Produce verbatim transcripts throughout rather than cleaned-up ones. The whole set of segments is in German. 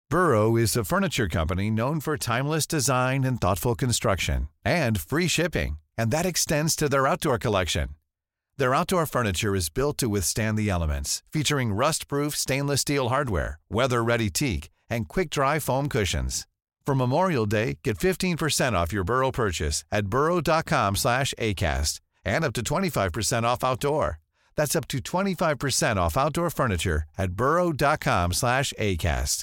Burrow is a furniture company known for timeless design and thoughtful construction, and free shipping, and that extends to their outdoor collection. Their outdoor furniture is built to withstand the elements, featuring rust-proof stainless steel hardware, weather-ready teak, and quick-dry foam cushions. For Memorial Day, get fifteen percent off your Burrow purchase at burrow.com slash ACAST and up to twenty-five percent off outdoor. That's up to twenty-five percent off outdoor furniture at burrow.com slash ACAST.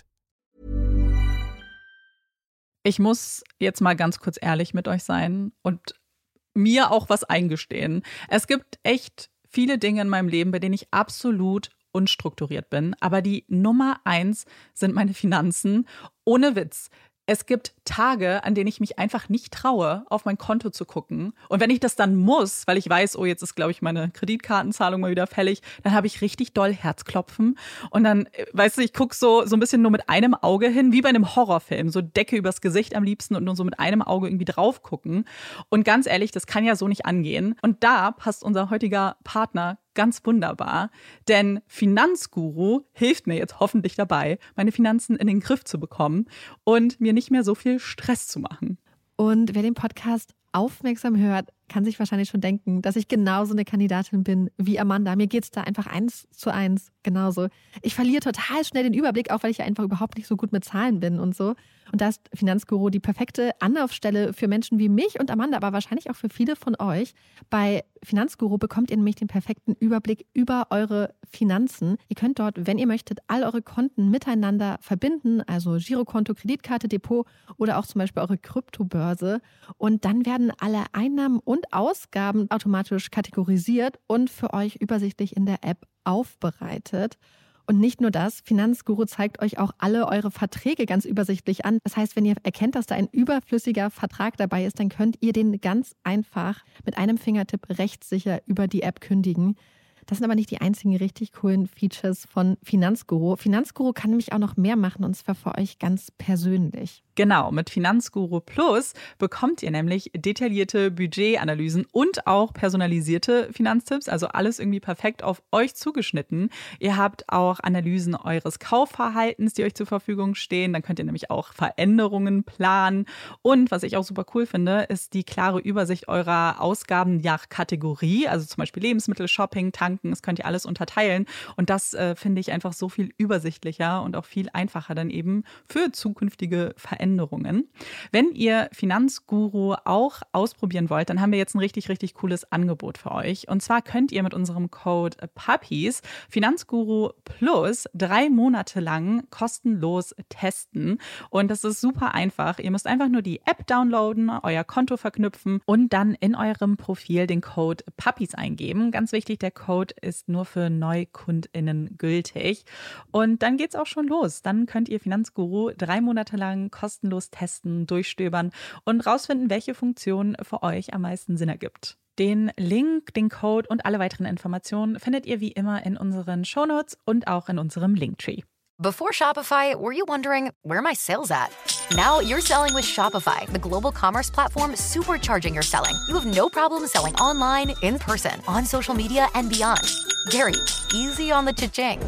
Ich muss jetzt mal ganz kurz ehrlich mit euch sein und mir auch was eingestehen. Es gibt echt viele Dinge in meinem Leben, bei denen ich absolut unstrukturiert bin. Aber die Nummer eins sind meine Finanzen. Ohne Witz. Es gibt Tage, an denen ich mich einfach nicht traue, auf mein Konto zu gucken. Und wenn ich das dann muss, weil ich weiß, oh, jetzt ist, glaube ich, meine Kreditkartenzahlung mal wieder fällig, dann habe ich richtig doll Herzklopfen. Und dann, weißt du, ich gucke so, so ein bisschen nur mit einem Auge hin, wie bei einem Horrorfilm. So Decke übers Gesicht am liebsten und nur so mit einem Auge irgendwie drauf gucken. Und ganz ehrlich, das kann ja so nicht angehen. Und da passt unser heutiger Partner ganz wunderbar, denn Finanzguru hilft mir jetzt hoffentlich dabei, meine Finanzen in den Griff zu bekommen und mir nicht mehr so viel Stress zu machen. Und wer den Podcast aufmerksam hört, kann sich wahrscheinlich schon denken, dass ich genauso eine Kandidatin bin wie Amanda. Mir geht's da einfach eins zu eins genauso. Ich verliere total schnell den Überblick, auch weil ich ja einfach überhaupt nicht so gut mit Zahlen bin und so. Und da ist Finanzguru die perfekte Anlaufstelle für Menschen wie mich und Amanda, aber wahrscheinlich auch für viele von euch. Bei Finanzguru bekommt ihr nämlich den perfekten Überblick über eure Finanzen. Ihr könnt dort, wenn ihr möchtet, all eure Konten miteinander verbinden, also Girokonto, Kreditkarte, Depot oder auch zum Beispiel eure Kryptobörse. Und dann werden alle Einnahmen und Ausgaben automatisch kategorisiert und für euch übersichtlich in der App aufbereitet. Und nicht nur das, Finanzguru zeigt euch auch alle eure Verträge ganz übersichtlich an. Das heißt, wenn ihr erkennt, dass da ein überflüssiger Vertrag dabei ist, dann könnt ihr den ganz einfach mit einem Fingertipp rechtssicher über die App kündigen. Das sind aber nicht die einzigen richtig coolen Features von Finanzguru. Finanzguru kann nämlich auch noch mehr machen, und zwar für euch ganz persönlich. Genau, mit Finanzguru Plus bekommt ihr nämlich detaillierte Budgetanalysen und auch personalisierte Finanztipps, also alles irgendwie perfekt auf euch zugeschnitten. Ihr habt auch Analysen eures Kaufverhaltens, die euch zur Verfügung stehen. Dann könnt ihr nämlich auch Veränderungen planen. Und was ich auch super cool finde, ist die klare Übersicht eurer Ausgaben nach Kategorie, also zum Beispiel Lebensmittel, Shopping, Tanken, das könnt ihr alles unterteilen. Und das äh, finde ich einfach so viel übersichtlicher und auch viel einfacher dann eben für zukünftige Veränderungen. Änderungen. Wenn ihr Finanzguru auch ausprobieren wollt, dann haben wir jetzt ein richtig, richtig cooles Angebot für euch. Und zwar könnt ihr mit unserem Code Puppies Finanzguru Plus drei Monate lang kostenlos testen. Und das ist super einfach. Ihr müsst einfach nur die App downloaden, euer Konto verknüpfen und dann in eurem Profil den Code Puppies eingeben. Ganz wichtig, der Code ist nur für NeukundInnen gültig. Und dann geht's auch schon los. Dann könnt ihr Finanzguru drei Monate lang kostenlos kostenlos testen, durchstöbern und rausfinden, welche Funktion für euch am meisten Sinn ergibt. Den Link, den Code und alle weiteren Informationen findet ihr wie immer in unseren Shownotes und auch in unserem Linktree. Before Shopify, were you wondering, where are my sales at? Now you're selling with Shopify, the global commerce platform supercharging your selling. You have no problem selling online, in person, on social media, and beyond. Gary, easy on the cha-ching.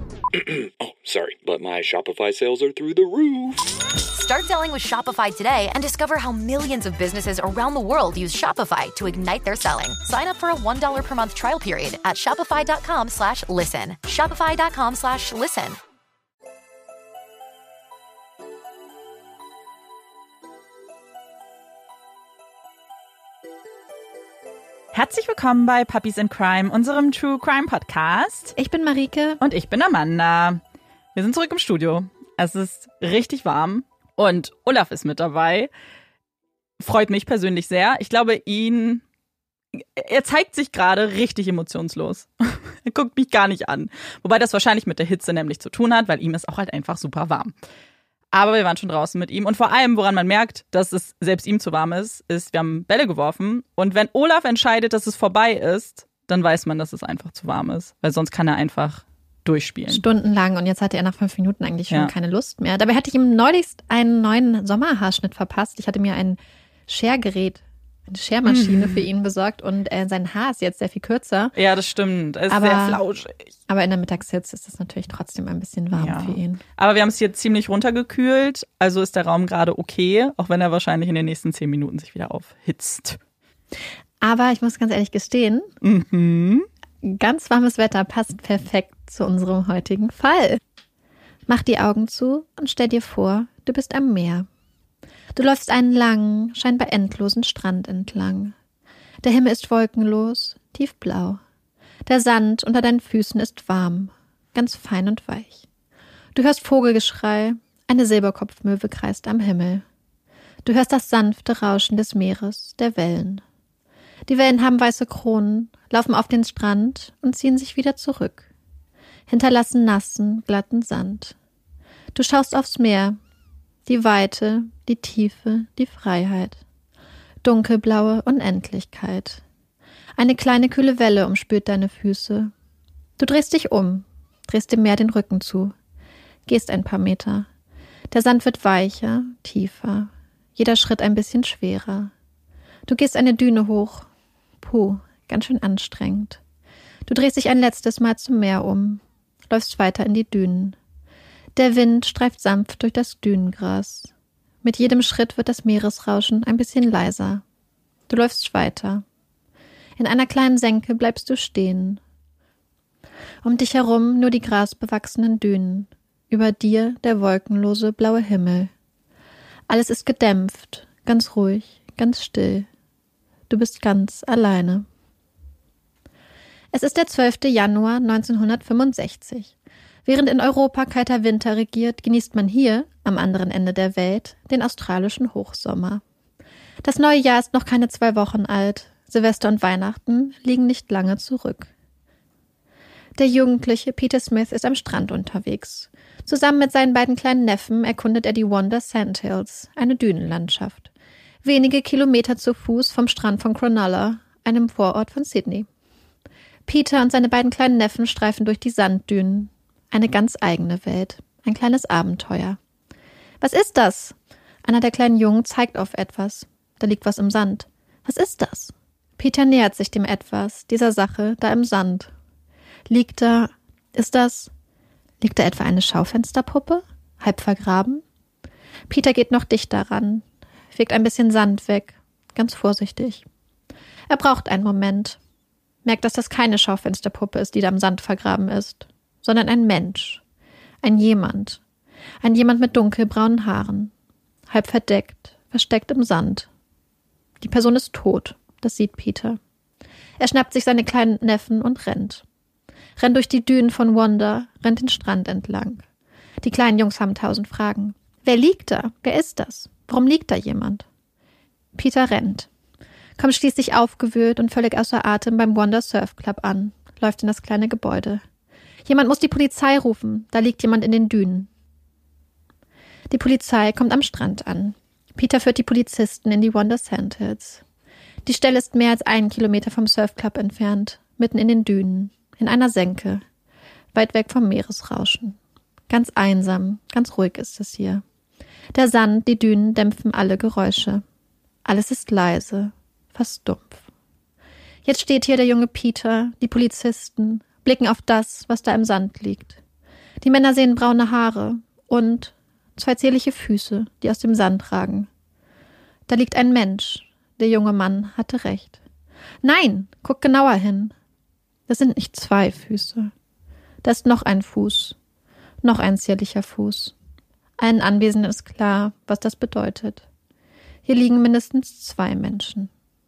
Oh, sorry, but my Shopify sales are through the roof. Start selling with Shopify today and discover how millions of businesses around the world use Shopify to ignite their selling. Sign up for a one dollar per month trial period at shopify.com slash listen. Shopify.com slash listen. Herzlich willkommen bei Puppies in Crime, unserem True Crime Podcast. Ich bin Marike. Und ich bin Amanda. Wir sind zurück im Studio. Es ist richtig warm und Olaf ist mit dabei. Freut mich persönlich sehr. Ich glaube, ihn, er zeigt sich gerade richtig emotionslos. Er guckt mich gar nicht an. Wobei das wahrscheinlich mit der Hitze nämlich zu tun hat, weil ihm ist auch halt einfach super warm. Aber wir waren schon draußen mit ihm. Und vor allem, woran man merkt, dass es selbst ihm zu warm ist, ist, wir haben Bälle geworfen. Und wenn Olaf entscheidet, dass es vorbei ist, dann weiß man, dass es einfach zu warm ist. Weil sonst kann er einfach durchspielen. Stundenlang. Und jetzt hatte er nach fünf Minuten eigentlich schon ja. keine Lust mehr. Dabei hatte ich ihm neulich einen neuen Sommerhaarschnitt verpasst. Ich hatte mir ein Schergerät eine Schermaschine Mhm. für ihn besorgt und äh, sein Haar ist jetzt sehr viel kürzer. Ja, das stimmt. Es ist Aber- sehr flauschig. Aber in der Mittagshitze ist es natürlich trotzdem ein bisschen warm Ja. für ihn. Aber wir haben es hier ziemlich runtergekühlt. Also ist der Raum gerade okay, auch wenn er wahrscheinlich in den nächsten zehn Minuten sich wieder aufhitzt. Aber ich muss ganz ehrlich gestehen, Mhm. ganz warmes Wetter passt perfekt zu unserem heutigen Fall. Mach die Augen zu und stell dir vor, du bist am Meer. Du läufst einen langen, scheinbar endlosen Strand entlang. Der Himmel ist wolkenlos, tiefblau. Der Sand unter deinen Füßen ist warm, ganz fein und weich. Du hörst Vogelgeschrei, eine Silberkopfmöwe kreist am Himmel. Du hörst das sanfte Rauschen des Meeres, der Wellen. Die Wellen haben weiße Kronen, laufen auf den Strand und ziehen sich wieder zurück. Hinterlassen nassen, glatten Sand. Du schaust aufs Meer, die Weite, die Tiefe, die Freiheit. Dunkelblaue Unendlichkeit. Eine kleine kühle Welle umspült deine Füße. Du drehst dich um, drehst dem Meer den Rücken zu, gehst ein paar Meter. Der Sand wird weicher, tiefer, jeder Schritt ein bisschen schwerer. Du gehst eine Düne hoch. Puh, ganz schön anstrengend. Du drehst dich ein letztes Mal zum Meer um, läufst weiter in die Dünen. Der Wind streift sanft durch das Dünengras. Mit jedem Schritt wird das Meeresrauschen ein bisschen leiser. Du läufst weiter. In einer kleinen Senke bleibst du stehen. Um dich herum nur die grasbewachsenen Dünen, über dir der wolkenlose blaue Himmel. Alles ist gedämpft, ganz ruhig, ganz still. Du bist ganz alleine. Es ist der zwölfte Januar neunzehnhundertfünfundsechzig. Während in Europa kalter Winter regiert, genießt man hier, am anderen Ende der Welt, den australischen Hochsommer. Das neue Jahr ist noch keine zwei Wochen alt. Silvester und Weihnachten liegen nicht lange zurück. Der jugendliche Peter Smith ist am Strand unterwegs. Zusammen mit seinen beiden kleinen Neffen erkundet er die Wanda Sandhills, eine Dünenlandschaft. Wenige Kilometer zu Fuß vom Strand von Cronulla, einem Vorort von Sydney. Peter und seine beiden kleinen Neffen streifen durch die Sanddünen. Eine ganz eigene Welt, ein kleines Abenteuer. Was ist das? Einer der kleinen Jungen zeigt auf etwas. Da liegt was im Sand. Was ist das? Peter nähert sich dem Etwas, dieser Sache, da im Sand. Liegt da, ist das, liegt da etwa eine Schaufensterpuppe? Halb vergraben? Peter geht noch dichter ran, fegt ein bisschen Sand weg, ganz vorsichtig. Er braucht einen Moment, merkt, dass das keine Schaufensterpuppe ist, die da im Sand vergraben ist, sondern ein Mensch, ein Jemand, ein Jemand mit dunkelbraunen Haaren, halb verdeckt, versteckt im Sand. Die Person ist tot, das sieht Peter. Er schnappt sich seine kleinen Neffen und rennt. Rennt durch die Dünen von Wanda, rennt den Strand entlang. Die kleinen Jungs haben tausend Fragen. Wer liegt da? Wer ist das? Warum liegt da jemand? Peter rennt, kommt schließlich aufgewühlt und völlig außer Atem beim Wanda Surf Club an, läuft in das kleine Gebäude. Jemand muss die Polizei rufen, da liegt jemand in den Dünen. Die Polizei kommt am Strand an. Peter führt die Polizisten in die Wanda Sandhills. Die Stelle ist mehr als einen Kilometer vom Surfclub entfernt, mitten in den Dünen, in einer Senke, weit weg vom Meeresrauschen. Ganz einsam, ganz ruhig ist es hier. Der Sand, die Dünen dämpfen alle Geräusche. Alles ist leise, fast dumpf. Jetzt steht hier der junge Peter, die Polizisten, blicken auf das, was da im Sand liegt. Die Männer sehen braune Haare und zwei zierliche Füße, die aus dem Sand ragen. Da liegt ein Mensch. Der junge Mann hatte recht. Nein, guck genauer hin. Das sind nicht zwei Füße. Da ist noch ein Fuß. Noch ein zierlicher Fuß. Allen Anwesenden ist klar, was das bedeutet. Hier liegen mindestens zwei Menschen.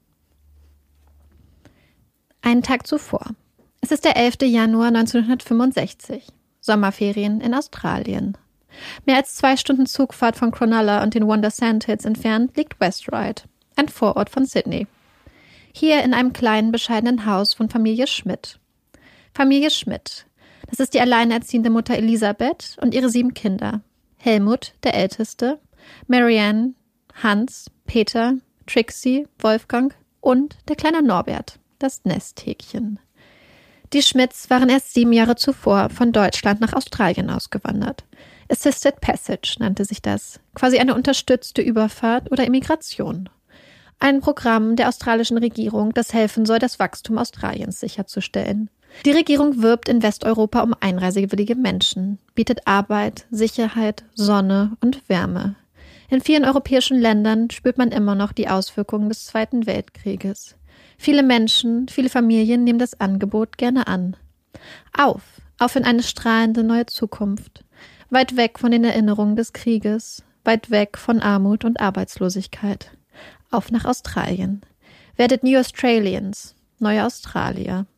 Einen Tag zuvor. Es ist der elfte Januar neunzehnhundertfünfundsechzig. Sommerferien in Australien. Mehr als zwei Stunden Zugfahrt von Cronulla und den Wanda Sandhills entfernt liegt West Ryde, ein Vorort von Sydney. Hier in einem kleinen, bescheidenen Haus von Familie Schmidt. Familie Schmidt, das ist die alleinerziehende Mutter Elisabeth und ihre sieben Kinder. Helmut, der Älteste, Marianne, Hans, Peter, Trixie, Wolfgang und der kleine Norbert, das Nesthäkchen. Die Schmidts waren erst sieben Jahre zuvor von Deutschland nach Australien ausgewandert. Assisted Passage nannte sich das, quasi eine unterstützte Überfahrt oder Immigration. Ein Programm der australischen Regierung, das helfen soll, das Wachstum Australiens sicherzustellen. Die Regierung wirbt in Westeuropa um einreisewillige Menschen, bietet Arbeit, Sicherheit, Sonne und Wärme. In vielen europäischen Ländern spürt man immer noch die Auswirkungen des Zweiten Weltkrieges. Viele Menschen, viele Familien nehmen das Angebot gerne an. Auf, auf in eine strahlende neue Zukunft. Weit weg von den Erinnerungen des Krieges, weit weg von Armut und Arbeitslosigkeit. Auf nach Australien. Werdet New Australians, neue Australier.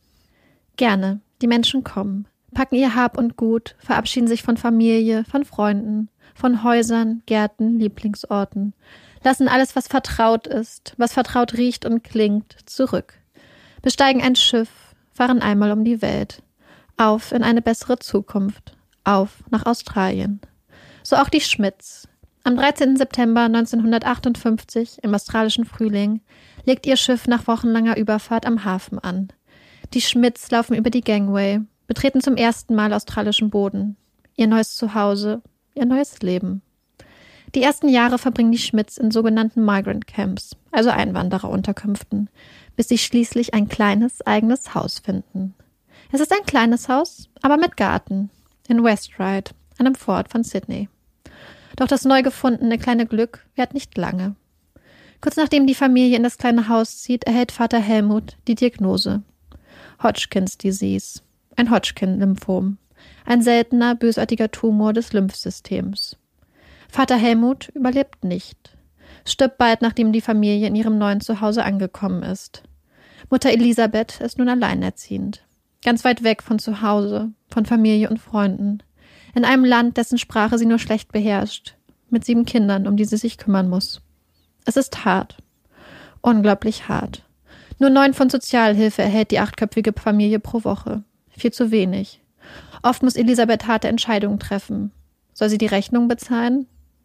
Gerne, die Menschen kommen, packen ihr Hab und Gut, verabschieden sich von Familie, von Freunden, von Häusern, Gärten, Lieblingsorten, lassen alles, was vertraut ist, was vertraut riecht und klingt, zurück. Besteigen ein Schiff, fahren einmal um die Welt. Auf in eine bessere Zukunft. Auf nach Australien. So auch die Schmidts. Am dreizehnten September neunzehnhundertachtundfünfzig, im australischen Frühling, legt ihr Schiff nach wochenlanger Überfahrt am Hafen an. Die Schmidts laufen über die Gangway, betreten zum ersten Mal australischen Boden. Ihr neues Zuhause, ihr neues Leben. Die ersten Jahre verbringen die Schmidts in sogenannten Migrant Camps, also Einwandererunterkünften, bis sie schließlich ein kleines, eigenes Haus finden. Es ist ein kleines Haus, aber mit Garten, in West Ryde, einem Vorort von Sydney. Doch das neu gefundene kleine Glück währt nicht lange. Kurz nachdem die Familie in das kleine Haus zieht, erhält Vater Helmut die Diagnose. Hodgkins Disease, ein Hodgkin-Lymphom, ein seltener, bösartiger Tumor des Lymphsystems. Vater Helmut überlebt nicht, stirbt bald, nachdem die Familie in ihrem neuen Zuhause angekommen ist. Mutter Elisabeth ist nun alleinerziehend, ganz weit weg von zu Hause, von Familie und Freunden, in einem Land, dessen Sprache sie nur schlecht beherrscht, mit sieben Kindern, um die sie sich kümmern muss. Es ist hart, unglaublich hart. Nur neun von Sozialhilfe erhält die achtköpfige Familie pro Woche. Viel zu wenig. Oft muss Elisabeth harte Entscheidungen treffen. Soll sie die Rechnung bezahlen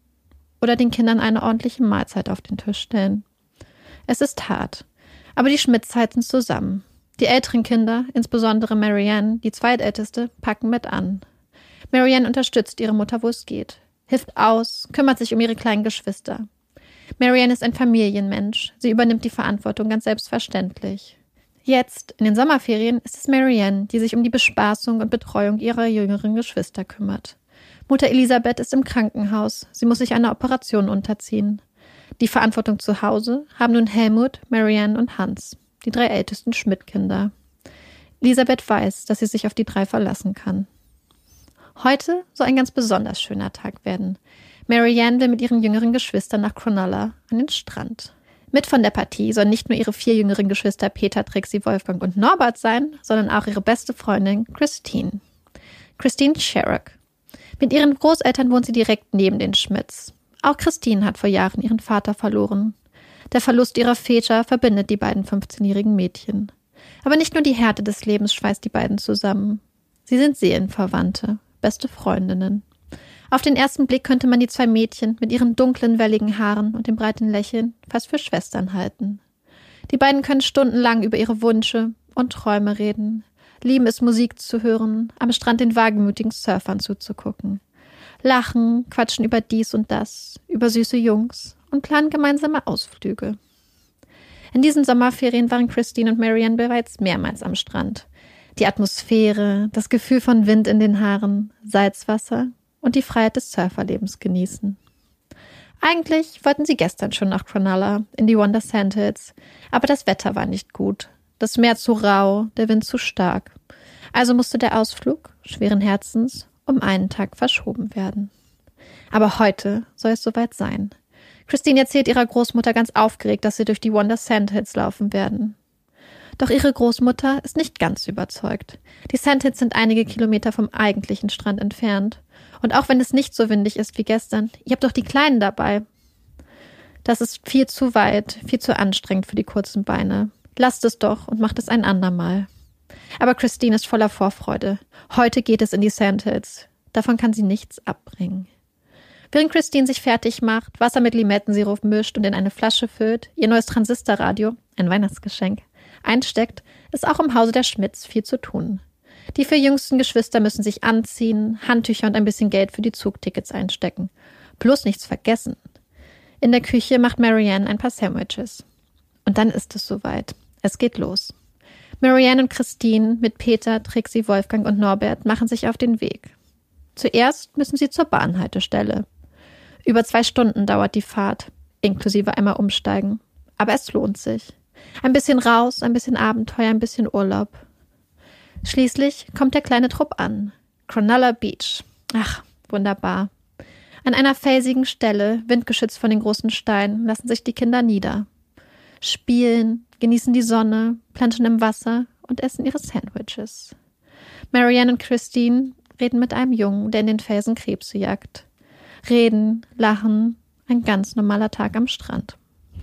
oder den Kindern eine ordentliche Mahlzeit auf den Tisch stellen? Es ist hart, aber die Schmidts halten zusammen. Die älteren Kinder, insbesondere Marianne, die zweitälteste, packen mit an. Marianne unterstützt ihre Mutter, wo es geht, hilft aus, kümmert sich um ihre kleinen Geschwister. Marianne ist ein Familienmensch. Sie übernimmt die Verantwortung ganz selbstverständlich. Jetzt, in den Sommerferien, ist es Marianne, die sich um die Bespaßung und Betreuung ihrer jüngeren Geschwister kümmert. Mutter Elisabeth ist im Krankenhaus. Sie muss sich einer Operation unterziehen. Die Verantwortung zu Hause haben nun Helmut, Marianne und Hans, die drei ältesten Schmidt-Kinder. Elisabeth weiß, dass sie sich auf die drei verlassen kann. Heute soll ein ganz besonders schöner Tag werden. Marianne will mit ihren jüngeren Geschwistern nach Cronulla an den Strand. Mit von der Partie sollen nicht nur ihre vier jüngeren Geschwister Peter, Trixie, Wolfgang und Norbert sein, sondern auch ihre beste Freundin Christine. Christine Sherrock. Mit ihren Großeltern wohnt sie direkt neben den Schmidts. Auch Christine hat vor Jahren ihren Vater verloren. Der Verlust ihrer Väter verbindet die beiden fünfzehnjährigen Mädchen. Aber nicht nur die Härte des Lebens schweißt die beiden zusammen. Sie sind Seelenverwandte, beste Freundinnen. Auf den ersten Blick könnte man die zwei Mädchen mit ihren dunklen, welligen Haaren und dem breiten Lächeln fast für Schwestern halten. Die beiden können stundenlang über ihre Wünsche und Träume reden, lieben es, Musik zu hören, am Strand den wagemütigen Surfern zuzugucken, lachen, quatschen über dies und das, über süße Jungs und planen gemeinsame Ausflüge. In diesen Sommerferien waren Christine und Marianne bereits mehrmals am Strand. Die Atmosphäre, das Gefühl von Wind in den Haaren, Salzwasser und die Freiheit des Surferlebens genießen. Eigentlich wollten sie gestern schon nach Cronulla, in die Wonder Sandhills, aber das Wetter war nicht gut. Das Meer zu rau, der Wind zu stark. Also musste der Ausflug, schweren Herzens, um einen Tag verschoben werden. Aber heute soll es soweit sein. Christine erzählt ihrer Großmutter ganz aufgeregt, dass sie durch die Wonder Sandhills laufen werden. Doch ihre Großmutter ist nicht ganz überzeugt. Die Sandhills sind einige Kilometer vom eigentlichen Strand entfernt. Und auch wenn es nicht so windig ist wie gestern, ihr habt doch die Kleinen dabei. Das ist viel zu weit, viel zu anstrengend für die kurzen Beine. Lasst es doch und macht es ein andermal. Aber Christine ist voller Vorfreude. Heute geht es in die Sandhills. Davon kann sie nichts abbringen. Während Christine sich fertig macht, Wasser mit Limettensirup mischt und in eine Flasche füllt, ihr neues Transistorradio, ein Weihnachtsgeschenk, einsteckt, ist auch im Hause der Schmidts viel zu tun. Die vier jüngsten Geschwister müssen sich anziehen, Handtücher und ein bisschen Geld für die Zugtickets einstecken. Bloß nichts vergessen. In der Küche macht Marianne ein paar Sandwiches. Und dann ist es soweit. Es geht los. Marianne und Christine mit Peter, Trixie, Wolfgang und Norbert machen sich auf den Weg. Zuerst müssen sie zur Bahnhaltestelle. Über zwei Stunden dauert die Fahrt, inklusive einmal umsteigen. Aber es lohnt sich. Ein bisschen raus, ein bisschen Abenteuer, ein bisschen Urlaub. Schließlich kommt der kleine Trupp an. Cronulla Beach. Ach, wunderbar. An einer felsigen Stelle, windgeschützt von den großen Steinen, lassen sich die Kinder nieder. Spielen, genießen die Sonne, planschen im Wasser und essen ihre Sandwiches. Marianne und Christine reden mit einem Jungen, der in den Felsen Krebse jagt. Reden, lachen, ein ganz normaler Tag am Strand.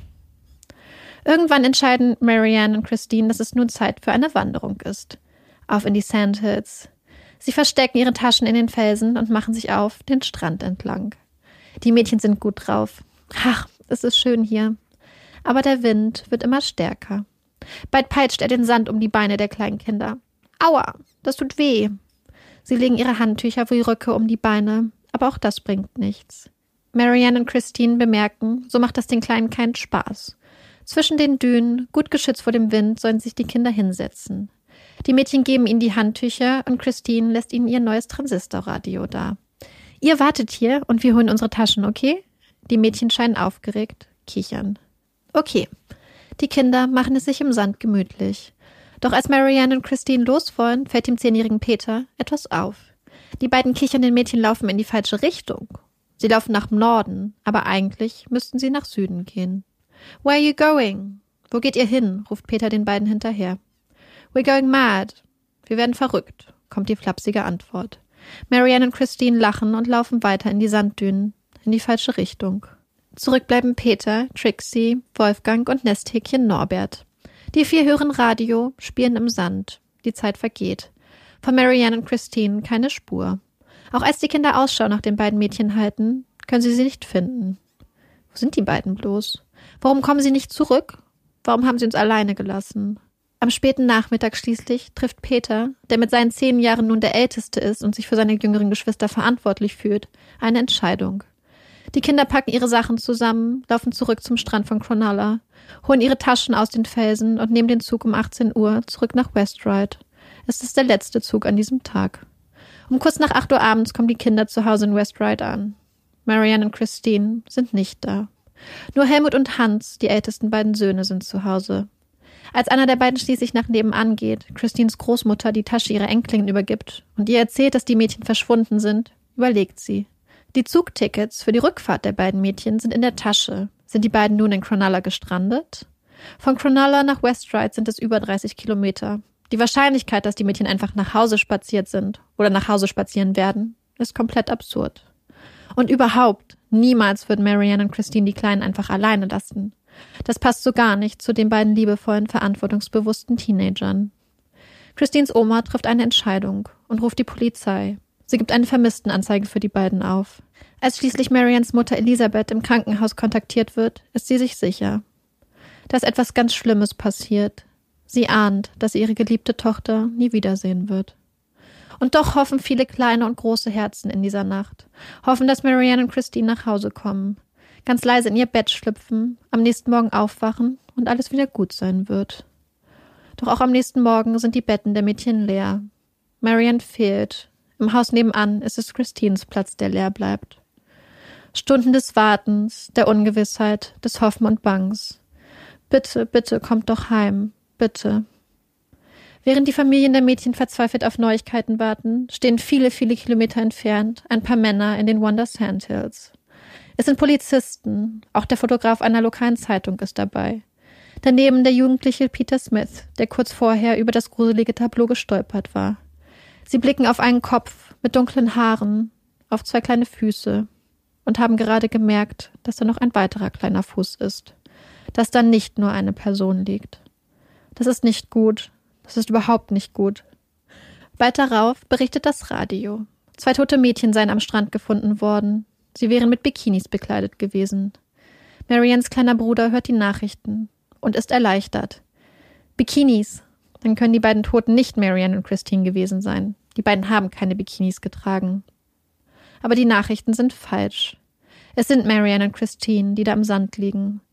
Irgendwann entscheiden Marianne und Christine, dass es nun Zeit für eine Wanderung ist. Auf in die Sandhills. Sie verstecken ihre Taschen in den Felsen und machen sich auf den Strand entlang. Die Mädchen sind gut drauf. Ach, es ist schön hier. Aber der Wind wird immer stärker. Bald peitscht er den Sand um die Beine der kleinen Kinder. Aua, das tut weh. Sie legen ihre Handtücher wie Röcke um die Beine, aber auch das bringt nichts. Marianne und Christine bemerken, so macht das den Kleinen keinen Spaß. Zwischen den Dünen, gut geschützt vor dem Wind, sollen sich die Kinder hinsetzen. Die Mädchen geben ihnen die Handtücher und Christine lässt ihnen ihr neues Transistorradio da. Ihr wartet hier und wir holen unsere Taschen, okay? Die Mädchen scheinen aufgeregt, kichern. Okay, die Kinder machen es sich im Sand gemütlich. Doch als Marianne und Christine los wollen, fällt dem zehnjährigen Peter etwas auf. Die beiden kichernden Mädchen laufen in die falsche Richtung. Sie laufen nach Norden, aber eigentlich müssten sie nach Süden gehen. Where are you going? Wo geht ihr hin? Ruft Peter den beiden hinterher. We're going mad. Wir werden verrückt, kommt die flapsige Antwort. Marianne und Christine lachen und laufen weiter in die Sanddünen, in die falsche Richtung. Zurück bleiben Peter, Trixie, Wolfgang und Nesthäkchen Norbert. Die vier hören Radio, spielen im Sand. Die Zeit vergeht. Von Marianne und Christine keine Spur. Auch als die Kinder Ausschau nach den beiden Mädchen halten, können sie sie nicht finden. Wo sind die beiden bloß? Warum kommen sie nicht zurück? Warum haben sie uns alleine gelassen? Am späten Nachmittag schließlich trifft Peter, der mit seinen zehn Jahren nun der Älteste ist und sich für seine jüngeren Geschwister verantwortlich fühlt, eine Entscheidung. Die Kinder packen ihre Sachen zusammen, laufen zurück zum Strand von Cronulla, holen ihre Taschen aus den Felsen und nehmen den Zug um achtzehn Uhr zurück nach West Ryde. Es ist der letzte Zug an diesem Tag. Um kurz nach acht Uhr abends kommen die Kinder zu Hause in West Ryde an. Marianne und Christine sind nicht da. Nur Helmut und Hans, die ältesten beiden Söhne, sind zu Hause. Als einer der beiden schließlich nach nebenan geht, Christines Großmutter die Tasche ihrer Enkelin übergibt und ihr erzählt, dass die Mädchen verschwunden sind, überlegt sie. Die Zugtickets für die Rückfahrt der beiden Mädchen sind in der Tasche. Sind die beiden nun in Cronulla gestrandet? Von Cronulla nach West Ryde sind es über dreißig Kilometer. Die Wahrscheinlichkeit, dass die Mädchen einfach nach Hause spaziert sind oder nach Hause spazieren werden, ist komplett absurd. Und überhaupt, niemals würden Marianne und Christine die Kleinen einfach alleine lassen. Das passt so gar nicht zu den beiden liebevollen, verantwortungsbewussten Teenagern. Christines Oma trifft eine Entscheidung und ruft die Polizei. Sie gibt eine Vermisstenanzeige für die beiden auf. Als schließlich Mariannes Mutter Elisabeth im Krankenhaus kontaktiert wird, ist sie sich sicher. Dass etwas ganz Schlimmes passiert. Sie ahnt, dass sie ihre geliebte Tochter nie wiedersehen wird. Und doch hoffen viele kleine und große Herzen in dieser Nacht. Hoffen, dass Marianne und Christine nach Hause kommen. Ganz leise in ihr Bett schlüpfen, am nächsten Morgen aufwachen und alles wieder gut sein wird. Doch auch am nächsten Morgen sind die Betten der Mädchen leer. Marianne fehlt. Im Haus nebenan ist es Christines Platz, der leer bleibt. Stunden des Wartens, der Ungewissheit, des Hoffen und Bangs. Bitte, bitte, kommt doch heim. Bitte. Während die Familien der Mädchen verzweifelt auf Neuigkeiten warten, stehen viele, viele Kilometer entfernt ein paar Männer in den Wonder Sandhills. Es sind Polizisten, auch der Fotograf einer lokalen Zeitung ist dabei. Daneben der jugendliche Peter Smith, der kurz vorher über das gruselige Tableau gestolpert war. Sie blicken auf einen Kopf mit dunklen Haaren, auf zwei kleine Füße und haben gerade gemerkt, dass da noch ein weiterer kleiner Fuß ist, dass da nicht nur eine Person liegt. Das ist nicht gut, das ist überhaupt nicht gut. Bald darauf berichtet das Radio. Zwei tote Mädchen seien am Strand gefunden worden. Sie wären mit Bikinis bekleidet gewesen. Mariannes kleiner Bruder hört die Nachrichten und ist erleichtert. Bikinis, dann können die beiden Toten nicht Marianne und Christine gewesen sein. Die beiden haben keine Bikinis getragen. Aber die Nachrichten sind falsch. Es sind Marianne und Christine, die da im Sand liegen.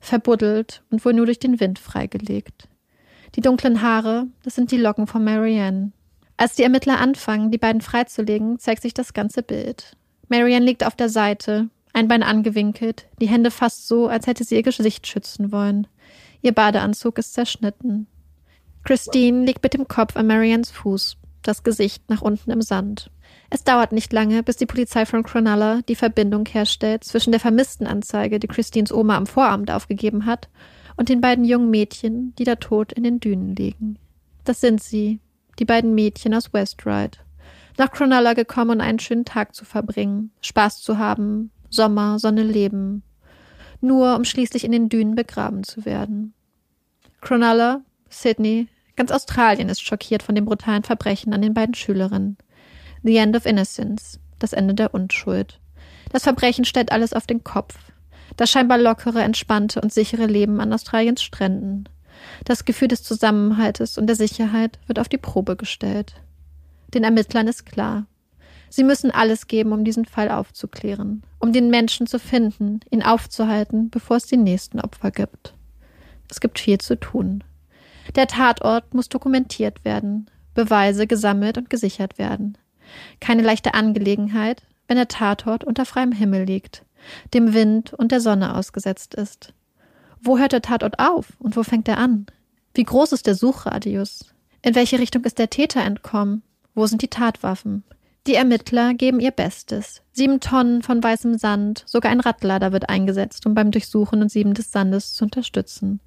verbuddelt und wohl nur durch den Wind freigelegt. Die dunklen Haare, das sind die Locken von Marianne. Als die Ermittler anfangen, die beiden freizulegen, zeigt sich das ganze Bild. Marianne liegt auf der Seite, ein Bein angewinkelt, die Hände fast so, als hätte sie ihr Gesicht schützen wollen. Ihr Badeanzug ist zerschnitten. Christine liegt mit dem Kopf an Mariannes Fuß, das Gesicht nach unten im Sand. Es dauert nicht lange, bis die Polizei von Cronulla die Verbindung herstellt zwischen der Vermisstenanzeige, die Christines Oma am Vorabend aufgegeben hat, und den beiden jungen Mädchen, die da tot in den Dünen liegen. Das sind sie, die beiden Mädchen aus West Ryde. Nach Cronulla gekommen, um einen schönen Tag zu verbringen, Spaß zu haben, Sommer, Sonne, Leben. Nur, um schließlich in den Dünen begraben zu werden. Cronulla, Sydney, ganz Australien ist schockiert von dem brutalen Verbrechen an den beiden Schülerinnen. The End of Innocence, das Ende der Unschuld. Das Verbrechen stellt alles auf den Kopf. Das scheinbar lockere, entspannte und sichere Leben an Australiens Stränden. Das Gefühl des Zusammenhaltes und der Sicherheit wird auf die Probe gestellt. Den Ermittlern ist klar. Sie müssen alles geben, um diesen Fall aufzuklären, um den Menschen zu finden, ihn aufzuhalten, bevor es die nächsten Opfer gibt. Es gibt viel zu tun. Der Tatort muss dokumentiert werden, Beweise gesammelt und gesichert werden. Keine leichte Angelegenheit, wenn der Tatort unter freiem Himmel liegt, dem Wind und der Sonne ausgesetzt ist. Wo hört der Tatort auf und wo fängt er an? Wie groß ist der Suchradius? In welche Richtung ist der Täter entkommen? Wo sind die Tatwaffen? Die Ermittler geben ihr Bestes. Sieben Tonnen von weißem Sand, sogar ein Radlader wird eingesetzt, um beim Durchsuchen und Sieben des Sandes zu unterstützen.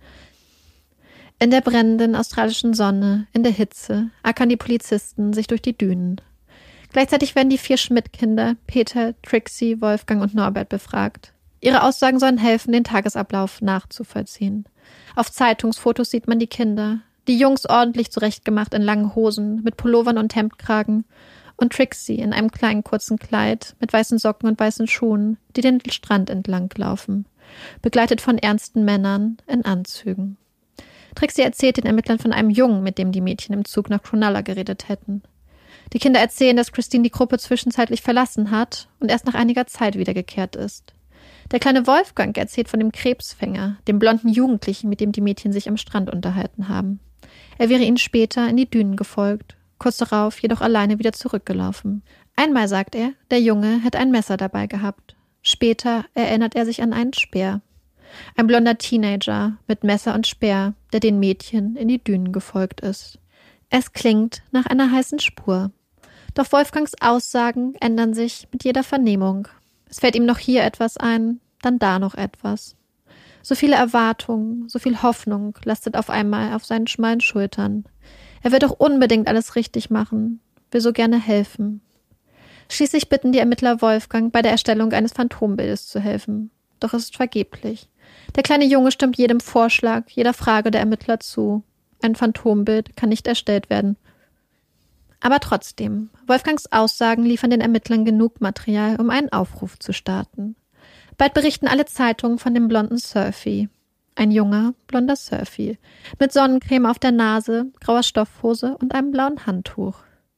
In der brennenden australischen Sonne, in der Hitze, ackern die Polizisten sich durch die Dünen. Gleichzeitig werden die vier Schmidt-Kinder, Peter, Trixie, Wolfgang und Norbert, befragt. Ihre Aussagen sollen helfen, den Tagesablauf nachzuvollziehen. Auf Zeitungsfotos sieht man die Kinder, die Jungs ordentlich zurechtgemacht in langen Hosen, mit Pullovern und Hemdkragen, und Trixie in einem kleinen kurzen Kleid mit weißen Socken und weißen Schuhen, die den Strand entlang laufen, begleitet von ernsten Männern in Anzügen. Trixie erzählt den Ermittlern von einem Jungen, mit dem die Mädchen im Zug nach Cronulla geredet hätten. Die Kinder erzählen, dass Christine die Gruppe zwischenzeitlich verlassen hat und erst nach einiger Zeit wiedergekehrt ist. Der kleine Wolfgang erzählt von dem Krebsfänger, dem blonden Jugendlichen, mit dem die Mädchen sich am Strand unterhalten haben. Er wäre ihnen später in die Dünen gefolgt, kurz darauf jedoch alleine wieder zurückgelaufen. Einmal, sagt er, der Junge hätte ein Messer dabei gehabt. Später erinnert er sich an einen Speer. Ein blonder Teenager mit Messer und Speer, der den Mädchen in die Dünen gefolgt ist. Es klingt nach einer heißen Spur. Doch Wolfgangs Aussagen ändern sich mit jeder Vernehmung. Es fällt ihm noch hier etwas ein, dann da noch etwas. So viele Erwartungen, so viel Hoffnung lastet auf einmal auf seinen schmalen Schultern. Er will doch unbedingt alles richtig machen, will so gerne helfen. Schließlich bitten die Ermittler Wolfgang, bei der Erstellung eines Phantombildes zu helfen. Doch es ist vergeblich. Der kleine Junge stimmt jedem Vorschlag, jeder Frage der Ermittler zu. Ein Phantombild kann nicht erstellt werden. Aber trotzdem, Wolfgangs Aussagen liefern den Ermittlern genug Material, um einen Aufruf zu starten. Bald berichten alle Zeitungen von dem blonden Surfy. Ein junger, blonder Surfy. Mit Sonnencreme auf der Nase, grauer Stoffhose und einem blauen Handtuch.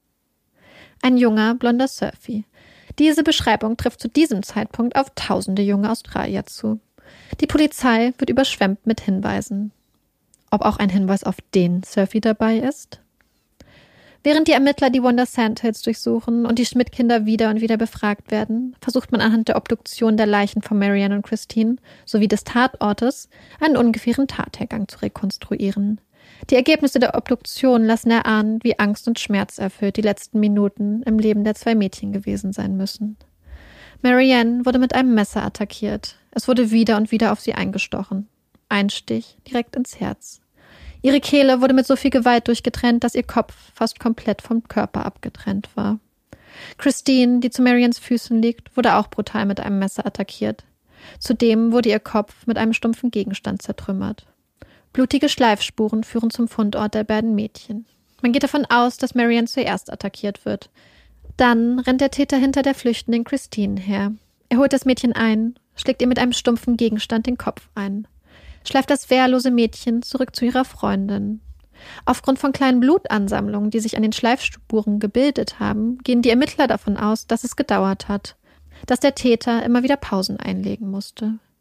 Ein junger, blonder Surfy. Diese Beschreibung trifft zu diesem Zeitpunkt auf tausende junge Australier zu. Die Polizei wird überschwemmt mit Hinweisen. Ob auch ein Hinweis auf den Surfy dabei ist? Während die Ermittler die Wonder Sandhills durchsuchen und die Schmidt-Kinder wieder und wieder befragt werden, versucht man anhand der Obduktion der Leichen von Marianne und Christine sowie des Tatortes einen ungefähren Tathergang zu rekonstruieren. Die Ergebnisse der Obduktion lassen erahnen, wie angst- und schmerzerfüllt die letzten Minuten im Leben der zwei Mädchen gewesen sein müssen. Marianne wurde mit einem Messer attackiert. Es wurde wieder und wieder auf sie eingestochen. Ein Stich direkt ins Herz. Ihre Kehle wurde mit so viel Gewalt durchgetrennt, dass ihr Kopf fast komplett vom Körper abgetrennt war. Christine, die zu Mariannes Füßen liegt, wurde auch brutal mit einem Messer attackiert. Zudem wurde ihr Kopf mit einem stumpfen Gegenstand zertrümmert. Blutige Schleifspuren führen zum Fundort der beiden Mädchen. Man geht davon aus, dass Marianne zuerst attackiert wird. Dann rennt der Täter hinter der flüchtenden Christine her. Er holt das Mädchen ein, schlägt ihr mit einem stumpfen Gegenstand den Kopf ein. Schleift das wehrlose Mädchen zurück zu ihrer Freundin. Aufgrund von kleinen Blutansammlungen, die sich an den Schleifspuren gebildet haben, gehen die Ermittler davon aus, dass es gedauert hat, dass der Täter immer wieder Pausen einlegen musste.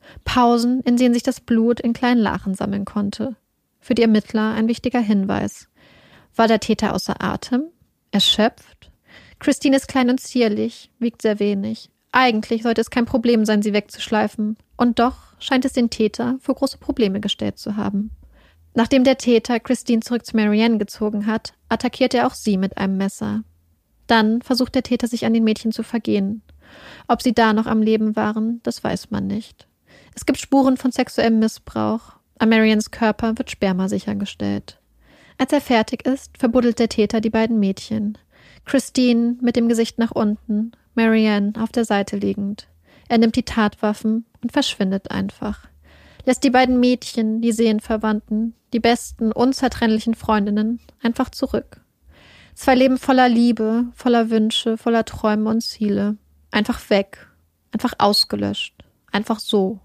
Pausen, in denen sich das Blut in kleinen Lachen sammeln konnte. Für die Ermittler ein wichtiger Hinweis. War der Täter außer Atem? Erschöpft? Christine ist klein und zierlich, wiegt sehr wenig. Eigentlich sollte es kein Problem sein, sie wegzuschleifen. Und doch scheint es den Täter vor große Probleme gestellt zu haben. Nachdem der Täter Christine zurück zu Marianne gezogen hat, attackiert er auch sie mit einem Messer. Dann versucht der Täter, sich an den Mädchen zu vergehen. Ob sie da noch am Leben waren, das weiß man nicht. Es gibt Spuren von sexuellem Missbrauch. An Mariannes Körper wird Sperma sichergestellt. Als er fertig ist, verbuddelt der Täter die beiden Mädchen. Christine mit dem Gesicht nach unten, Marianne auf der Seite liegend. Er nimmt die Tatwaffen und verschwindet einfach. Lässt die beiden Mädchen, die Seelenverwandten, die besten, unzertrennlichen Freundinnen, einfach zurück. Zwei Leben voller Liebe, voller Wünsche, voller Träume und Ziele. Einfach weg. Einfach ausgelöscht. Einfach so.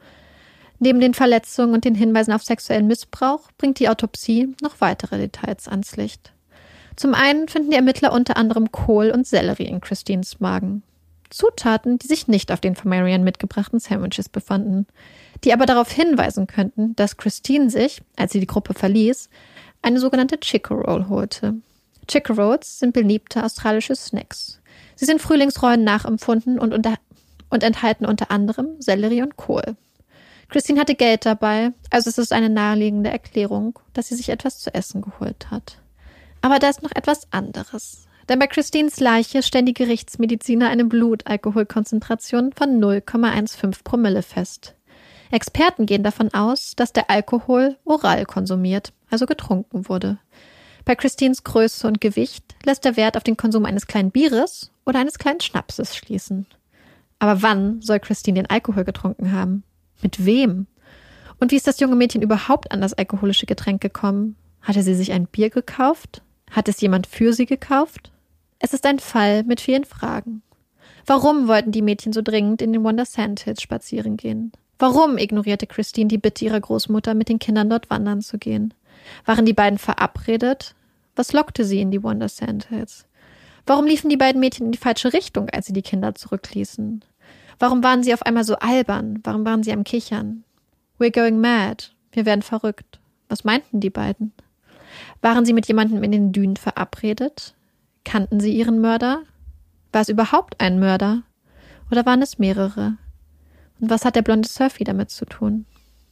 Neben den Verletzungen und den Hinweisen auf sexuellen Missbrauch bringt die Autopsie noch weitere Details ans Licht. Zum einen finden die Ermittler unter anderem Kohl und Sellerie in Christines Magen. Zutaten, die sich nicht auf den von Marianne mitgebrachten Sandwiches befanden, die aber darauf hinweisen könnten, dass Christine sich, als sie die Gruppe verließ, eine sogenannte Chico Roll holte. Chico Rolls sind beliebte australische Snacks. Sie sind Frühlingsrollen nachempfunden und, unter- und enthalten unter anderem Sellerie und Kohl. Christine hatte Geld dabei, also es ist eine naheliegende Erklärung, dass sie sich etwas zu essen geholt hat. Aber da ist noch etwas anderes. Denn bei Christines Leiche stellen die Gerichtsmediziner eine Blutalkoholkonzentration von null Komma fünfzehn Promille fest. Experten gehen davon aus, dass der Alkohol oral konsumiert, also getrunken wurde. Bei Christines Größe und Gewicht lässt der Wert auf den Konsum eines kleinen Bieres oder eines kleinen Schnapses schließen. Aber wann soll Christine den Alkohol getrunken haben? Mit wem? Und wie ist das junge Mädchen überhaupt an das alkoholische Getränk gekommen? Hatte sie sich ein Bier gekauft? Hat es jemand für sie gekauft? Es ist ein Fall mit vielen Fragen. Warum wollten die Mädchen so dringend in den Wonder Sandhills spazieren gehen? Warum ignorierte Christine die Bitte ihrer Großmutter, mit den Kindern dort wandern zu gehen? Waren die beiden verabredet? Was lockte sie in die Wonder Sandhills? Warum liefen die beiden Mädchen in die falsche Richtung, als sie die Kinder zurückließen? Warum waren sie auf einmal so albern? Warum waren sie am Kichern? We're going mad. Wir werden verrückt. Was meinten die beiden? Waren sie mit jemandem in den Dünen verabredet? Kannten sie ihren Mörder? War es überhaupt ein Mörder? Oder waren es mehrere? Und was hat der blonde Surfy damit zu tun?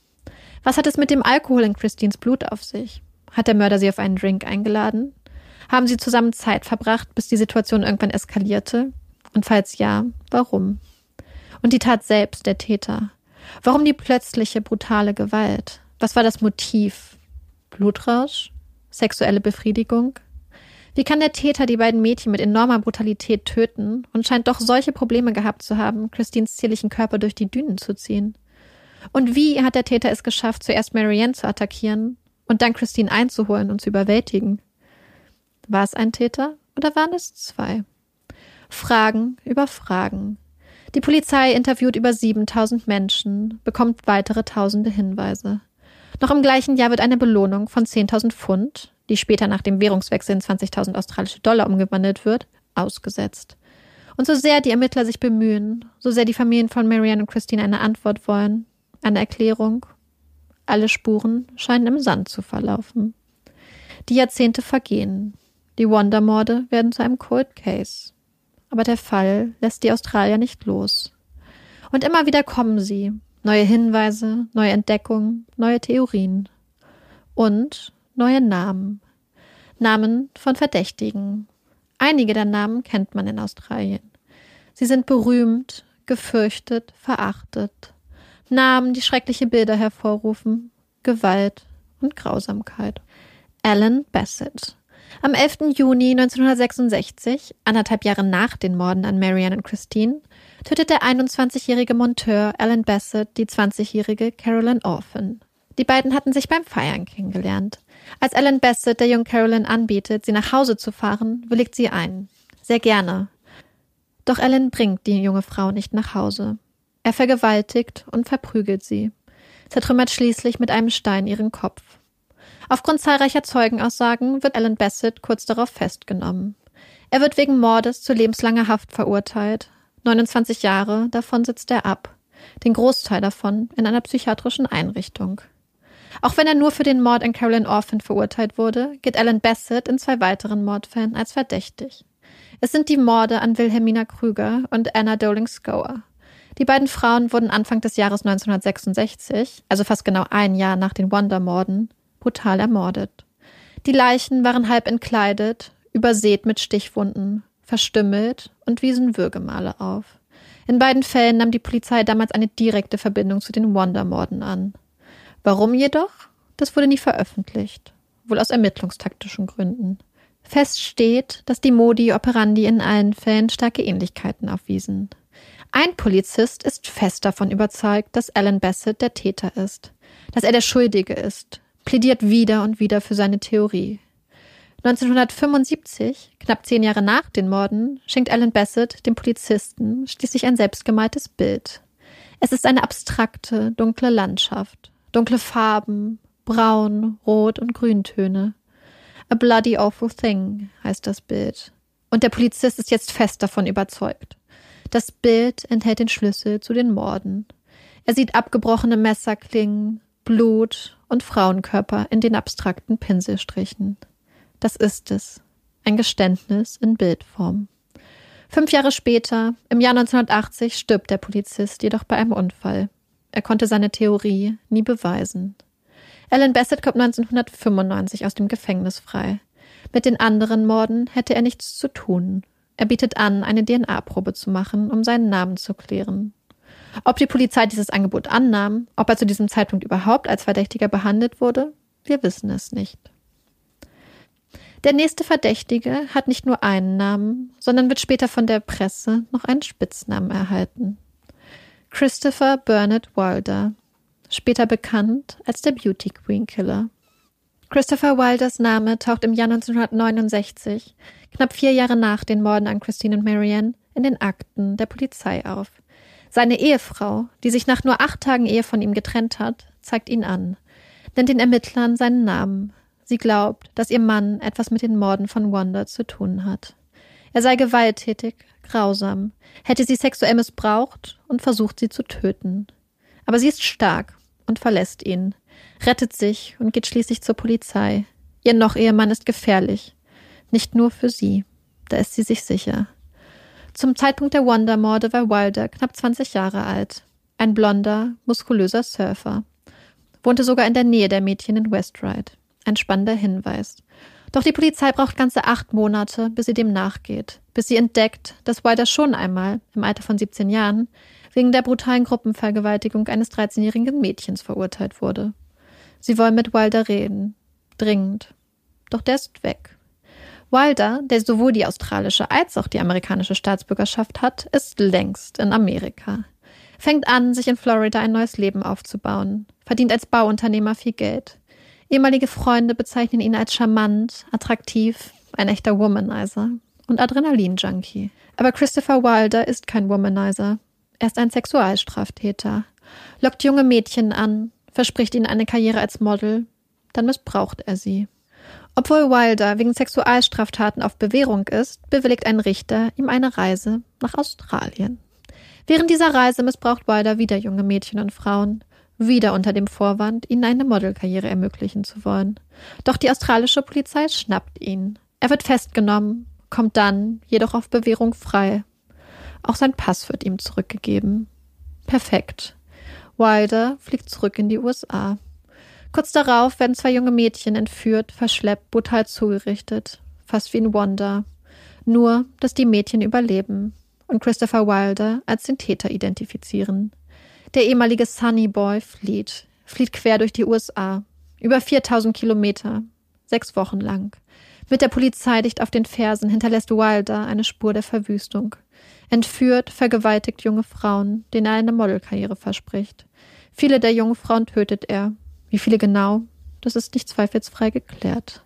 Was hat es mit dem Alkohol in Christines Blut auf sich? Hat der Mörder sie auf einen Drink eingeladen? Haben sie zusammen Zeit verbracht, bis die Situation irgendwann eskalierte? Und falls ja, warum? Und die Tat selbst, der Täter. Warum die plötzliche, brutale Gewalt? Was war das Motiv? Blutrausch? Sexuelle Befriedigung? Wie kann der Täter die beiden Mädchen mit enormer Brutalität töten und scheint doch solche Probleme gehabt zu haben, Christines zierlichen Körper durch die Dünen zu ziehen? Und wie hat der Täter es geschafft, zuerst Marianne zu attackieren und dann Christine einzuholen und zu überwältigen? War es ein Täter oder waren es zwei? Fragen über Fragen. Die Polizei interviewt über siebentausend Menschen, bekommt weitere tausende Hinweise. Noch im gleichen Jahr wird eine Belohnung von zehntausend Pfund, die später nach dem Währungswechsel in zwanzigtausend australische Dollar umgewandelt wird, ausgesetzt. Und so sehr die Ermittler sich bemühen, so sehr die Familien von Marianne und Christine eine Antwort wollen, eine Erklärung, alle Spuren scheinen im Sand zu verlaufen. Die Jahrzehnte vergehen. Die Wonder-Morde werden zu einem Cold Case. Aber der Fall lässt die Australier nicht los. Und immer wieder kommen sie. Neue Hinweise, neue Entdeckungen, neue Theorien. Und neue Namen. Namen von Verdächtigen. Einige der Namen kennt man in Australien. Sie sind berühmt, gefürchtet, verachtet. Namen, die schreckliche Bilder hervorrufen. Gewalt und Grausamkeit. Alan Bassett. Am elften Juni neunzehnhundertsechsundsechzig, anderthalb Jahre nach den Morden an Marianne und Christine, tötet der einundzwanzigjährige Monteur Alan Bassett die zwanzigjährige Carolyn Orphan. Die beiden hatten sich beim Feiern kennengelernt. Als Alan Bassett der jungen Carolyn anbietet, sie nach Hause zu fahren, willigt sie ein. Sehr gerne. Doch Alan bringt die junge Frau nicht nach Hause. Er vergewaltigt und verprügelt sie, zertrümmert schließlich mit einem Stein ihren Kopf. Aufgrund zahlreicher Zeugenaussagen wird Alan Bassett kurz darauf festgenommen. Er wird wegen Mordes zu lebenslanger Haft verurteilt. neunundzwanzig Jahre davon sitzt er ab. den Großteil davon in einer psychiatrischen Einrichtung. Auch wenn er nur für den Mord an Carolyn Orphan verurteilt wurde, gilt Alan Bassett in zwei weiteren Mordfällen als verdächtig. Es sind die Morde an Wilhelmina Krüger und Anna Doling-Scower. Die beiden Frauen wurden Anfang des Jahres neunzehnhundertsechsundsechzig, also fast genau ein Jahr nach den Wonder-Morden, brutal ermordet. Die Leichen waren halb entkleidet, übersät mit Stichwunden, verstümmelt und wiesen Würgemale auf. In beiden Fällen nahm die Polizei damals eine direkte Verbindung zu den Wonder-Morden an. Warum jedoch? Das wurde nie veröffentlicht. Wohl aus ermittlungstaktischen Gründen. Fest steht, dass die Modi operandi in allen Fällen starke Ähnlichkeiten aufwiesen. Ein Polizist ist fest davon überzeugt, dass Alan Bassett der Täter ist, dass er der Schuldige ist, plädiert wieder und wieder für seine Theorie. neunzehnhundertfünfundsiebzig, knapp zehn Jahre nach den Morden, schenkt Alan Bassett dem Polizisten schließlich ein selbstgemaltes Bild. Es ist eine abstrakte, dunkle Landschaft, dunkle Farben, Braun, Rot und Grüntöne. A bloody awful thing heißt das Bild. Und der Polizist ist jetzt fest davon überzeugt. Das Bild enthält den Schlüssel zu den Morden. Er sieht abgebrochene Messerklingen, Blut und Frauenkörper in den abstrakten Pinselstrichen. Das ist es. Ein Geständnis in Bildform. Fünf Jahre später, im Jahr neunzehnhundertachtzig, stirbt der Polizist jedoch bei einem Unfall. Er konnte seine Theorie nie beweisen. Alan Bassett kommt neunzehnhundertfünfundneunzig aus dem Gefängnis frei. Mit den anderen Morden hätte er nichts zu tun. Er bietet an, eine D N A-Probe zu machen, um seinen Namen zu klären. Ob die Polizei dieses Angebot annahm, ob er zu diesem Zeitpunkt überhaupt als Verdächtiger behandelt wurde, wir wissen es nicht. Der nächste Verdächtige hat nicht nur einen Namen, sondern wird später von der Presse noch einen Spitznamen erhalten. Christopher Bernard Wilder, später bekannt als der Beauty Queen Killer. Christopher Wilders Name taucht im Jahr neunzehnhundertneunundsechzig, knapp vier Jahre nach den Morden an Christine und Marianne, in den Akten der Polizei auf. Seine Ehefrau, die sich nach nur acht Tagen Ehe von ihm getrennt hat, zeigt ihn an, nennt den Ermittlern seinen Namen. Sie glaubt, dass ihr Mann etwas mit den Morden von Wanda zu tun hat. Er sei gewalttätig, grausam, hätte sie sexuell missbraucht und versucht, sie zu töten. Aber sie ist stark und verlässt ihn, rettet sich und geht schließlich zur Polizei. Ihr Noch-Ehemann ist gefährlich. Nicht nur für sie. Da ist sie sich sicher. Zum Zeitpunkt der Wanda-Morde war Wilder knapp zwanzig Jahre alt. Ein blonder, muskulöser Surfer. Wohnte sogar in der Nähe der Mädchen in Westryde. Ein spannender Hinweis. Doch die Polizei braucht ganze acht Monate, bis sie dem nachgeht. Bis sie entdeckt, dass Wilder schon einmal, im Alter von siebzehn Jahren, wegen der brutalen Gruppenvergewaltigung eines dreizehnjährigen Mädchens verurteilt wurde. Sie wollen mit Wilder reden. Dringend. Doch der ist weg. Wilder, der sowohl die australische als auch die amerikanische Staatsbürgerschaft hat, ist längst in Amerika. Fängt an, sich in Florida ein neues Leben aufzubauen. Verdient als Bauunternehmer viel Geld. Ehemalige Freunde bezeichnen ihn als charmant, attraktiv, ein echter Womanizer und Adrenalin-Junkie. Aber Christopher Wilder ist kein Womanizer. Er ist ein Sexualstraftäter. Lockt junge Mädchen an, verspricht ihnen eine Karriere als Model, dann missbraucht er sie. Obwohl Wilder wegen Sexualstraftaten auf Bewährung ist, bewilligt ein Richter ihm eine Reise nach Australien. Während dieser Reise missbraucht Wilder wieder junge Mädchen und Frauen, wieder unter dem Vorwand, ihnen eine Modelkarriere ermöglichen zu wollen. Doch die australische Polizei schnappt ihn. Er wird festgenommen, kommt dann jedoch auf Bewährung frei. Auch sein Pass wird ihm zurückgegeben. Perfekt. Wilder fliegt zurück in die U S A. Kurz darauf werden zwei junge Mädchen entführt, verschleppt, brutal zugerichtet. Fast wie in Wanda. Nur, dass die Mädchen überleben und Christopher Wilder als den Täter identifizieren. Der ehemalige Sunny Boy flieht. Flieht quer durch die U S A. Über viertausend Kilometer. Sechs Wochen lang. Mit der Polizei dicht auf den Fersen hinterlässt Wilder eine Spur der Verwüstung. Entführt, vergewaltigt junge Frauen, denen er eine Modelkarriere verspricht. Viele der jungen Frauen tötet er. Wie viele genau, das ist nicht zweifelsfrei geklärt.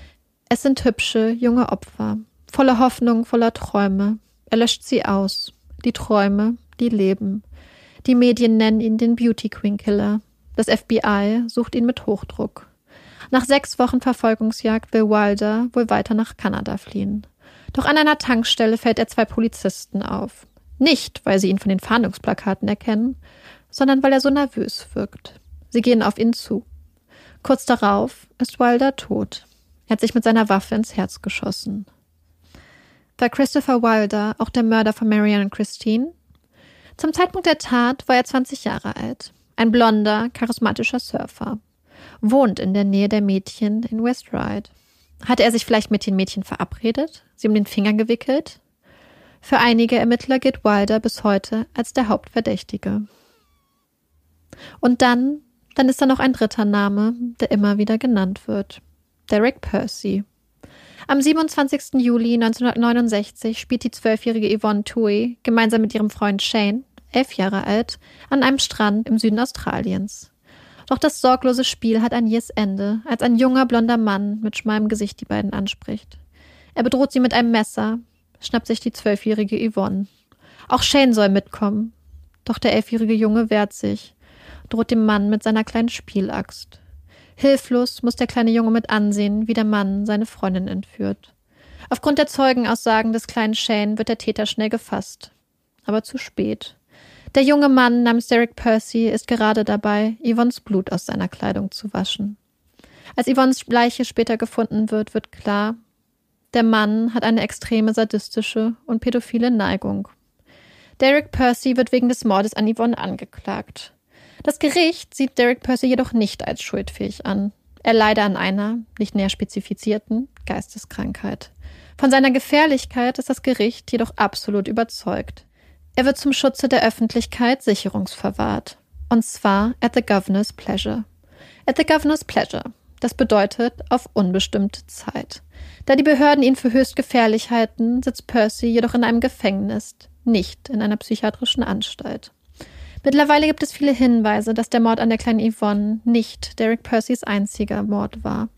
Es sind hübsche, junge Opfer. Voller Hoffnung, voller Träume. Er löscht sie aus. Die Träume, die leben. Die Medien nennen ihn den Beauty Queen Killer. Das F B I sucht ihn mit Hochdruck. Nach sechs Wochen Verfolgungsjagd will Wilder wohl weiter nach Kanada fliehen. Doch an einer Tankstelle fällt er zwei Polizisten auf. Nicht, weil sie ihn von den Fahndungsplakaten erkennen, sondern weil er so nervös wirkt. Sie gehen auf ihn zu. Kurz darauf ist Wilder tot. Er hat sich mit seiner Waffe ins Herz geschossen. War Christopher Wilder auch der Mörder von Marianne und Christine? Zum Zeitpunkt der Tat war er zwanzig Jahre alt. Ein blonder, charismatischer Surfer. Wohnt in der Nähe der Mädchen in West Ryde. Hatte er sich vielleicht mit den Mädchen verabredet, sie um den Finger gewickelt? Für einige Ermittler gilt Wilder bis heute als der Hauptverdächtige. Und dann, dann ist da noch ein dritter Name, der immer wieder genannt wird. Derek Percy. Am siebenundzwanzigsten Juli neunzehnhundertneunundsechzig spielt die zwölfjährige Yvonne Tuohy gemeinsam mit ihrem Freund Shane, elf Jahre alt, an einem Strand im Süden Australiens. Doch das sorglose Spiel hat ein jähes Ende, als ein junger, blonder Mann mit schmalem Gesicht die beiden anspricht. Er bedroht sie mit einem Messer, schnappt sich die zwölfjährige Yvonne. Auch Shane soll mitkommen. Doch der elfjährige Junge wehrt sich, droht dem Mann mit seiner kleinen Spielaxt. Hilflos muss der kleine Junge mit ansehen, wie der Mann seine Freundin entführt. Aufgrund der Zeugenaussagen des kleinen Shane wird der Täter schnell gefasst. Aber zu spät. Der junge Mann namens Derek Percy ist gerade dabei, Yvonnes Blut aus seiner Kleidung zu waschen. Als Yvonnes Leiche später gefunden wird, wird klar, der Mann hat eine extreme sadistische und pädophile Neigung. Derek Percy wird wegen des Mordes an Yvonne angeklagt. Das Gericht sieht Derek Percy jedoch nicht als schuldfähig an. Er leide an einer, nicht näher spezifizierten, Geisteskrankheit. Von seiner Gefährlichkeit ist das Gericht jedoch absolut überzeugt. Er wird zum Schutze der Öffentlichkeit sicherungsverwahrt. Und zwar at the Governor's Pleasure. At the Governor's Pleasure. Das bedeutet auf unbestimmte Zeit. Da die Behörden ihn für höchst gefährlich halten, sitzt Percy jedoch in einem Gefängnis, nicht in einer psychiatrischen Anstalt. Mittlerweile gibt es viele Hinweise, dass der Mord an der kleinen Yvonne nicht Derek Percys einziger Mord war.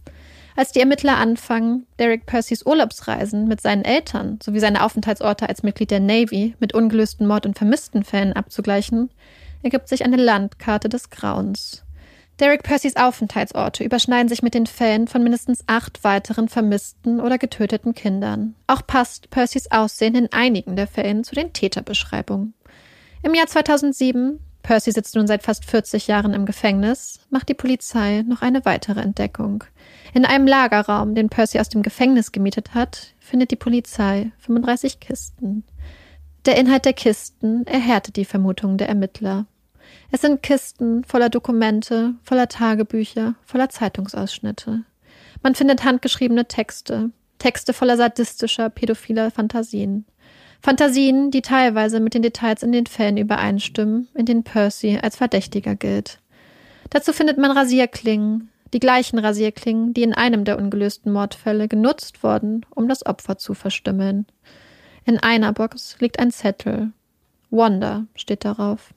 Als die Ermittler anfangen, Derek Percys Urlaubsreisen mit seinen Eltern sowie seine Aufenthaltsorte als Mitglied der Navy mit ungelösten Mord- und Vermisstenfällen abzugleichen, ergibt sich eine Landkarte des Grauens. Derek Percys Aufenthaltsorte überschneiden sich mit den Fällen von mindestens acht weiteren vermissten oder getöteten Kindern. Auch passt Percys Aussehen in einigen der Fällen zu den Täterbeschreibungen. Im Jahr zweitausendsieben, Percy sitzt nun seit fast vierzig Jahren im Gefängnis, macht die Polizei noch eine weitere Entdeckung. In einem Lagerraum, den Percy aus dem Gefängnis gemietet hat, findet die Polizei fünfunddreißig Kisten. Der Inhalt der Kisten erhärtet die Vermutungen der Ermittler. Es sind Kisten voller Dokumente, voller Tagebücher, voller Zeitungsausschnitte. Man findet handgeschriebene Texte, Texte voller sadistischer, pädophiler Fantasien. Fantasien, die teilweise mit den Details in den Fällen übereinstimmen, in denen Percy als Verdächtiger gilt. Dazu findet man Rasierklingen, die gleichen Rasierklingen, die in einem der ungelösten Mordfälle genutzt wurden, um das Opfer zu verstümmeln. In einer Box liegt ein Zettel. Wanda steht darauf.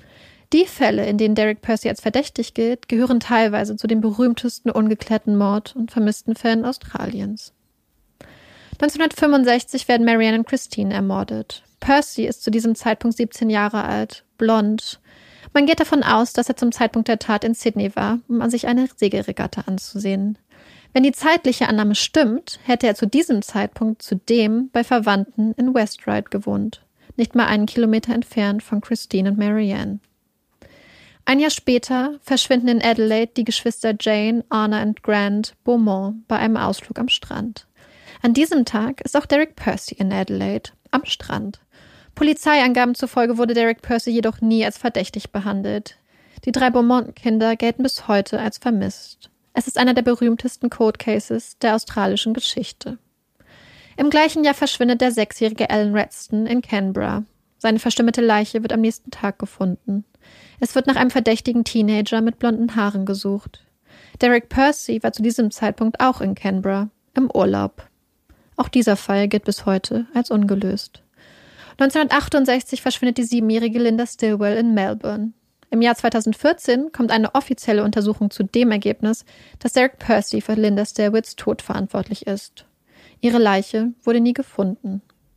Die Fälle, in denen Derek Percy als verdächtig gilt, gehören teilweise zu den berühmtesten ungeklärten Mord- und vermissten Fällen Australiens. neunzehnhundertfünfundsechzig werden Marianne und Christine ermordet. Percy ist zu diesem Zeitpunkt siebzehn Jahre alt, blond. Man geht davon aus, dass er zum Zeitpunkt der Tat in Sydney war, um sich eine Segelregatta anzusehen. Wenn die zeitliche Annahme stimmt, hätte er zu diesem Zeitpunkt zudem bei Verwandten in West Ryde gewohnt, nicht mal einen Kilometer entfernt von Christine und Marianne. Ein Jahr später verschwinden in Adelaide die Geschwister Jane, Anna und Grant Beaumont bei einem Ausflug am Strand. An diesem Tag ist auch Derek Percy in Adelaide, am Strand. Polizeiangaben zufolge wurde Derek Percy jedoch nie als verdächtig behandelt. Die drei Beaumont-Kinder gelten bis heute als vermisst. Es ist einer der berühmtesten Cold Cases der australischen Geschichte. Im gleichen Jahr verschwindet der sechsjährige Alan Radston in Canberra. Seine verstümmelte Leiche wird am nächsten Tag gefunden. Es wird nach einem verdächtigen Teenager mit blonden Haaren gesucht. Derek Percy war zu diesem Zeitpunkt auch in Canberra, im Urlaub. Auch dieser Fall gilt bis heute als ungelöst. neunzehnhundertachtundsechzig verschwindet die siebenjährige Linda Stillwell in Melbourne. Im Jahr zweitausendvierzehn kommt eine offizielle Untersuchung zu dem Ergebnis, dass Derek Percy für Linda Stillwells Tod verantwortlich ist. Ihre Leiche wurde nie gefunden.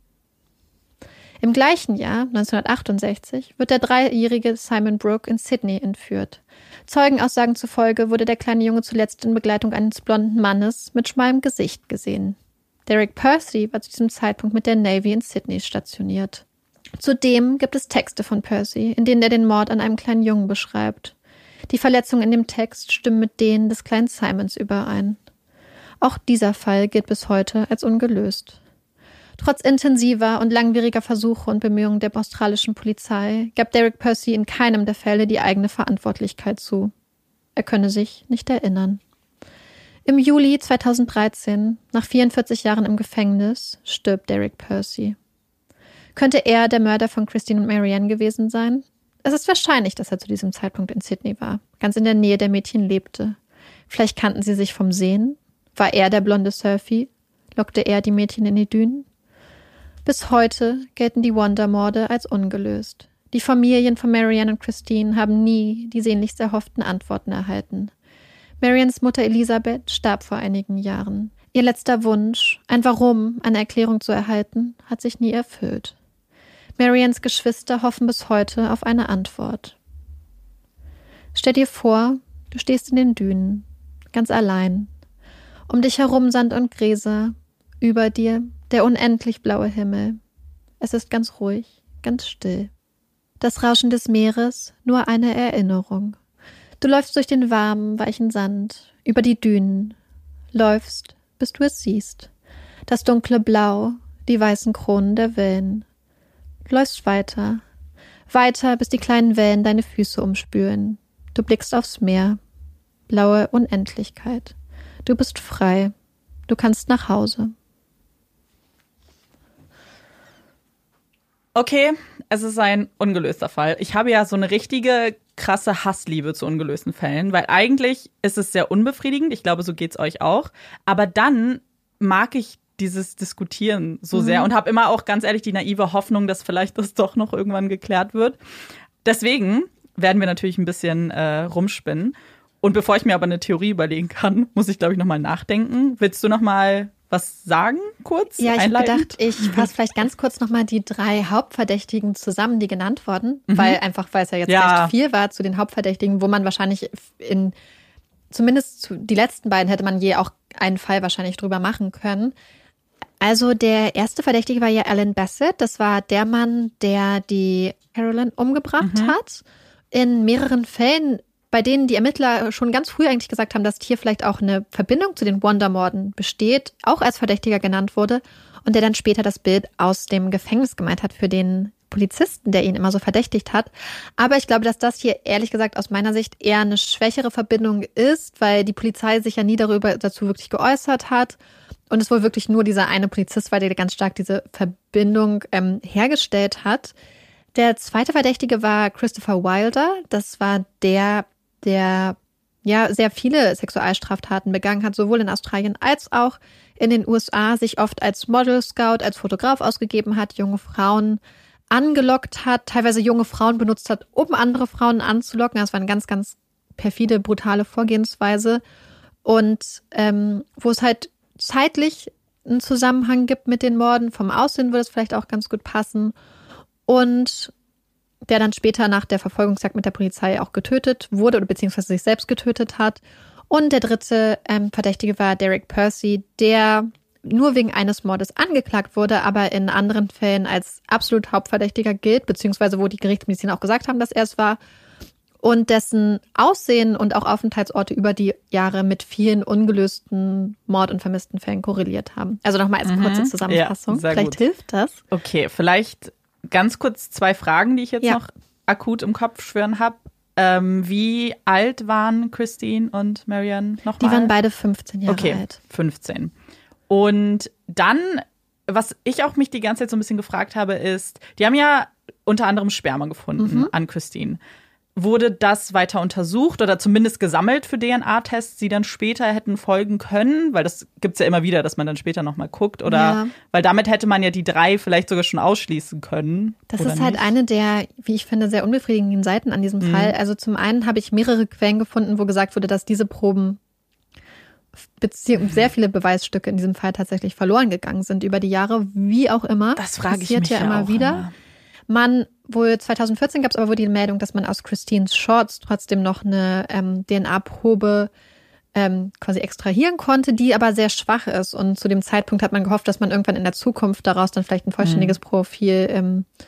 Im gleichen Jahr, neunzehnhundertachtundsechzig, wird der dreijährige Simon Brooke in Sydney entführt. Zeugenaussagen zufolge wurde der kleine Junge zuletzt in Begleitung eines blonden Mannes mit schmalem Gesicht gesehen. Derek Percy war zu diesem Zeitpunkt mit der Navy in Sydney stationiert. Zudem gibt es Texte von Percy, in denen er den Mord an einem kleinen Jungen beschreibt. Die Verletzungen in dem Text stimmen mit denen des kleinen Simons überein. Auch dieser Fall gilt bis heute als ungelöst. Trotz intensiver und langwieriger Versuche und Bemühungen der australischen Polizei gab Derek Percy in keinem der Fälle die eigene Verantwortlichkeit zu. Er könne sich nicht erinnern. Im Juli zweitausenddreizehn, nach vierundvierzig Jahren im Gefängnis, stirbt Derek Percy. Könnte er der Mörder von Christine und Marianne gewesen sein? Es ist wahrscheinlich, dass er zu diesem Zeitpunkt in Sydney war, ganz in der Nähe der Mädchen lebte. Vielleicht kannten sie sich vom Sehen? War er der blonde Surfy? Lockte er die Mädchen in die Dünen? Bis heute gelten die Wanda-Morde als ungelöst. Die Familien von Marianne und Christine haben nie die sehnlichst erhofften Antworten erhalten. Mariannes Mutter Elisabeth starb vor einigen Jahren. Ihr letzter Wunsch, ein Warum, eine Erklärung zu erhalten, hat sich nie erfüllt. Mariannes Geschwister hoffen bis heute auf eine Antwort. Stell dir vor, du stehst in den Dünen, ganz allein. Um dich herum Sand und Gräser, über dir der unendlich blaue Himmel. Es ist ganz ruhig, ganz still. Das Rauschen des Meeres, nur eine Erinnerung. Du läufst durch den warmen, weichen Sand, über die Dünen, läufst, bis du es siehst. Das dunkle Blau, die weißen Kronen der Wellen. Du läufst weiter, weiter, bis die kleinen Wellen deine Füße umspülen. Du blickst aufs Meer, blaue Unendlichkeit. Du bist frei, du kannst nach Hause. Okay, es ist ein ungelöster Fall. Ich habe ja so eine richtige krasse Hassliebe zu ungelösten Fällen, weil eigentlich ist es sehr unbefriedigend. Ich glaube, so geht's euch auch. Aber dann mag ich dieses Diskutieren so sehr mhm. und habe immer auch ganz ehrlich die naive Hoffnung, dass vielleicht das doch noch irgendwann geklärt wird. Deswegen werden wir natürlich ein bisschen äh, rumspinnen. Und bevor ich mir aber eine Theorie überlegen kann, muss ich, glaube ich, nochmal nachdenken. Willst du nochmal was sagen, kurz? Ja, ich habe gedacht, ich fasse vielleicht ganz kurz nochmal die drei Hauptverdächtigen zusammen, die genannt wurden, mhm. weil einfach, weil es ja jetzt ja. recht viel war zu den Hauptverdächtigen, wo man wahrscheinlich in, zumindest zu, die letzten beiden hätte man je auch einen Fall wahrscheinlich drüber machen können. Also der erste Verdächtige war ja Alan Bassett. Das war der Mann, der die Carolyn umgebracht mhm. hat. In mehreren Fällen, bei denen die Ermittler schon ganz früh eigentlich gesagt haben, dass hier vielleicht auch eine Verbindung zu den Wanda-Morden besteht, auch als Verdächtiger genannt wurde und der dann später das Bild aus dem Gefängnis gemeint hat für den Polizisten, der ihn immer so verdächtigt hat. Aber ich glaube, dass das hier ehrlich gesagt aus meiner Sicht eher eine schwächere Verbindung ist, weil die Polizei sich ja nie darüber dazu wirklich geäußert hat und es wohl wirklich nur dieser eine Polizist war, der ganz stark diese Verbindung ähm, hergestellt hat. Der zweite Verdächtige war Christopher Wilder. Das war der, der ja sehr viele Sexualstraftaten begangen hat, sowohl in Australien als auch in den U S A, sich oft als Model, Scout, als Fotograf ausgegeben hat, junge Frauen angelockt hat, teilweise junge Frauen benutzt hat, um andere Frauen anzulocken. Das war eine ganz, ganz perfide, brutale Vorgehensweise. Und ähm, wo es halt zeitlich einen Zusammenhang gibt mit den Morden, vom Aussehen würde es vielleicht auch ganz gut passen. Und der dann später nach der Verfolgungsjagd mit der Polizei auch getötet wurde oder beziehungsweise sich selbst getötet hat. Und der dritte ähm, Verdächtige war Derek Percy, der nur wegen eines Mordes angeklagt wurde, aber in anderen Fällen als absolut Hauptverdächtiger gilt, beziehungsweise wo die Gerichtsmediziner auch gesagt haben, dass er es war. Und dessen Aussehen und auch Aufenthaltsorte über die Jahre mit vielen ungelösten Mord- und vermissten Fällen korreliert haben. Also nochmal als kurze Zusammenfassung. Ja, vielleicht gut. Hilft das. Okay, vielleicht ganz kurz zwei Fragen, die ich jetzt ja. noch akut im Kopf schwören habe. Ähm, wie alt waren Christine und Marianne nochmal? Die waren beide fünfzehn Jahre okay, alt. fünfzehn. Und dann, was ich auch mich die ganze Zeit so ein bisschen gefragt habe, ist, die haben ja unter anderem Sperma gefunden mhm. an Christine. Wurde das weiter untersucht oder zumindest gesammelt für D N A-Tests, die dann später hätten folgen können? Weil das gibt's ja immer wieder, dass man dann später nochmal guckt. Oder ja. weil damit hätte man ja die drei vielleicht sogar schon ausschließen können. Das ist halt nicht? eine der, wie ich finde, sehr unbefriedigenden Seiten an diesem mhm. Fall. Also zum einen habe ich mehrere Quellen gefunden, wo gesagt wurde, dass diese Proben beziehungsweise sehr viele Beweisstücke in diesem Fall tatsächlich verloren gegangen sind über die Jahre, wie auch immer. Das frage ich mich ja immer auch wieder. Immer. Man, wohl zweitausendvierzehn gab es aber wohl die Meldung, dass man aus Christines Shorts trotzdem noch eine ähm, D N A-Probe ähm, quasi extrahieren konnte, die aber sehr schwach ist. Und zu dem Zeitpunkt hat man gehofft, dass man irgendwann in der Zukunft daraus dann vielleicht ein vollständiges mhm. Profil ähm,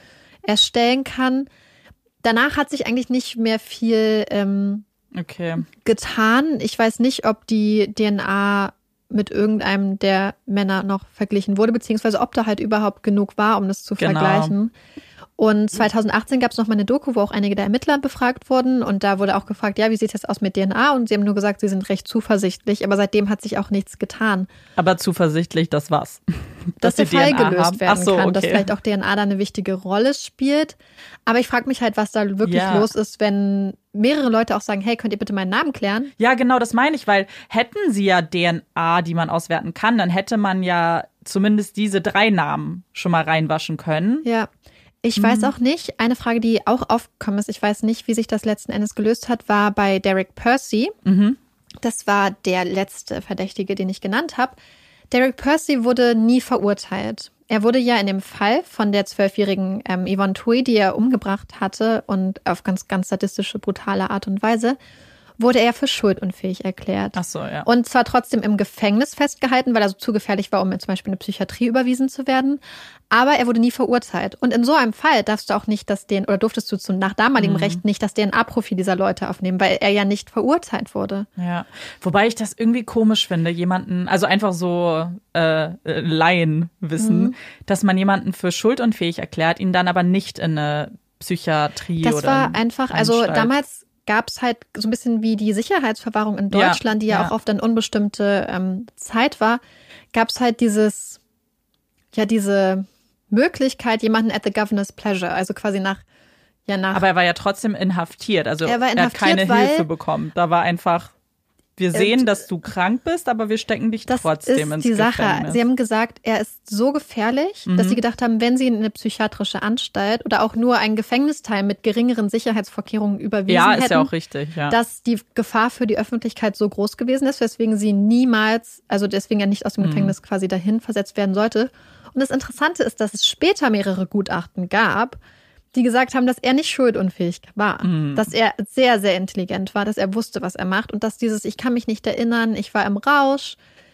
erstellen kann. Danach hat sich eigentlich nicht mehr viel ähm, okay. getan. Ich weiß nicht, ob die D N A mit irgendeinem der Männer noch verglichen wurde, beziehungsweise ob da halt überhaupt genug war, um das zu genau. vergleichen. Und zweitausendachtzehn gab es noch mal eine Doku, wo auch einige der Ermittler befragt wurden. Und da wurde auch gefragt, ja, wie sieht es jetzt aus mit D N A? Und sie haben nur gesagt, sie sind recht zuversichtlich. Aber seitdem hat sich auch nichts getan. Aber zuversichtlich, das war's. Dass, dass der Fall D N A gelöst haben. werden Ach so, kann, okay. dass vielleicht auch D N A da eine wichtige Rolle spielt. Aber ich frage mich halt, was da wirklich ja. los ist, wenn mehrere Leute auch sagen, hey, könnt ihr bitte meinen Namen klären? Ja, genau, das meine ich, weil hätten sie ja D N A, die man auswerten kann, dann hätte man ja zumindest diese drei Namen schon mal reinwaschen können. Ja. Ich weiß auch nicht, eine Frage, die auch aufgekommen ist, ich weiß nicht, wie sich das letzten Endes gelöst hat, war bei Derek Percy. Mhm. Das war der letzte Verdächtige, den ich genannt habe. Derek Percy wurde nie verurteilt. Er wurde ja in dem Fall von der zwölfjährigen ähm, Yvonne Thuy, die er umgebracht hatte und auf ganz, ganz sadistische, brutale Art und Weise, wurde er für schuldunfähig erklärt. Ach so, ja. Und zwar trotzdem im Gefängnis festgehalten, weil er so zu gefährlich war, um in zum Beispiel eine Psychiatrie überwiesen zu werden. Aber er wurde nie verurteilt. Und in so einem Fall darfst du auch nicht das D N A, oder durftest du zu, nach damaligem mhm. Recht nicht das D N A-Profil dieser Leute aufnehmen, weil er ja nicht verurteilt wurde. Ja, wobei ich das irgendwie komisch finde, jemanden, also einfach so äh, Laien wissen, mhm. dass man jemanden für schuldunfähig erklärt, ihn dann aber nicht in eine Psychiatrie das oder Das war einfach, also Anstalt. damals gab es halt so ein bisschen wie die Sicherheitsverwahrung in Deutschland, ja, die ja, ja auch oft eine unbestimmte ähm, Zeit war, gab es halt dieses, ja, diese Möglichkeit, jemanden at the governor's pleasure, also quasi nach, ja, nach. Aber er war ja trotzdem inhaftiert, also er, war inhaftiert, er hat keine weil, Hilfe bekommen. Da war einfach, wir sehen, dass du krank bist, aber wir stecken dich das trotzdem ins die Gefängnis. Sache. Sie haben gesagt, er ist so gefährlich, mhm. dass sie gedacht haben, wenn sie ihn in eine psychiatrische Anstalt oder auch nur einen Gefängnisteil mit geringeren Sicherheitsvorkehrungen überwiesen ja, hätten, ist ja auch richtig, ja. dass die Gefahr für die Öffentlichkeit so groß gewesen ist, weswegen sie niemals, also deswegen er nicht aus dem mhm. Gefängnis quasi dahin versetzt werden sollte. Und das Interessante ist, dass es später mehrere Gutachten gab, die gesagt haben, dass er nicht schuldunfähig war, mhm. dass er sehr, sehr intelligent war, dass er wusste, was er macht und dass dieses, ich kann mich nicht erinnern, ich war im Rausch,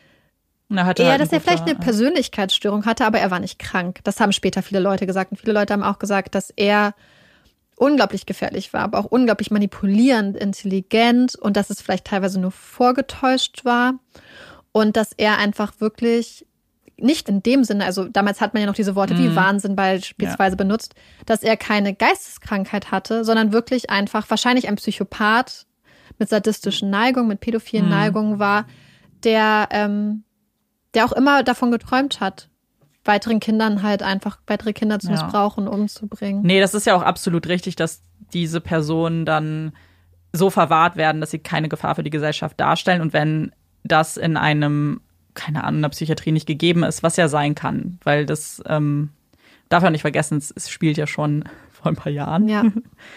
Na, hatte eher, halt dass er guter, vielleicht eine Persönlichkeitsstörung hatte, aber er war nicht krank. Das haben später viele Leute gesagt und viele Leute haben auch gesagt, dass er unglaublich gefährlich war, aber auch unglaublich manipulierend, intelligent und dass es vielleicht teilweise nur vorgetäuscht war und dass er einfach wirklich nicht in dem Sinne, also damals hat man ja noch diese Worte mm. wie Wahnsinn beispielsweise ja. benutzt, dass er keine Geisteskrankheit hatte, sondern wirklich einfach wahrscheinlich ein Psychopath mit sadistischen Neigungen, mit pädophilen mm. Neigungen war, der, ähm, der auch immer davon geträumt hat, weiteren Kindern halt einfach, weitere Kinder zu missbrauchen, ja. umzubringen. Nee, das ist ja auch absolut richtig, dass diese Personen dann so verwahrt werden, dass sie keine Gefahr für die Gesellschaft darstellen und wenn das in einem keine Ahnung, in der Psychiatrie nicht gegeben ist, was ja sein kann, weil das ähm, darf man nicht vergessen, es, es spielt ja schon vor ein paar Jahren. Ja.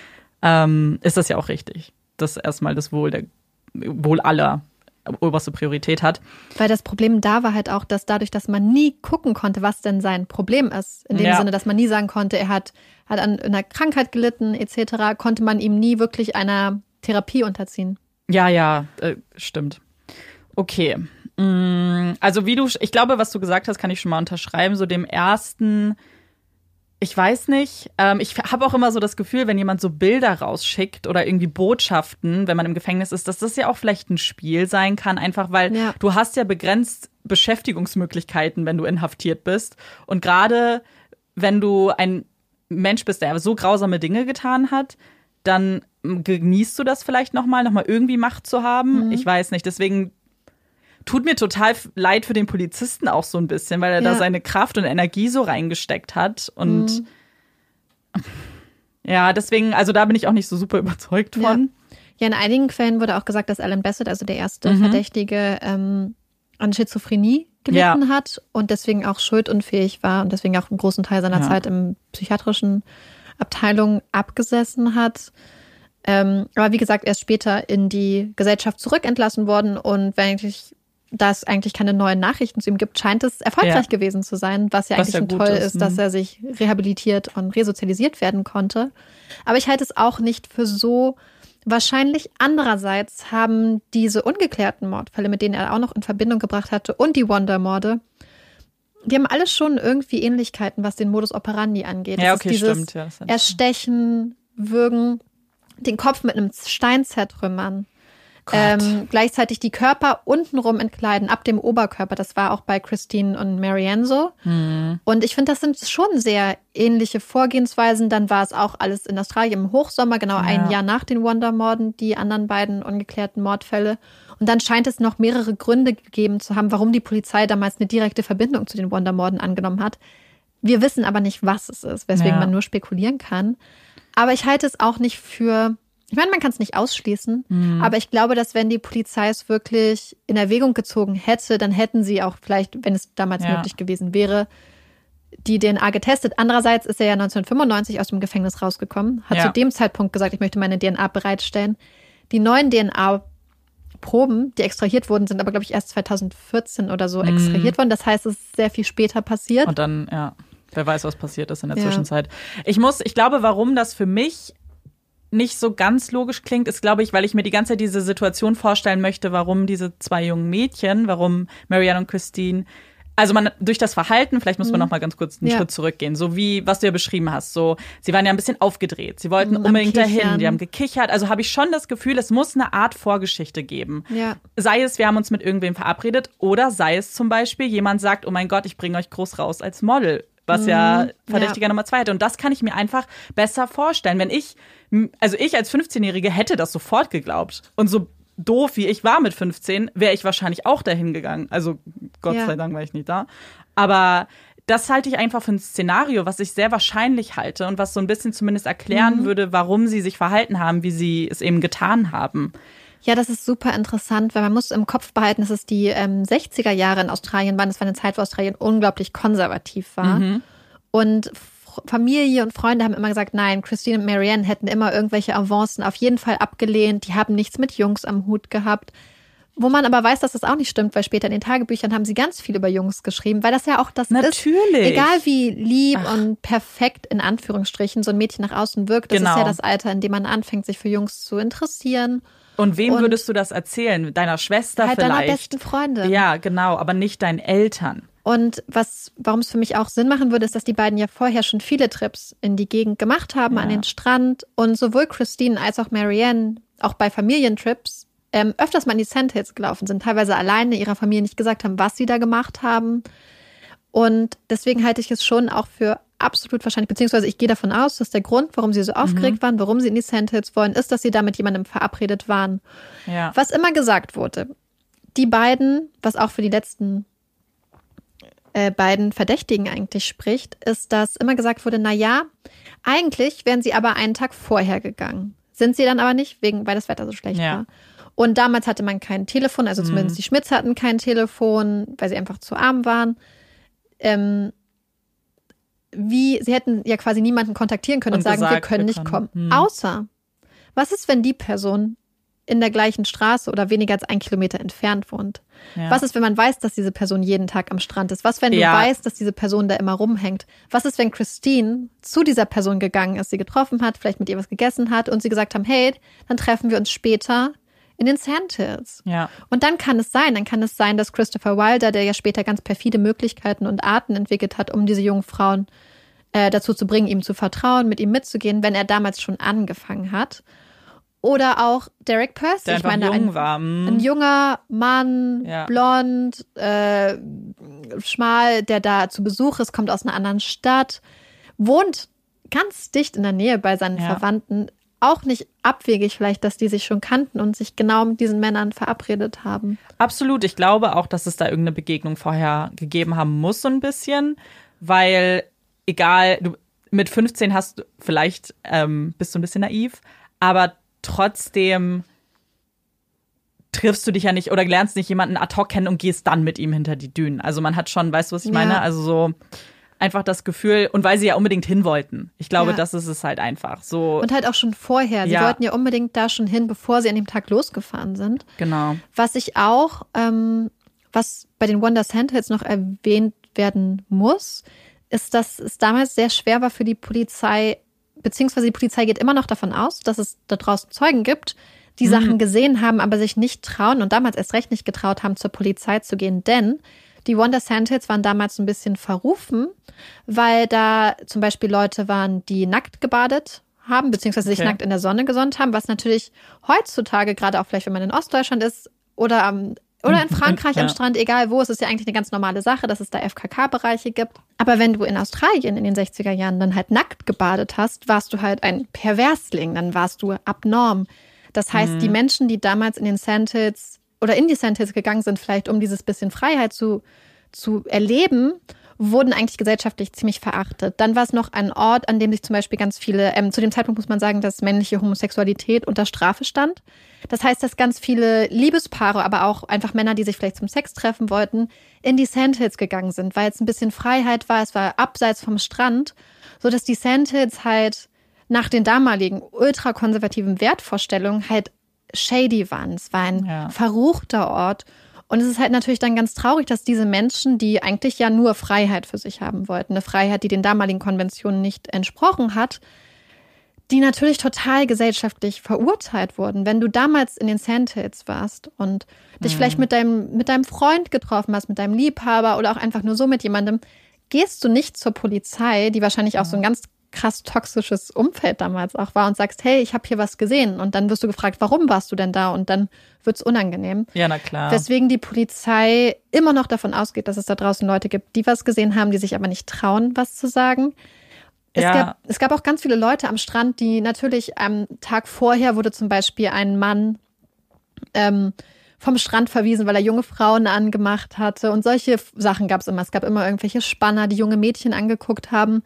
ähm, ist das ja auch richtig, dass erstmal das Wohl der Wohl aller oberste Priorität hat. Weil das Problem da war halt auch, dass dadurch, dass man nie gucken konnte, was denn sein Problem ist, in dem ja. Sinne, dass man nie sagen konnte, er hat, hat an einer Krankheit gelitten et cetera, konnte man ihm nie wirklich einer Therapie unterziehen. Ja, ja, äh, stimmt. Okay. Also wie du, ich glaube, was du gesagt hast, kann ich schon mal unterschreiben. So dem ersten, ich weiß nicht, ähm, ich habe auch immer so das Gefühl, wenn jemand so Bilder rausschickt oder irgendwie Botschaften, wenn man im Gefängnis ist, dass das ja auch vielleicht ein Spiel sein kann, einfach weil ja. du hast ja begrenzt Beschäftigungsmöglichkeiten, wenn du inhaftiert bist. Und gerade wenn du ein Mensch bist, der so grausame Dinge getan hat, dann genießt du das vielleicht nochmal, nochmal irgendwie Macht zu haben. Mhm. Ich weiß nicht, deswegen tut mir total leid für den Polizisten auch so ein bisschen, weil er ja. da seine Kraft und Energie so reingesteckt hat. Und mhm. ja, deswegen, also da bin ich auch nicht so super überzeugt von. Ja, ja in einigen Quellen wurde auch gesagt, dass Alan Bassett, also der erste mhm. Verdächtige, ähm, an Schizophrenie gelitten ja. hat und deswegen auch schuldunfähig war und deswegen auch einen großen Teil seiner ja. Zeit im psychiatrischen Abteilung abgesessen hat. Ähm, aber wie gesagt, erst später in die Gesellschaft zurückentlassen worden und wenn eigentlich da es eigentlich keine neuen Nachrichten zu ihm gibt, scheint es erfolgreich ja. gewesen zu sein, was ja was eigentlich ja toll ist, ist, dass er sich rehabilitiert und resozialisiert werden konnte. Aber ich halte es auch nicht für so wahrscheinlich. Andererseits haben diese ungeklärten Mordfälle, mit denen er auch noch in Verbindung gebracht hatte und die Wonder-Morde, die haben alle schon irgendwie Ähnlichkeiten, was den Modus operandi angeht. Das Ja, okay, ist dieses stimmt. Ja, das ist Erstechen, Würgen, den Kopf mit einem Stein zertrümmern. Ähm, gleichzeitig die Körper untenrum entkleiden, ab dem Oberkörper. Das war auch bei Christine und Marianne so. Mhm. Und ich finde, das sind schon sehr ähnliche Vorgehensweisen. Dann war es auch alles in Australien im Hochsommer, genau Ja. ein Jahr nach den Wonder-Morden, die anderen beiden ungeklärten Mordfälle. Und dann scheint es noch mehrere Gründe gegeben zu haben, warum die Polizei damals eine direkte Verbindung zu den Wonder-Morden angenommen hat. Wir wissen aber nicht, was es ist, weswegen Ja. man nur spekulieren kann. Aber ich halte es auch nicht für... Ich meine, man kann es nicht ausschließen, Mhm. aber ich glaube, dass wenn die Polizei es wirklich in Erwägung gezogen hätte, dann hätten sie auch vielleicht, wenn es damals Ja. möglich gewesen wäre, die D N A getestet. Andererseits ist er ja neunzehnhundertfünfundneunzig aus dem Gefängnis rausgekommen, hat Ja. zu dem Zeitpunkt gesagt, ich möchte meine D N A bereitstellen. Die neuen D N A-Proben, die extrahiert wurden, sind aber, glaube ich, erst zweitausendvierzehn oder so Mhm. extrahiert worden. Das heißt, es ist sehr viel später passiert. Und dann, ja, wer weiß, was passiert ist in der Ja. Zwischenzeit. Ich muss, ich glaube, warum das für mich nicht so ganz logisch klingt, ist, glaube ich, weil ich mir die ganze Zeit diese Situation vorstellen möchte, warum diese zwei jungen Mädchen, warum Marianne und Christine, also man durch das Verhalten, vielleicht muss man Mhm. noch mal ganz kurz einen Ja. Schritt zurückgehen, so wie, was du ja beschrieben hast, so, sie waren ja ein bisschen aufgedreht, sie wollten Mhm, am unbedingt dahin, Kichern. die haben gekichert, also habe ich schon das Gefühl, es muss eine Art Vorgeschichte geben. Ja. Sei es, wir haben uns mit irgendwem verabredet, oder sei es zum Beispiel, jemand sagt, oh mein Gott, ich bringe euch groß raus als Model, was ja Mhm, Verdächtiger ja. Nummer zwei hätte. Und das kann ich mir einfach besser vorstellen. Wenn ich, also ich als fünfzehnjährige hätte das sofort geglaubt. Und so doof wie ich war mit fünfzehn, wäre ich wahrscheinlich auch dahin gegangen. Also Gott Ja. sei Dank war ich nicht da. Aber das halte ich einfach für ein Szenario, was ich sehr wahrscheinlich halte und was so ein bisschen zumindest erklären Mhm. würde, warum sie sich verhalten haben, wie sie es eben getan haben. Ja, das ist super interessant, weil man muss im Kopf behalten, dass es die ähm, sechziger Jahre in Australien waren. Das war eine Zeit, wo Australien unglaublich konservativ war. Mhm. Und F- Familie und Freunde haben immer gesagt, nein, Christine und Marianne hätten immer irgendwelche Avancen auf jeden Fall abgelehnt. Die haben nichts mit Jungs am Hut gehabt. Wo man aber weiß, dass das auch nicht stimmt, weil später in den Tagebüchern haben sie ganz viel über Jungs geschrieben, weil das ja auch das ist. Natürlich. Egal wie lieb Ach. und perfekt in Anführungsstrichen so ein Mädchen nach außen wirkt, das Genau. ist ja das Alter, in dem man anfängt, sich für Jungs zu interessieren. Und wem Und würdest du das erzählen? Deiner Schwester Halt deiner vielleicht? besten Freundin. Ja, genau, aber nicht deinen Eltern. Und was, warum es für mich auch Sinn machen würde, ist, dass die beiden ja vorher schon viele Trips in die Gegend gemacht haben, Ja. an den Strand. Und sowohl Christine als auch Marianne, auch bei Familientrips, ähm, öfters mal in die Sandhills gelaufen sind. Teilweise alleine ihrer Familie nicht gesagt haben, was sie da gemacht haben. Und deswegen halte ich es schon auch für absolut wahrscheinlich, beziehungsweise ich gehe davon aus, dass der Grund, warum sie so aufgeregt waren, warum sie in die Sandhills wollen, ist, dass sie da mit jemandem verabredet waren. Ja. Was immer gesagt wurde, die beiden, was auch für die letzten äh, beiden Verdächtigen eigentlich spricht, ist, dass immer gesagt wurde, na ja, eigentlich wären sie aber einen Tag vorher gegangen. Sind sie dann aber nicht, wegen, weil das Wetter so schlecht Ja. war. Und damals hatte man kein Telefon, also zumindest Mhm. die Schmidts hatten kein Telefon, weil sie einfach zu arm waren. Ähm, wie, sie hätten ja quasi niemanden kontaktieren können und, Und sagen, wir gesagt, können wir nicht können. kommen. Hm. Außer, was ist, wenn die Person in der gleichen Straße oder weniger als ein Kilometer entfernt wohnt? Ja. Was ist, wenn man weiß, dass diese Person jeden Tag am Strand ist? Was, wenn du Ja. weißt, dass diese Person da immer rumhängt? Was ist, wenn Christine zu dieser Person gegangen ist, sie getroffen hat, vielleicht mit ihr was gegessen hat und sie gesagt haben, hey, dann treffen wir uns später in den Sandhills. Ja. Und dann kann es sein, dann kann es sein, dass Christopher Wilder, der ja später ganz perfide Möglichkeiten und Arten entwickelt hat, um diese jungen Frauen äh, dazu zu bringen, ihm zu vertrauen, mit ihm mitzugehen, wenn er damals schon angefangen hat. Oder auch Derek Percy. Der ich einfach meine, jung ein, war. hm. ein junger Mann, Ja. blond, äh, schmal, der da zu Besuch ist, kommt aus einer anderen Stadt, wohnt ganz dicht in der Nähe bei seinen Ja. Verwandten. Auch nicht abwegig vielleicht, dass die sich schon kannten und sich genau mit diesen Männern verabredet haben. Absolut. Ich glaube auch, dass es da irgendeine Begegnung vorher gegeben haben muss, so ein bisschen. Weil, egal, du mit fünfzehn hast du, vielleicht ähm, bist du ein bisschen naiv, aber trotzdem triffst du dich ja nicht oder lernst nicht jemanden ad hoc kennen und gehst dann mit ihm hinter die Dünen. Also man hat schon, weißt du, was ich Ja. meine? Also so einfach das Gefühl, und weil sie ja unbedingt hin wollten. Ich glaube, Ja. das ist es halt einfach. So, Und halt auch schon vorher. Sie Ja. wollten ja unbedingt da schon hin, bevor sie an dem Tag losgefahren sind. genau. Was ich auch, ähm, was bei den Wonder Sandhills noch erwähnt werden muss, ist, dass es damals sehr schwer war für die Polizei, beziehungsweise die Polizei geht immer noch davon aus, dass es da draußen Zeugen gibt, die Mhm. Sachen gesehen haben, aber sich nicht trauen und damals erst recht nicht getraut haben, zur Polizei zu gehen. Denn Die Wanda Sandhills waren damals ein bisschen verrufen, weil da zum Beispiel Leute waren, die nackt gebadet haben, beziehungsweise sich Okay. nackt in der Sonne gesonnt haben, was natürlich heutzutage, gerade auch vielleicht, wenn man in Ostdeutschland ist oder am Oder in Frankreich Ja. am Strand, egal wo, es ist ja eigentlich eine ganz normale Sache, dass es da F K K-Bereiche gibt. Aber wenn du in Australien in den sechziger Jahren dann halt nackt gebadet hast, warst du halt ein Perversling, dann warst du abnorm. Das heißt, Mhm. die Menschen, die damals in den Sandhills oder in die Sandhills gegangen sind, vielleicht um dieses bisschen Freiheit zu, zu erleben, wurden eigentlich gesellschaftlich ziemlich verachtet. Dann war es noch ein Ort, an dem sich zum Beispiel ganz viele, ähm, zu dem Zeitpunkt muss man sagen, dass männliche Homosexualität unter Strafe stand. Das heißt, dass ganz viele Liebespaare, aber auch einfach Männer, die sich vielleicht zum Sex treffen wollten, in die Sandhills gegangen sind, weil es ein bisschen Freiheit war, es war abseits vom Strand, sodass die Sandhills halt nach den damaligen ultrakonservativen Wertvorstellungen halt shady waren. Es war ein Ja. verruchter Ort. Und es ist halt natürlich dann ganz traurig, dass diese Menschen, die eigentlich ja nur Freiheit für sich haben wollten, eine Freiheit, die den damaligen Konventionen nicht entsprochen hat, die natürlich total gesellschaftlich verurteilt wurden. Wenn du damals in den Sandhills warst und dich Mhm. vielleicht mit deinem, mit deinem Freund getroffen hast, mit deinem Liebhaber oder auch einfach nur so mit jemandem, gehst du nicht zur Polizei, die wahrscheinlich auch so ein ganz krass toxisches Umfeld damals auch war, und sagst, hey, ich habe hier was gesehen. Und dann wirst du gefragt, warum warst du denn da? Und dann wird's unangenehm. Ja, na klar. Weswegen die Polizei immer noch davon ausgeht, dass es da draußen Leute gibt, die was gesehen haben, die sich aber nicht trauen, was zu sagen. Es, Ja. gab, es gab auch ganz viele Leute am Strand, die natürlich am Tag vorher wurde zum Beispiel ein Mann ähm, vom Strand verwiesen, weil er junge Frauen angemacht hatte. Und solche F- Sachen gab es immer. Es gab immer irgendwelche Spanner, die junge Mädchen angeguckt haben.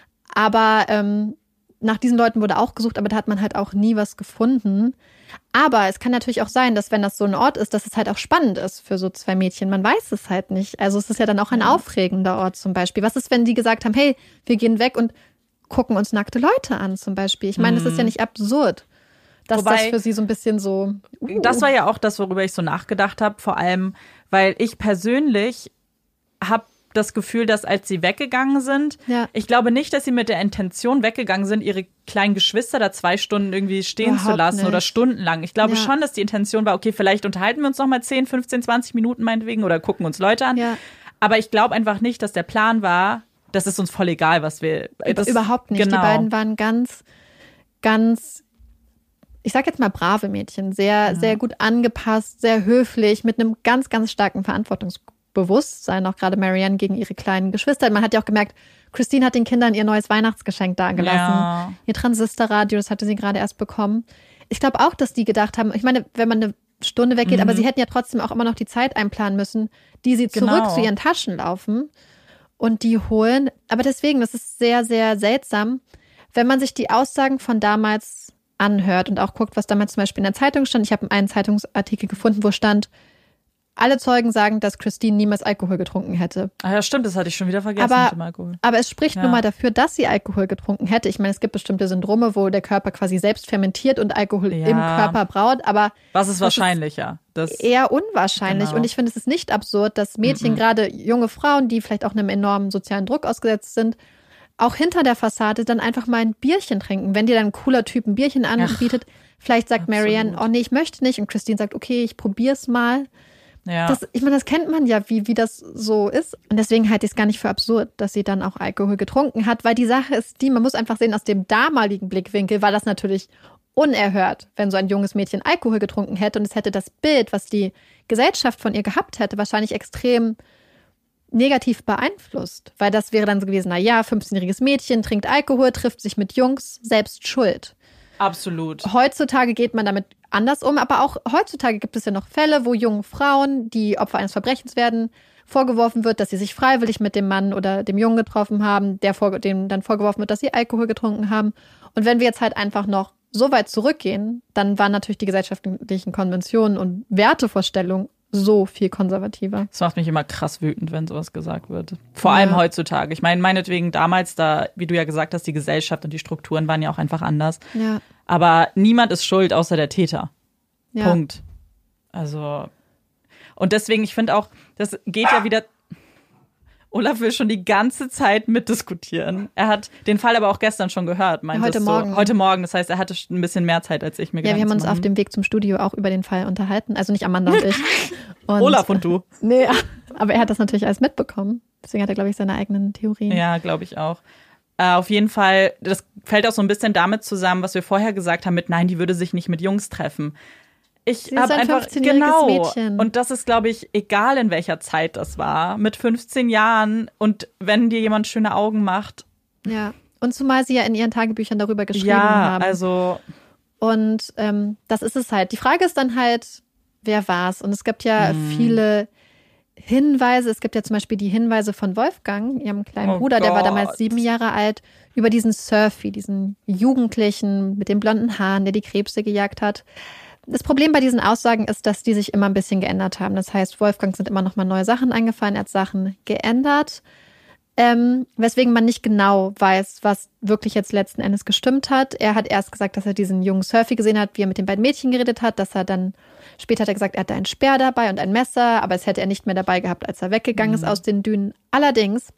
Aber ähm, nach diesen Leuten wurde auch gesucht, aber da hat man halt auch nie was gefunden. Aber es kann natürlich auch sein, dass wenn das so ein Ort ist, dass es halt auch spannend ist für so zwei Mädchen. Man weiß es halt nicht. Also es ist ja dann auch ein aufregender Ort zum Beispiel. Was ist, wenn die gesagt haben, hey, wir gehen weg und gucken uns nackte Leute an zum Beispiel? Ich meine, es ist ja nicht absurd, dass Wobei- das für sie so ein bisschen so... Uh, Das war ja auch das, worüber ich so nachgedacht habe, vor allem, weil ich persönlich habe das Gefühl, dass als sie weggegangen sind, Ja. ich glaube nicht, dass sie mit der Intention weggegangen sind, ihre kleinen Geschwister da zwei Stunden irgendwie stehen zu Überhaupt lassen nicht. oder stundenlang. Ich glaube Ja. schon, dass die Intention war, okay, vielleicht unterhalten wir uns noch mal zehn, fünfzehn, zwanzig Minuten meinetwegen oder gucken uns Leute an. Ja. Aber ich glaube einfach nicht, dass der Plan war, das ist uns voll egal, was wir... Das, Überhaupt nicht. Genau. Die beiden waren ganz, ganz, ich sag jetzt mal brave Mädchen, sehr, sehr gut angepasst, sehr höflich, mit einem ganz, ganz starken Verantwortungsbewusstsein, auch gerade Marianne gegen ihre kleinen Geschwister. Man hat ja auch gemerkt, Christine hat den Kindern ihr neues Weihnachtsgeschenk dagelassen. Ja. Ihr Transistorradio, das hatte sie gerade erst bekommen. Ich glaube auch, dass die gedacht haben, ich meine, wenn man eine Stunde weggeht, aber sie hätten ja trotzdem auch immer noch die Zeit einplanen müssen, die sie zurück Genau. zu ihren Taschen laufen und die holen. Aber deswegen, das ist sehr, sehr seltsam, wenn man sich die Aussagen von damals anhört und auch guckt, was damals zum Beispiel in der Zeitung stand. Ich habe einen Zeitungsartikel gefunden, wo stand, alle Zeugen sagen, dass Christine niemals Alkohol getrunken hätte. Ah ja, stimmt, das hatte ich schon wieder vergessen Aber, mit dem Alkohol. aber es spricht Ja. nun mal dafür, dass sie Alkohol getrunken hätte. Ich meine, es gibt bestimmte Syndrome, wo der Körper quasi selbst fermentiert und Alkohol Ja. im Körper braut, aber Was ist das wahrscheinlicher? Das, eher unwahrscheinlich. Genau. Und ich finde, es ist nicht absurd, dass Mädchen, gerade junge Frauen, die vielleicht auch einem enormen sozialen Druck ausgesetzt sind, auch hinter der Fassade dann einfach mal ein Bierchen trinken. Wenn dir dann ein cooler Typ ein Bierchen anbietet, vielleicht sagt absolut. Marianne, oh nee, ich möchte nicht. Und Christine sagt, okay, ich probier's mal. ja. Das, ich meine, das kennt man ja, wie, wie das so ist. Und deswegen halte ich es gar nicht für absurd, dass sie dann auch Alkohol getrunken hat, weil die Sache ist die, man muss einfach sehen, aus dem damaligen Blickwinkel war das natürlich unerhört, wenn so ein junges Mädchen Alkohol getrunken hätte und es hätte das Bild, was die Gesellschaft von ihr gehabt hätte, wahrscheinlich extrem negativ beeinflusst. Weil das wäre dann so gewesen, na ja, fünfzehnjähriges Mädchen trinkt Alkohol, trifft sich mit Jungs, selbst schuld. Absolut. Heutzutage geht man damit anders um, aber auch heutzutage gibt es ja noch Fälle, wo jungen Frauen, die Opfer eines Verbrechens werden, vorgeworfen wird, dass sie sich freiwillig mit dem Mann oder dem Jungen getroffen haben, der vor, dem dann vorgeworfen wird, dass sie Alkohol getrunken haben. Und wenn wir jetzt halt einfach noch so weit zurückgehen, dann waren natürlich die gesellschaftlichen Konventionen und Wertevorstellungen so viel konservativer. Das macht mich immer krass wütend, wenn sowas gesagt wird. Vor Ja. allem heutzutage. Ich meine, meinetwegen damals, da, wie du ja gesagt hast, die Gesellschaft und die Strukturen waren ja auch einfach anders. Ja, Aber niemand ist schuld, außer der Täter. ja. Punkt. Also, und deswegen, ich finde auch, das geht ja wieder. Olaf will schon die ganze Zeit mitdiskutieren. Er hat den Fall aber auch gestern schon gehört, meintest Heute du? Morgen. Heute Morgen. Das heißt, er hatte ein bisschen mehr Zeit als ich mir Ja, wir Gedanken haben zu uns auf machen. dem Weg zum Studio auch über den Fall unterhalten. Also nicht Amanda und ich. Und Olaf und du. Nee, Aber er hat das natürlich alles mitbekommen. Deswegen hat er, glaube ich, seine eigenen Theorien. Ja, glaube ich auch. Äh, auf jeden Fall, das fällt auch so ein bisschen damit zusammen, was wir vorher gesagt haben mit, nein, die würde sich nicht mit Jungs treffen. Ich habe einfach, genau, Mädchen. Und das ist, glaube ich, egal in welcher Zeit das war, mit fünfzehn Jahren und wenn dir jemand schöne Augen macht. Ja, und zumal sie ja in ihren Tagebüchern darüber geschrieben ja, haben. Ja, also. Und ähm, das ist es halt. Die Frage ist dann halt, wer war's? Und es gibt ja hm. viele Hinweise. Es gibt ja zum Beispiel die Hinweise von Wolfgang, ihrem kleinen oh Bruder, Gott. der war damals sieben Jahre alt, über diesen Surfy, diesen Jugendlichen mit den blonden Haaren, der die Krebse gejagt hat. Das Problem bei diesen Aussagen ist, dass die sich immer ein bisschen geändert haben. Das heißt, Wolfgang sind immer noch mal neue Sachen eingefallen, er hat Sachen geändert, ähm, weswegen man nicht genau weiß, was wirklich jetzt letzten Endes gestimmt hat. Er hat erst gesagt, dass er diesen jungen Surfy gesehen hat, wie er mit den beiden Mädchen geredet hat, dass er dann, später hat er gesagt, er hatte einen Speer dabei und ein Messer, aber es hätte er nicht mehr dabei gehabt, als er weggegangen mhm. ist aus den Dünen. Allerdings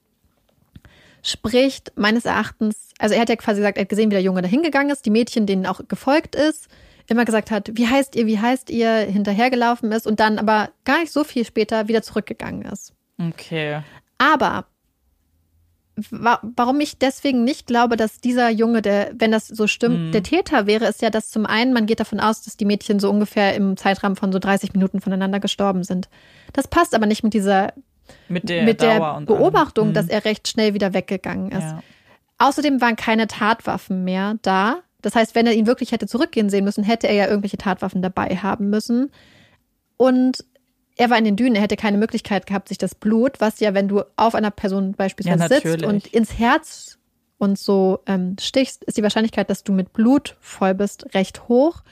spricht meines Erachtens, also er hat ja quasi gesagt, er hat gesehen, wie der Junge da hingegangen ist, die Mädchen, denen auch gefolgt ist, immer gesagt hat, wie heißt ihr, wie heißt ihr, hinterhergelaufen ist und dann aber gar nicht so viel später wieder zurückgegangen ist. Okay. Aber wa- warum ich deswegen nicht glaube, dass dieser Junge, der, wenn das so stimmt, mhm. der Täter wäre, ist ja, dass zum einen, man geht davon aus, dass die Mädchen so ungefähr im Zeitrahmen von so dreißig Minuten voneinander gestorben sind. Das passt aber nicht mit dieser mit der, mit der und Beobachtung, mhm. dass er recht schnell wieder weggegangen ist. Ja. Außerdem waren keine Tatwaffen mehr da. Das heißt, wenn er ihn wirklich hätte zurückgehen sehen müssen, hätte er ja irgendwelche Tatwaffen dabei haben müssen. Und er war in den Dünen, er hätte keine Möglichkeit gehabt, sich das Blut, was ja, wenn du auf einer Person beispielsweise ja, sitzt und ins Herz und so ähm, stichst, ist die Wahrscheinlichkeit, dass du mit Blut voll bist, recht hoch.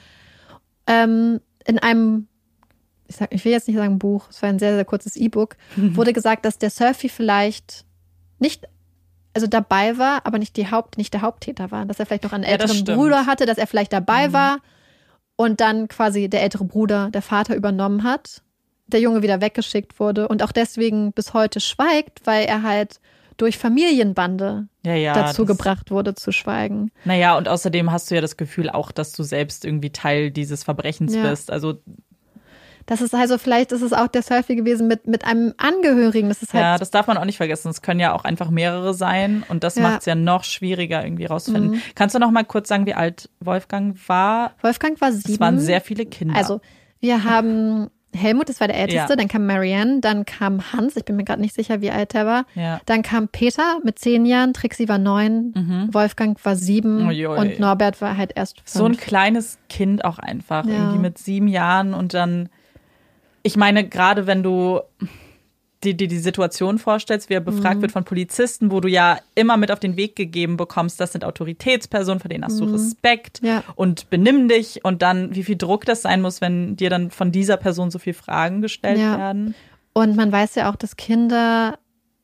Ähm, in einem, ich, sag, ich will jetzt nicht sagen Buch, es war ein sehr, sehr kurzes E-Book, wurde gesagt, dass der Surfy vielleicht nicht also dabei war, aber nicht, die Haupt, nicht der Haupttäter war. Dass er vielleicht noch einen älteren ja, Bruder hatte, dass er vielleicht dabei mhm. war und dann quasi der ältere Bruder, der Vater übernommen hat, der Junge wieder weggeschickt wurde und auch deswegen bis heute schweigt, weil er halt durch Familienbande ja, ja, dazu das, gebracht wurde zu schweigen. Naja, und außerdem hast du ja das Gefühl auch, dass du selbst irgendwie Teil dieses Verbrechens ja. bist. Also Das ist also, vielleicht ist es auch der Surfy gewesen mit, mit einem Angehörigen. Das ist halt ja, das darf man auch nicht vergessen. Es können ja auch einfach mehrere sein und das ja. macht es ja noch schwieriger irgendwie rauszufinden. Mhm. Kannst du noch mal kurz sagen, wie alt Wolfgang war? Wolfgang war sieben. Es waren sehr viele Kinder. Also wir haben Helmut, das war der Älteste, ja. dann kam Marianne, dann kam Hans, ich bin mir gerade nicht sicher, wie alt er war. Ja. Dann kam Peter mit zehn Jahren, Trixie war neun, mhm. Wolfgang war sieben Uiui. und Norbert war halt erst fünf. So ein kleines Kind auch einfach, ja. irgendwie mit sieben Jahren und dann ich meine, gerade wenn du dir die, die Situation vorstellst, wie er befragt mhm. wird von Polizisten, wo du ja immer mit auf den Weg gegeben bekommst, das sind Autoritätspersonen, vor denen hast du mhm. Respekt ja. und benimm dich und dann, wie viel Druck das sein muss, wenn dir dann von dieser Person so viele Fragen gestellt ja. werden. Und man weiß ja auch, dass Kinder,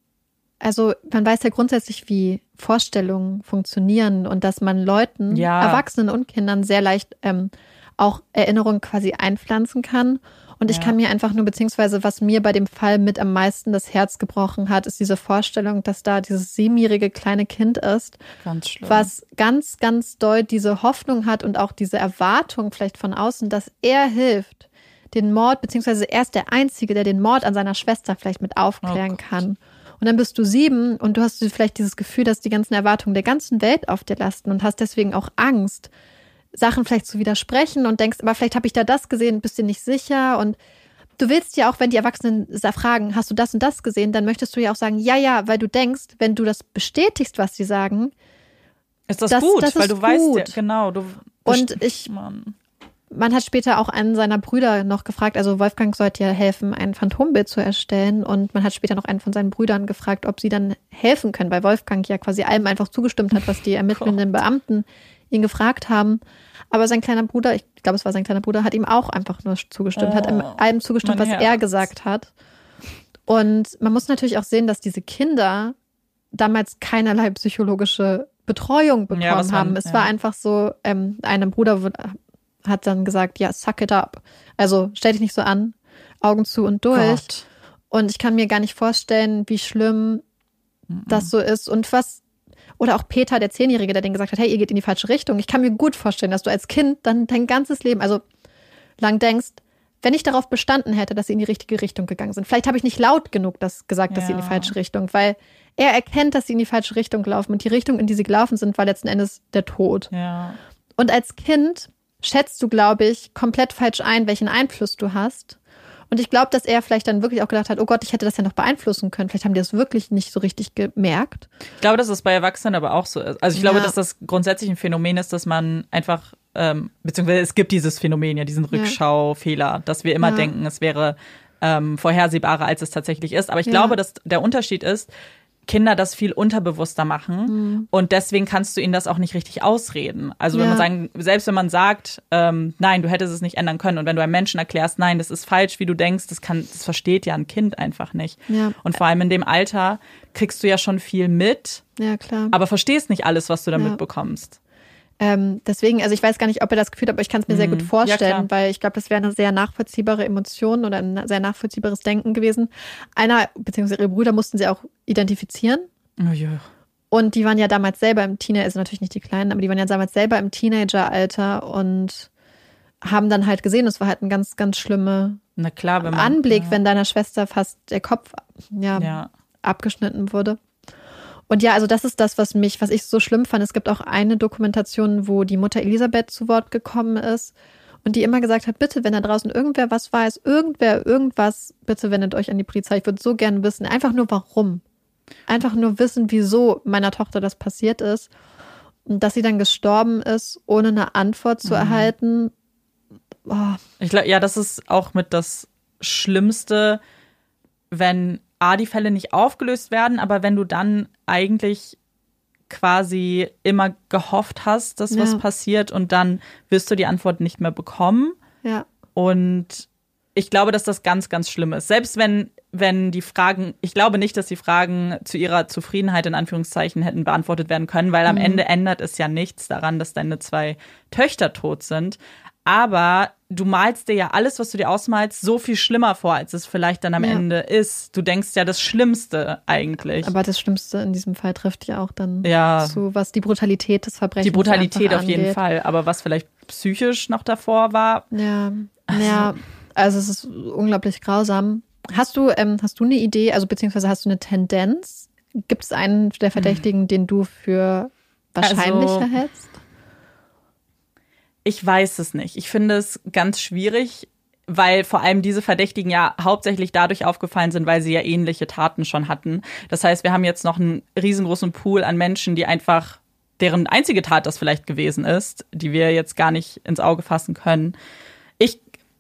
also man weiß ja grundsätzlich, wie Vorstellungen funktionieren und dass man Leuten, ja. Erwachsenen und Kindern sehr leicht ähm, auch Erinnerungen quasi einpflanzen kann. Und ich ja. kann mir einfach nur, beziehungsweise was mir bei dem Fall mit am meisten das Herz gebrochen hat, ist diese Vorstellung, dass da dieses siebenjährige kleine Kind ist, ganz schlimm. Was ganz, ganz doll diese Hoffnung hat und auch diese Erwartung vielleicht von außen, dass er hilft, den Mord, beziehungsweise er ist der Einzige, der den Mord an seiner Schwester vielleicht mit aufklären oh kann. Und dann bist du sieben und du hast vielleicht dieses Gefühl, dass die ganzen Erwartungen der ganzen Welt auf dir lasten und hast deswegen auch Angst, Sachen vielleicht zu widersprechen und denkst, aber vielleicht habe ich da das gesehen, bist dir nicht sicher. Und du willst ja auch, wenn die Erwachsenen fragen, hast du das und das gesehen, dann möchtest du ja auch sagen, ja, ja, weil du denkst, wenn du das bestätigst, was sie sagen, ist das, das gut, das weil ist du gut. weißt ja, genau. Du und ich, Mann. man hat später auch einen seiner Brüder noch gefragt, also Wolfgang sollte ja helfen, ein Phantombild zu erstellen und man hat später noch einen von seinen Brüdern gefragt, ob sie dann helfen können, weil Wolfgang ja quasi allem einfach zugestimmt hat, was die ermittelnden Beamten ihn gefragt haben. Aber sein kleiner Bruder, ich glaube, es war sein kleiner Bruder, hat ihm auch einfach nur zugestimmt, oh, hat ihm allem zugestimmt, was Herz. er gesagt hat. Und man muss natürlich auch sehen, dass diese Kinder damals keinerlei psychologische Betreuung bekommen ja, haben. man, es ja. war einfach so, ähm, einem Bruder hat dann gesagt, ja, suck it up. Also stell dich nicht so an, Augen zu und durch. Gott. Und ich kann mir gar nicht vorstellen, wie schlimm mm-mm. das so ist. Und was Oder auch Peter, der Zehnjährige, der denen gesagt hat, hey, ihr geht in die falsche Richtung. Ich kann mir gut vorstellen, dass du als Kind dann dein ganzes Leben, also lang denkst, wenn ich darauf bestanden hätte, dass sie in die richtige Richtung gegangen sind. Vielleicht habe ich nicht laut genug das gesagt, dass Ja. sie in die falsche Richtung, weil er erkennt, dass sie in die falsche Richtung laufen und die Richtung, in die sie gelaufen sind, war letzten Endes der Tod. Ja. Und als Kind schätzt du, glaube ich, komplett falsch ein, welchen Einfluss du hast. Und ich glaube, dass er vielleicht dann wirklich auch gedacht hat, oh Gott, ich hätte das ja noch beeinflussen können. Vielleicht haben die das wirklich nicht so richtig gemerkt. Ich glaube, dass das bei Erwachsenen aber auch so ist. Also ich glaube, Ja. dass das grundsätzlich ein Phänomen ist, dass man einfach, ähm, beziehungsweise es gibt dieses Phänomen, ja, diesen Rückschaufehler, dass wir immer Ja. denken, es wäre ähm, vorhersehbarer, als es tatsächlich ist. Aber ich Ja. glaube, dass der Unterschied ist, Kinder das viel unterbewusster machen Mhm. und deswegen kannst du ihnen das auch nicht richtig ausreden. Also wenn Ja. man sagen, selbst wenn man sagt, ähm, nein, du hättest es nicht ändern können und wenn du einem Menschen erklärst, nein, das ist falsch, wie du denkst, das kann, das versteht ja ein Kind einfach nicht. Ja. Und vor allem in dem Alter kriegst du ja schon viel mit, Ja, klar. aber verstehst nicht alles, was du da Ja. mitbekommst. Ähm, deswegen, also ich weiß gar nicht, ob er das Gefühl hat, aber ich kann es mir sehr Mhm. gut Ja, vorstellen, klar. weil ich glaube, das wäre eine sehr nachvollziehbare Emotion oder ein sehr nachvollziehbares Denken gewesen. Einer, beziehungsweise ihre Brüder mussten sie auch identifizieren. Oh, ja. Und die waren ja damals selber im Teenager, also natürlich nicht die Kleinen, aber die waren ja damals selber im Teenageralter und haben dann halt gesehen, es war halt ein ganz, ganz schlimmer Na klar, wenn man, Anblick, ja. wenn deiner Schwester fast der Kopf ja, Ja. abgeschnitten wurde. Und ja, also das ist das, was mich, was ich so schlimm fand. Es gibt auch eine Dokumentation, wo die Mutter Elisabeth zu Wort gekommen ist und die immer gesagt hat, bitte, wenn da draußen irgendwer was weiß, irgendwer, irgendwas, bitte wendet euch an die Polizei. Ich würde so gerne wissen, einfach nur warum. Einfach nur wissen, wieso meiner Tochter das passiert ist. Und dass sie dann gestorben ist, ohne eine Antwort zu Mhm. erhalten. Oh, Ich glaube, ja, das ist auch mit das Schlimmste, wenn A, die Fälle nicht aufgelöst werden, aber wenn du dann eigentlich quasi immer gehofft hast, dass was Ja. passiert und dann wirst du die Antwort nicht mehr bekommen. ja. Und ich glaube, dass das ganz, ganz schlimm ist. Selbst wenn, wenn die Fragen, ich glaube nicht, dass die Fragen zu ihrer Zufriedenheit in Anführungszeichen hätten beantwortet werden können, weil am Mhm. Ende ändert es ja nichts daran, dass deine zwei Töchter tot sind. Aber du malst dir ja alles, was du dir ausmalst, so viel schlimmer vor, als es vielleicht dann am Ja. Ende ist. Du denkst ja das Schlimmste eigentlich. Aber das Schlimmste in diesem Fall trifft ja auch dann Ja. zu, was die Brutalität des Verbrechens Die Brutalität einfach auf jeden angeht. Fall. Aber was vielleicht psychisch noch davor war, Ja, ja, also es ist unglaublich grausam. Hast du, ähm, hast du eine Idee, also beziehungsweise hast du eine Tendenz? Gibt es einen der Verdächtigen, den du für wahrscheinlicher Also- hältst? ich weiß es nicht. Ich finde es ganz schwierig, weil vor allem diese Verdächtigen ja hauptsächlich dadurch aufgefallen sind, weil sie ja ähnliche Taten schon hatten. Das heißt, wir haben jetzt noch einen riesengroßen Pool an Menschen, die einfach, deren einzige Tat das vielleicht gewesen ist, die wir jetzt gar nicht ins Auge fassen können. Ich,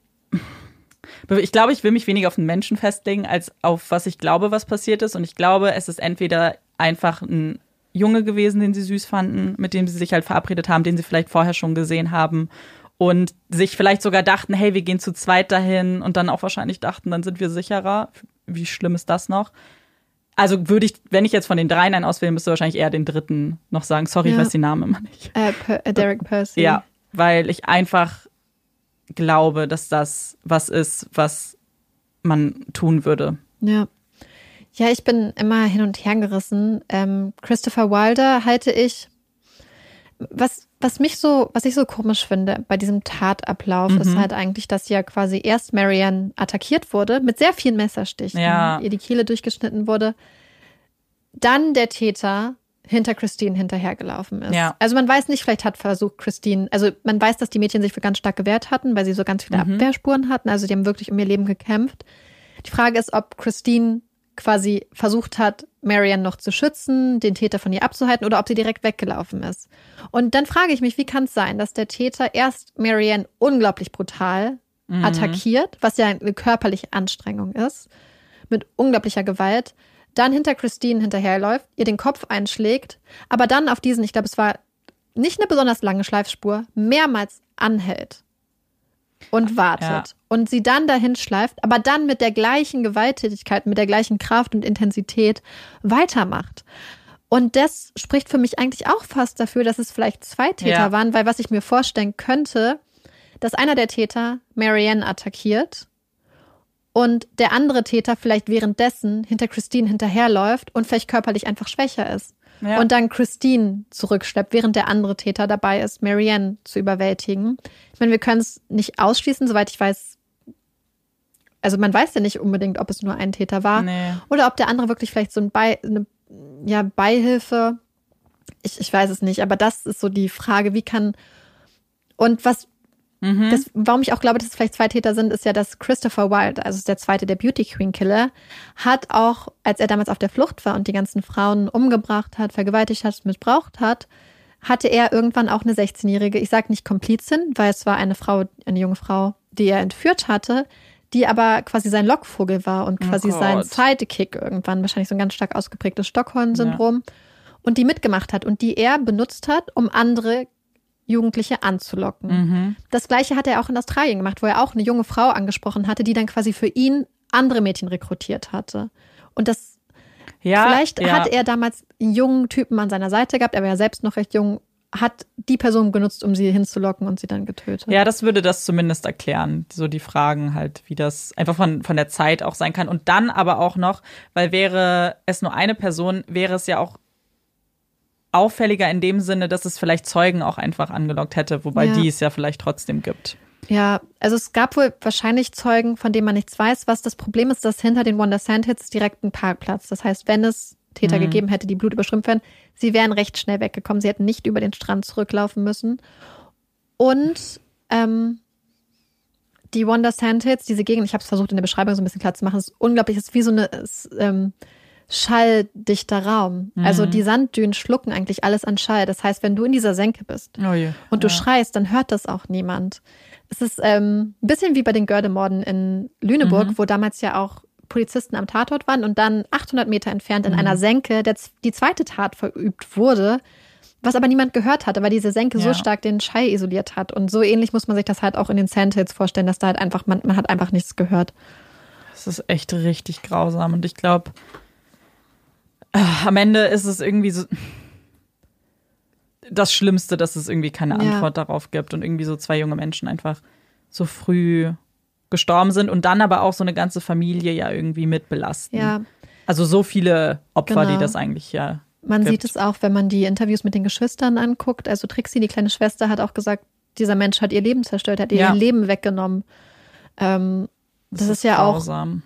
ich glaube, ich will mich weniger auf den Menschen festlegen, als auf was ich glaube, was passiert ist. Und ich glaube, es ist entweder einfach ein Junge gewesen, den sie süß fanden, mit dem sie sich halt verabredet haben, den sie vielleicht vorher schon gesehen haben und sich vielleicht sogar dachten, hey, wir gehen zu zweit dahin und dann auch wahrscheinlich dachten, dann sind wir sicherer. Wie schlimm ist das noch? Also würde ich, wenn ich jetzt von den dreien einen auswählen müsste, wahrscheinlich eher den dritten noch sagen. Sorry, Ja. ich weiß die Namen immer nicht. Äh, per, äh, Derek Percy. Ja, weil ich einfach glaube, dass das was ist, was man tun würde. Ja. Ja, ich bin immer hin und her gerissen. Ähm, Christopher Wilder halte ich, was, was mich so, was ich so komisch finde bei diesem Tatablauf, Mhm. ist halt eigentlich, dass ja quasi erst Marianne attackiert wurde mit sehr vielen Messerstichen, Ja. ihr die Kehle durchgeschnitten wurde, dann der Täter hinter Christine hinterhergelaufen ist. Ja. Also man weiß nicht, vielleicht hat versucht Christine, also man weiß, dass die Mädchen sich für ganz stark gewehrt hatten, weil sie so ganz viele Mhm. Abwehrspuren hatten, also die haben wirklich um ihr Leben gekämpft. Die Frage ist, ob Christine quasi versucht hat, Marianne noch zu schützen, den Täter von ihr abzuhalten oder ob sie direkt weggelaufen ist. Und dann frage ich mich, wie kann es sein, dass der Täter erst Marianne unglaublich brutal Mhm. attackiert, was ja eine körperliche Anstrengung ist, mit unglaublicher Gewalt, dann hinter Christine hinterherläuft, ihr den Kopf einschlägt, aber dann auf diesen, ich glaube, es war nicht eine besonders lange Schleifspur, mehrmals anhält und wartet. Ja. Und sie dann dahin schleift, aber dann mit der gleichen Gewalttätigkeit, mit der gleichen Kraft und Intensität weitermacht. Und das spricht für mich eigentlich auch fast dafür, dass es vielleicht zwei Täter Ja. waren, weil was ich mir vorstellen könnte, dass einer der Täter Marianne attackiert und der andere Täter vielleicht währenddessen hinter Christine hinterherläuft und vielleicht körperlich einfach schwächer ist. Ja. Und dann Christine zurückschleppt, während der andere Täter dabei ist, Marianne zu überwältigen. Ich meine, wir können es nicht ausschließen. Soweit ich weiß, also man weiß ja nicht unbedingt, ob es nur ein Täter war Nee. oder ob der andere wirklich vielleicht so ein Bei, eine ja, Beihilfe, ich, ich weiß es nicht, aber das ist so die Frage, wie kann, und was, Mhm. das, warum ich auch glaube, dass es vielleicht zwei Täter sind, ist ja, dass Christopher Wilde, also der zweite, der Beauty Queen Killer, hat auch, als er damals auf der Flucht war und die ganzen Frauen umgebracht hat, vergewaltigt hat, missbraucht hat, hatte er irgendwann auch eine sechzehnjährige, ich sage nicht Komplizin, weil es war eine Frau, eine junge Frau, die er entführt hatte, die aber quasi sein Lockvogel war und quasi Oh sein Gott. Sidekick irgendwann, wahrscheinlich so ein ganz stark ausgeprägtes Stockholm-Syndrom, und die mitgemacht hat und die er benutzt hat, um andere Jugendliche anzulocken. Mhm. Das Gleiche hat er auch in Australien gemacht, wo er auch eine junge Frau angesprochen hatte, die dann quasi für ihn andere Mädchen rekrutiert hatte. Und das Ja, vielleicht ja. hat er damals einen jungen Typen an seiner Seite gehabt, er war ja selbst noch recht jung, hat die Person genutzt, um sie hinzulocken und sie dann getötet. Ja, das würde das zumindest erklären. So die Fragen halt, wie das einfach von, von der Zeit auch sein kann. Und dann aber auch noch, weil wäre es nur eine Person, wäre es ja auch auffälliger in dem Sinne, dass es vielleicht Zeugen auch einfach angelockt hätte, wobei Ja. die es ja vielleicht trotzdem gibt. Ja, also es gab wohl wahrscheinlich Zeugen, von denen man nichts weiß. Was das Problem ist, dass hinter den Wanda Sand-Hits direkt ein Parkplatz. Das heißt, wenn es Täter Mhm. gegeben hätte, die blutüberströmt wären, sie wären recht schnell weggekommen. Sie hätten nicht über den Strand zurücklaufen müssen. Und ähm, die Wanda Sand-Hits, diese Gegend, ich habe es versucht in der Beschreibung so ein bisschen klar zu machen, ist unglaublich, ist wie so eine ist, ähm, schalldichter Raum. Mhm. Also die Sanddünen schlucken eigentlich alles an Schall. Das heißt, wenn du in dieser Senke bist Oh je. und du Ja. schreist, dann hört das auch niemand. Es ist ähm, ein bisschen wie bei den Göhrde-Morden in Lüneburg, Mhm. wo damals ja auch Polizisten am Tatort waren und dann achthundert Meter entfernt in Mhm. einer Senke der, z- die zweite Tat verübt wurde, was aber niemand gehört hatte, weil diese Senke so Ja. stark den Schall isoliert hat. Und so ähnlich muss man sich das halt auch in den Sandhills vorstellen, dass da halt einfach, man, man hat einfach nichts gehört. Das ist echt richtig grausam. Und ich glaube, am Ende ist es irgendwie so das Schlimmste, dass es irgendwie keine Ja. Antwort darauf gibt und irgendwie so zwei junge Menschen einfach so früh gestorben sind und dann aber auch so eine ganze Familie ja irgendwie mitbelasten. Ja, Also so viele Opfer, Genau. die das eigentlich ja man gibt. sieht es auch, wenn man die Interviews mit den Geschwistern anguckt. Also Trixie, die kleine Schwester, hat auch gesagt, dieser Mensch hat ihr Leben zerstört, hat ihr Ja. ihr Leben weggenommen. Ähm, das, ist ja auch, grausam.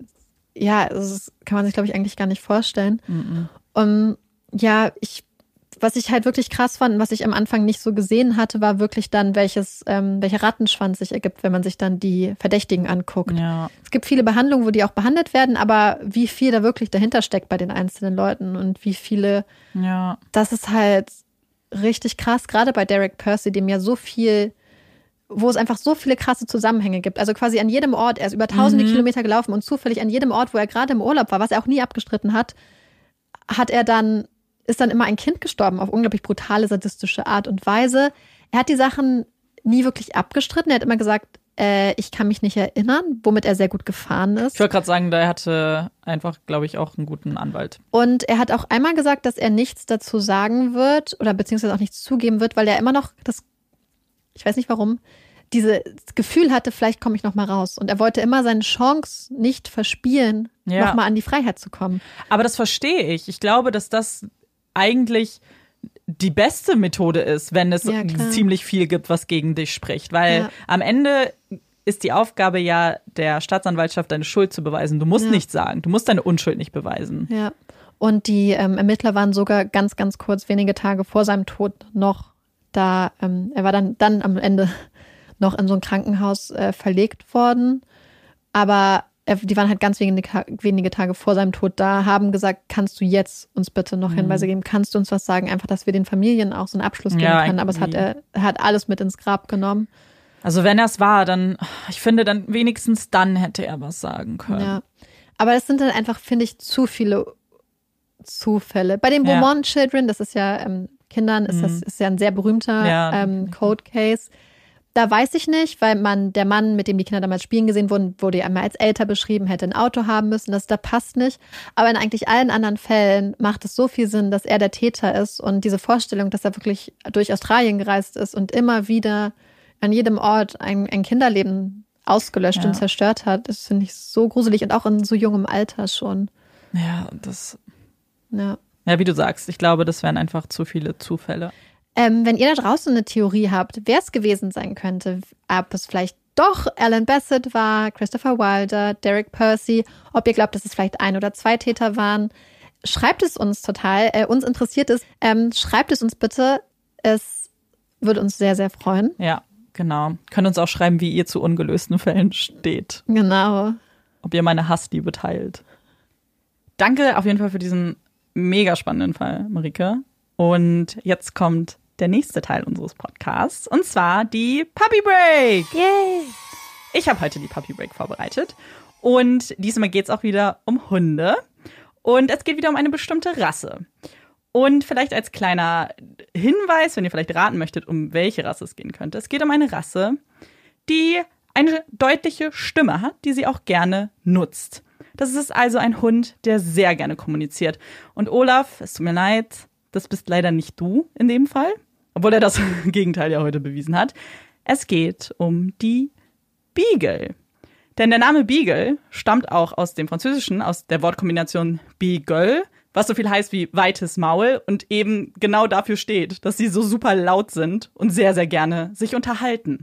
ja, das ist, kann man sich, glaube ich, eigentlich gar nicht vorstellen. Mhm. Und ja, ich, was ich halt wirklich krass fand und was ich am Anfang nicht so gesehen hatte, war wirklich dann, welches, ähm, welcher Rattenschwanz sich ergibt, wenn man sich dann die Verdächtigen anguckt. Ja. Es gibt viele Behandlungen, wo die auch behandelt werden, aber wie viel da wirklich dahinter steckt bei den einzelnen Leuten und wie viele, Ja. das ist halt richtig krass, gerade bei Derek Percy, dem ja so viel, wo es einfach so viele krasse Zusammenhänge gibt. Also quasi an jedem Ort, er ist über tausende Mhm. Kilometer gelaufen und zufällig an jedem Ort, wo er gerade im Urlaub war, was er auch nie abgestritten hat, hat er dann, ist dann immer ein Kind gestorben auf unglaublich brutale, sadistische Art und Weise. Er hat die Sachen nie wirklich abgestritten. Er hat immer gesagt, äh, ich kann mich nicht erinnern, womit er sehr gut gefahren ist. Ich wollte gerade sagen, der hatte einfach, glaube ich, auch einen guten Anwalt. Und er hat auch einmal gesagt, dass er nichts dazu sagen wird oder beziehungsweise auch nichts zugeben wird, weil er immer noch das, ich weiß nicht warum, dieses Gefühl hatte, vielleicht komme ich noch mal raus. Und er wollte immer seine Chance nicht verspielen, Ja. noch mal an die Freiheit zu kommen. Aber das verstehe ich. Ich glaube, dass das eigentlich die beste Methode ist, wenn es Ja, klar. ziemlich viel gibt, was gegen dich spricht. Weil Ja. am Ende ist die Aufgabe ja der Staatsanwaltschaft, deine Schuld zu beweisen. Du musst Ja. nichts sagen. Du musst deine Unschuld nicht beweisen. Ja. Und die ähm, Ermittler waren sogar ganz, ganz kurz, wenige Tage vor seinem Tod noch da. Ähm, er war dann, dann am Ende noch in so ein Krankenhaus äh, verlegt worden. Aber er, die waren halt ganz wenige, wenige Tage vor seinem Tod da, haben gesagt, kannst du jetzt uns bitte noch Mhm. Hinweise geben? Kannst du uns was sagen? Einfach, dass wir den Familien auch so einen Abschluss geben Ja, können. Aber es hat irgendwie. er, er hat alles mit ins Grab genommen. Also wenn er es war, dann, ich finde, dann wenigstens dann hätte er was sagen können. Ja. Aber das sind dann einfach, finde ich, zu viele Zufälle. Bei den Ja. Beaumont Children, das ist ja ähm, Kindern, ist das Mhm. ist ja ein sehr berühmter Ja. ähm, Code Case. Da weiß ich nicht, weil man, der Mann, mit dem die Kinder damals spielen gesehen wurden, wurde ja einmal als älter beschrieben, hätte ein Auto haben müssen, das da passt nicht. Aber in eigentlich allen anderen Fällen macht es so viel Sinn, dass er der Täter ist und diese Vorstellung, dass er wirklich durch Australien gereist ist und immer wieder an jedem Ort ein, ein Kinderleben ausgelöscht Ja. und zerstört hat, das finde ich so gruselig und auch in so jungem Alter schon. Ja, das, Ja. ja, wie du sagst, ich glaube, das wären einfach zu viele Zufälle. Ähm, wenn ihr da draußen eine Theorie habt, wer es gewesen sein könnte, ob es vielleicht doch Alan Bassett war, Christopher Wilder, Derek Percy. Ob ihr glaubt, dass es vielleicht ein oder zwei Täter waren, schreibt es uns total. Äh, uns interessiert es. Ähm, schreibt es uns bitte. Es würde uns sehr, sehr freuen. Ja, genau. Könnt uns auch schreiben, wie ihr zu ungelösten Fällen steht. Genau. Ob ihr meine Hassliebe teilt. Danke auf jeden Fall für diesen mega spannenden Fall, Marike. Und jetzt kommt der nächste Teil unseres Podcasts. Und zwar die Puppy Break. Yay! Ich habe heute die Puppy Break vorbereitet. Und diesmal geht es auch wieder um Hunde. Und es geht wieder um eine bestimmte Rasse. Und vielleicht als kleiner Hinweis, wenn ihr vielleicht raten möchtet, um welche Rasse es gehen könnte. Es geht um eine Rasse, die eine deutliche Stimme hat, die sie auch gerne nutzt. Das ist also ein Hund, der sehr gerne kommuniziert. Und Olaf, es tut mir leid, das bist leider nicht du in dem Fall. Obwohl er das Gegenteil ja heute bewiesen hat. Es geht um die Beagle. Denn der Name Beagle stammt auch aus dem Französischen, aus der Wortkombination Beagle, was so viel heißt wie weites Maul und eben genau dafür steht, dass sie so super laut sind und sehr, sehr gerne sich unterhalten.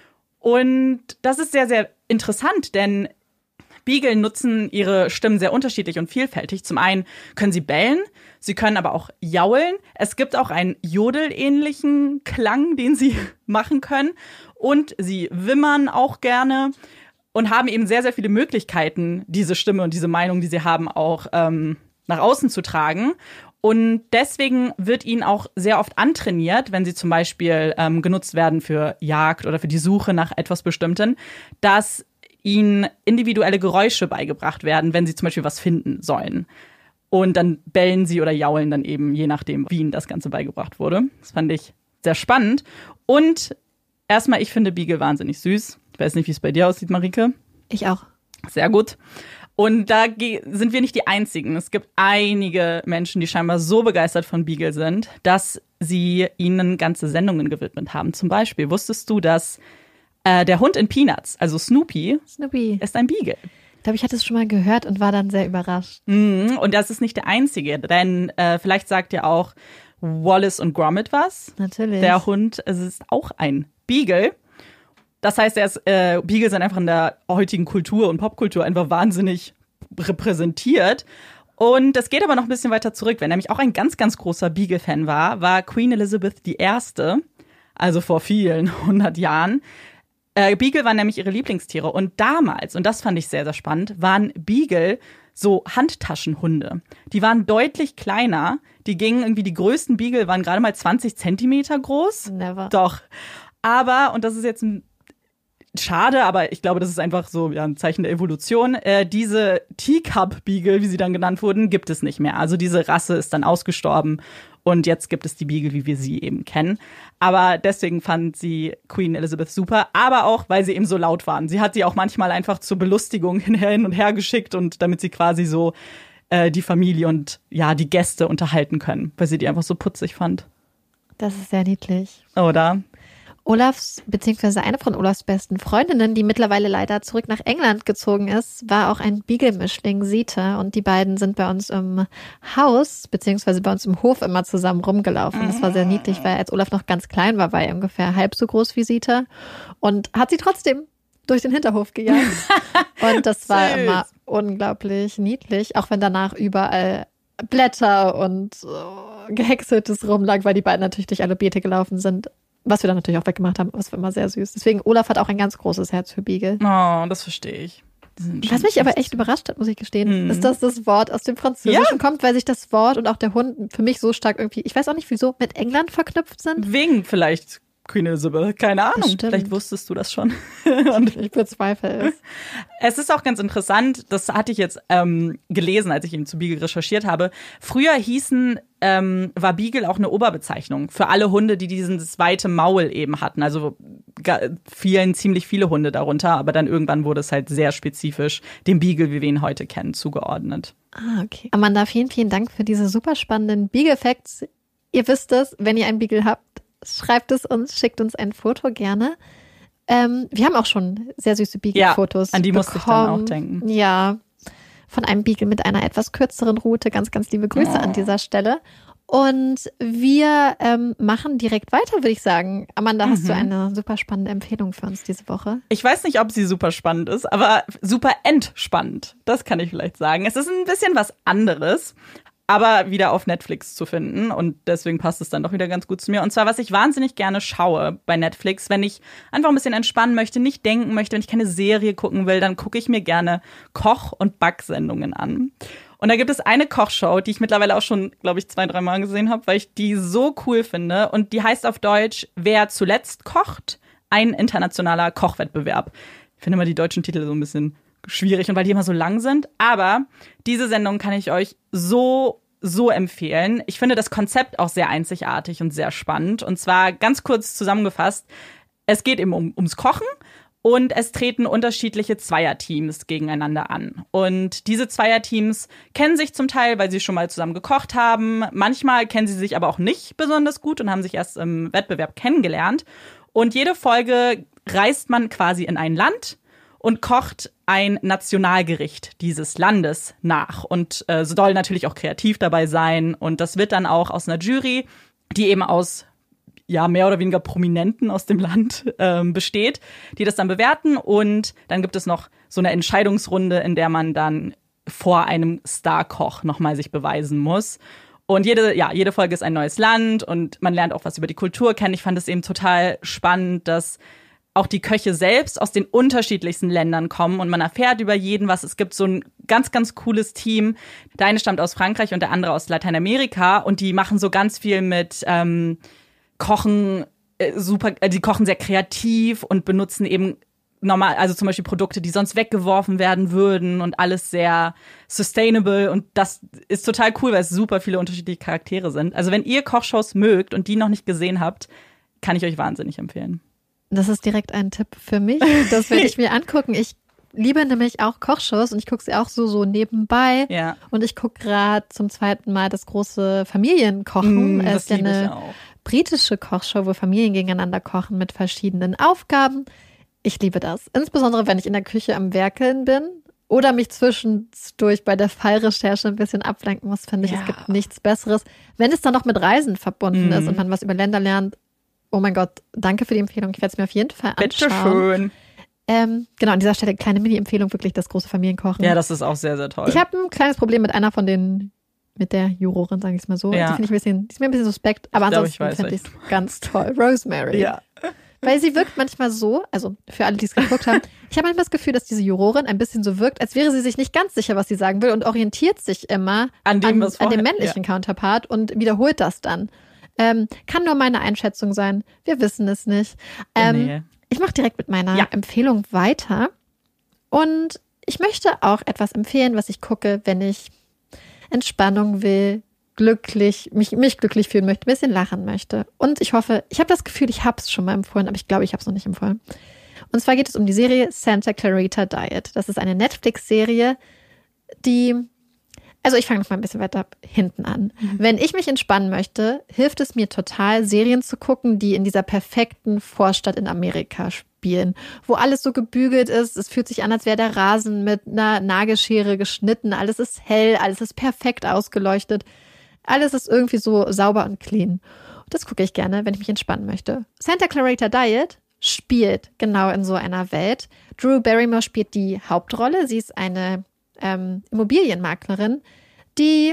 Und das ist sehr, sehr interessant, denn Beagle nutzen ihre Stimmen sehr unterschiedlich und vielfältig. Zum einen können sie bellen, sie können aber auch jaulen. Es gibt auch einen jodelähnlichen Klang, den sie machen können. Und sie wimmern auch gerne und haben eben sehr, sehr viele Möglichkeiten, diese Stimme und diese Meinung, die sie haben, auch ähm, nach außen zu tragen. Und deswegen wird ihnen auch sehr oft antrainiert, wenn sie zum Beispiel ähm, genutzt werden für Jagd oder für die Suche nach etwas Bestimmten, dass ihnen individuelle Geräusche beigebracht werden, wenn sie zum Beispiel was finden sollen. Und dann bellen sie oder jaulen dann eben, je nachdem, wie ihnen das Ganze beigebracht wurde. Das fand ich sehr spannend. Und erstmal, ich finde Beagle wahnsinnig süß. Ich weiß nicht, wie es bei dir aussieht, Marike. Ich auch. Sehr gut. Und da sind wir nicht die Einzigen. Es gibt einige Menschen, die scheinbar so begeistert von Beagle sind, dass sie ihnen ganze Sendungen gewidmet haben. Zum Beispiel, wusstest du, dass äh, der Hund in Peanuts, also Snoopy, Snoopy ist ein Beagle? Ich glaube, ich hatte es schon mal gehört und war dann sehr überrascht. Mhm, und das ist nicht der einzige, denn äh, vielleicht sagt ja auch Wallace und Gromit was. Natürlich. Der Hund, es ist auch ein Beagle. Das heißt, er ist, äh, Beagle sind einfach in der heutigen Kultur und Popkultur einfach wahnsinnig repräsentiert. Und das geht aber noch ein bisschen weiter zurück. Wer nämlich auch ein ganz, ganz großer Beagle-Fan war, war Queen Elizabeth die Erste, also vor vielen hundert Jahren. Äh, Beagle waren nämlich ihre Lieblingstiere. Und damals, und das fand ich sehr, sehr spannend, waren Beagle so Handtaschenhunde. Die waren deutlich kleiner. Die gingen irgendwie, die größten Beagle waren gerade mal zwanzig Zentimeter groß. Never. Doch. Aber, und das ist jetzt ein schade, aber ich glaube, das ist einfach so ja, ein Zeichen der Evolution. Äh, diese Teacup-Beagle, wie sie dann genannt wurden, gibt es nicht mehr. Also diese Rasse ist dann ausgestorben und jetzt gibt es die Beagle, wie wir sie eben kennen. Aber deswegen fand sie Queen Elizabeth super, aber auch, weil sie eben so laut waren. Sie hat sie auch manchmal einfach zur Belustigung hin und her geschickt und damit sie quasi so äh, die Familie und ja die Gäste unterhalten können, weil sie die einfach so putzig fand. Das ist sehr niedlich. Oder? Olafs, beziehungsweise eine von Olafs besten Freundinnen, die mittlerweile leider zurück nach England gezogen ist, war auch ein Beagle-Mischling, Sita. Und die beiden sind bei uns im Haus, beziehungsweise bei uns im Hof immer zusammen rumgelaufen. Das war sehr niedlich, weil als Olaf noch ganz klein war, war er ungefähr halb so groß wie Sita. Und hat sie trotzdem durch den Hinterhof gejagt. Und das war immer unglaublich niedlich, auch wenn danach überall Blätter und oh, Gehäckseltes rumlag, weil die beiden natürlich durch alle Beete gelaufen sind. Was wir dann natürlich auch weggemacht haben, das war immer sehr süß. Deswegen, Olaf hat auch ein ganz großes Herz für Beagle. Oh, das verstehe ich. Was mich aber echt überrascht hat, muss ich gestehen, mm. ist, dass das Wort aus dem Französischen ja. kommt, weil sich das Wort und auch der Hund für mich so stark irgendwie, ich weiß auch nicht wieso, mit England verknüpft sind. Wegen vielleicht Queen Elizabeth, keine Ahnung. Vielleicht wusstest du das schon. Und ich bezweifle es. Es ist auch ganz interessant, das hatte ich jetzt ähm, gelesen, als ich eben zu Beagle recherchiert habe. Früher hießen, ähm, war Beagle auch eine Oberbezeichnung für alle Hunde, die dieses weite Maul eben hatten. Also fielen ziemlich viele Hunde darunter, aber dann irgendwann wurde es halt sehr spezifisch dem Beagle, wie wir ihn heute kennen, zugeordnet. Ah, okay. Amanda, vielen, vielen Dank für diese super spannenden Beagle-Facts. Ihr wisst es, wenn ihr einen Beagle habt, schreibt es uns, schickt uns ein Foto gerne. Ähm, wir haben auch schon sehr süße Beagle-Fotos ja, an die bekommen. musste ich dann auch denken. Ja, von einem Beagle mit einer etwas kürzeren Rute. Ganz, ganz liebe Grüße oh. an dieser Stelle. Und wir ähm, machen direkt weiter, würde ich sagen. Amanda, hast mhm. du eine super spannende Empfehlung für uns diese Woche? Ich weiß nicht, ob sie super spannend ist, aber super entspannend. Das kann ich vielleicht sagen. Es ist ein bisschen was anderes, aber wieder auf Netflix zu finden. Und deswegen passt es dann doch wieder ganz gut zu mir. Und zwar, was ich wahnsinnig gerne schaue bei Netflix, wenn ich einfach ein bisschen entspannen möchte, nicht denken möchte, wenn ich keine Serie gucken will, dann gucke ich mir gerne Koch- und Backsendungen an. Und da gibt es eine Kochshow, die ich mittlerweile auch schon, glaube ich, zwei, drei Mal gesehen habe, weil ich die so cool finde. Und die heißt auf Deutsch Wer zuletzt kocht, ein internationaler Kochwettbewerb. Ich finde immer die deutschen Titel so ein bisschen schwierig und weil die immer so lang sind. Aber diese Sendung kann ich euch so, so empfehlen. Ich finde das Konzept auch sehr einzigartig und sehr spannend. Und zwar ganz kurz zusammengefasst, es geht eben um, ums Kochen. Und es treten unterschiedliche Zweierteams gegeneinander an. Und diese Zweierteams kennen sich zum Teil, weil sie schon mal zusammen gekocht haben. Manchmal kennen sie sich aber auch nicht besonders gut und haben sich erst im Wettbewerb kennengelernt. Und jede Folge reist man quasi in ein Land und kocht ein Nationalgericht dieses Landes nach. Und äh, soll natürlich auch kreativ dabei sein. Und das wird dann auch aus einer Jury, die eben aus ja, mehr oder weniger Prominenten aus dem Land ähm, besteht, die das dann bewerten. Und dann gibt es noch so eine Entscheidungsrunde, in der man dann vor einem Starkoch nochmal sich beweisen muss. Und jede, ja, jede Folge ist ein neues Land und man lernt auch was über die Kultur kennen. Ich fand es eben total spannend, dass auch die Köche selbst aus den unterschiedlichsten Ländern kommen und man erfährt über jeden was. Es gibt so ein ganz, ganz cooles Team. Der eine stammt aus Frankreich und der andere aus Lateinamerika und die machen so ganz viel mit ähm, Kochen äh, super, äh, die kochen sehr kreativ und benutzen eben normal, also zum Beispiel Produkte, die sonst weggeworfen werden würden und alles sehr sustainable und das ist total cool, weil es super viele unterschiedliche Charaktere sind. Also wenn ihr Kochshows mögt und die noch nicht gesehen habt, kann ich euch wahnsinnig empfehlen. Das ist direkt ein Tipp für mich. Das werde ich mir angucken. Ich liebe nämlich auch Kochshows und ich gucke sie auch so so nebenbei. Ja. Und ich gucke gerade zum zweiten Mal das große Familienkochen. Mm, es das ist ja liebe eine ich auch. britische Kochshow, wo Familien gegeneinander kochen mit verschiedenen Aufgaben. Ich liebe das. Insbesondere, wenn ich in der Küche am Werkeln bin oder mich zwischendurch bei der Fallrecherche ein bisschen ablenken muss, finde ich, Ja. es gibt nichts Besseres. Wenn es dann noch mit Reisen verbunden Mhm. ist und man was über Länder lernt, oh mein Gott, danke für die Empfehlung. Ich werde es mir auf jeden Fall anschauen. Bitteschön. Ähm, genau, an dieser Stelle kleine Mini-Empfehlung, wirklich das große Familienkochen. Ja, das ist auch sehr, sehr toll. Ich habe ein kleines Problem mit einer von den, mit der Jurorin, sage ich es mal so. Ja. Die finde ich ein bisschen, die ist mir ein bisschen suspekt, aber Ich glaub, ich ansonsten weiß, finde ich welche es ganz toll. Rosemary. Ja. Weil sie wirkt manchmal so, also für alle, die es geguckt haben, ich habe manchmal das Gefühl, dass diese Jurorin ein bisschen so wirkt, als wäre sie sich nicht ganz sicher, was sie sagen will und orientiert sich immer An dem, was an dem vorher- männlichen Counterpart und wiederholt das dann. Ähm, kann nur meine Einschätzung sein. Wir wissen es nicht. Ähm, Nee. Ich mache direkt mit meiner Ja. Empfehlung weiter. Und ich möchte auch etwas empfehlen, was ich gucke, wenn ich Entspannung will, glücklich, mich, mich glücklich fühlen möchte, ein bisschen lachen möchte. Und ich hoffe, ich habe das Gefühl, ich habe es schon mal empfohlen, aber ich glaube, ich habe es noch nicht empfohlen. Und zwar geht es um die Serie Santa Clarita Diet. Das ist eine Netflix-Serie, die, also ich fange noch mal ein bisschen weiter hinten an. Mhm. Wenn ich mich entspannen möchte, hilft es mir total, Serien zu gucken, die in dieser perfekten Vorstadt in Amerika spielen, wo alles so gebügelt ist. Es fühlt sich an, als wäre der Rasen mit einer Nagelschere geschnitten. Alles ist hell, alles ist perfekt ausgeleuchtet. Alles ist irgendwie so sauber und clean. Und das gucke ich gerne, wenn ich mich entspannen möchte. Santa Clarita Diet spielt genau in so einer Welt. Drew Barrymore spielt die Hauptrolle. Sie ist eine ähm, Immobilienmaklerin, die,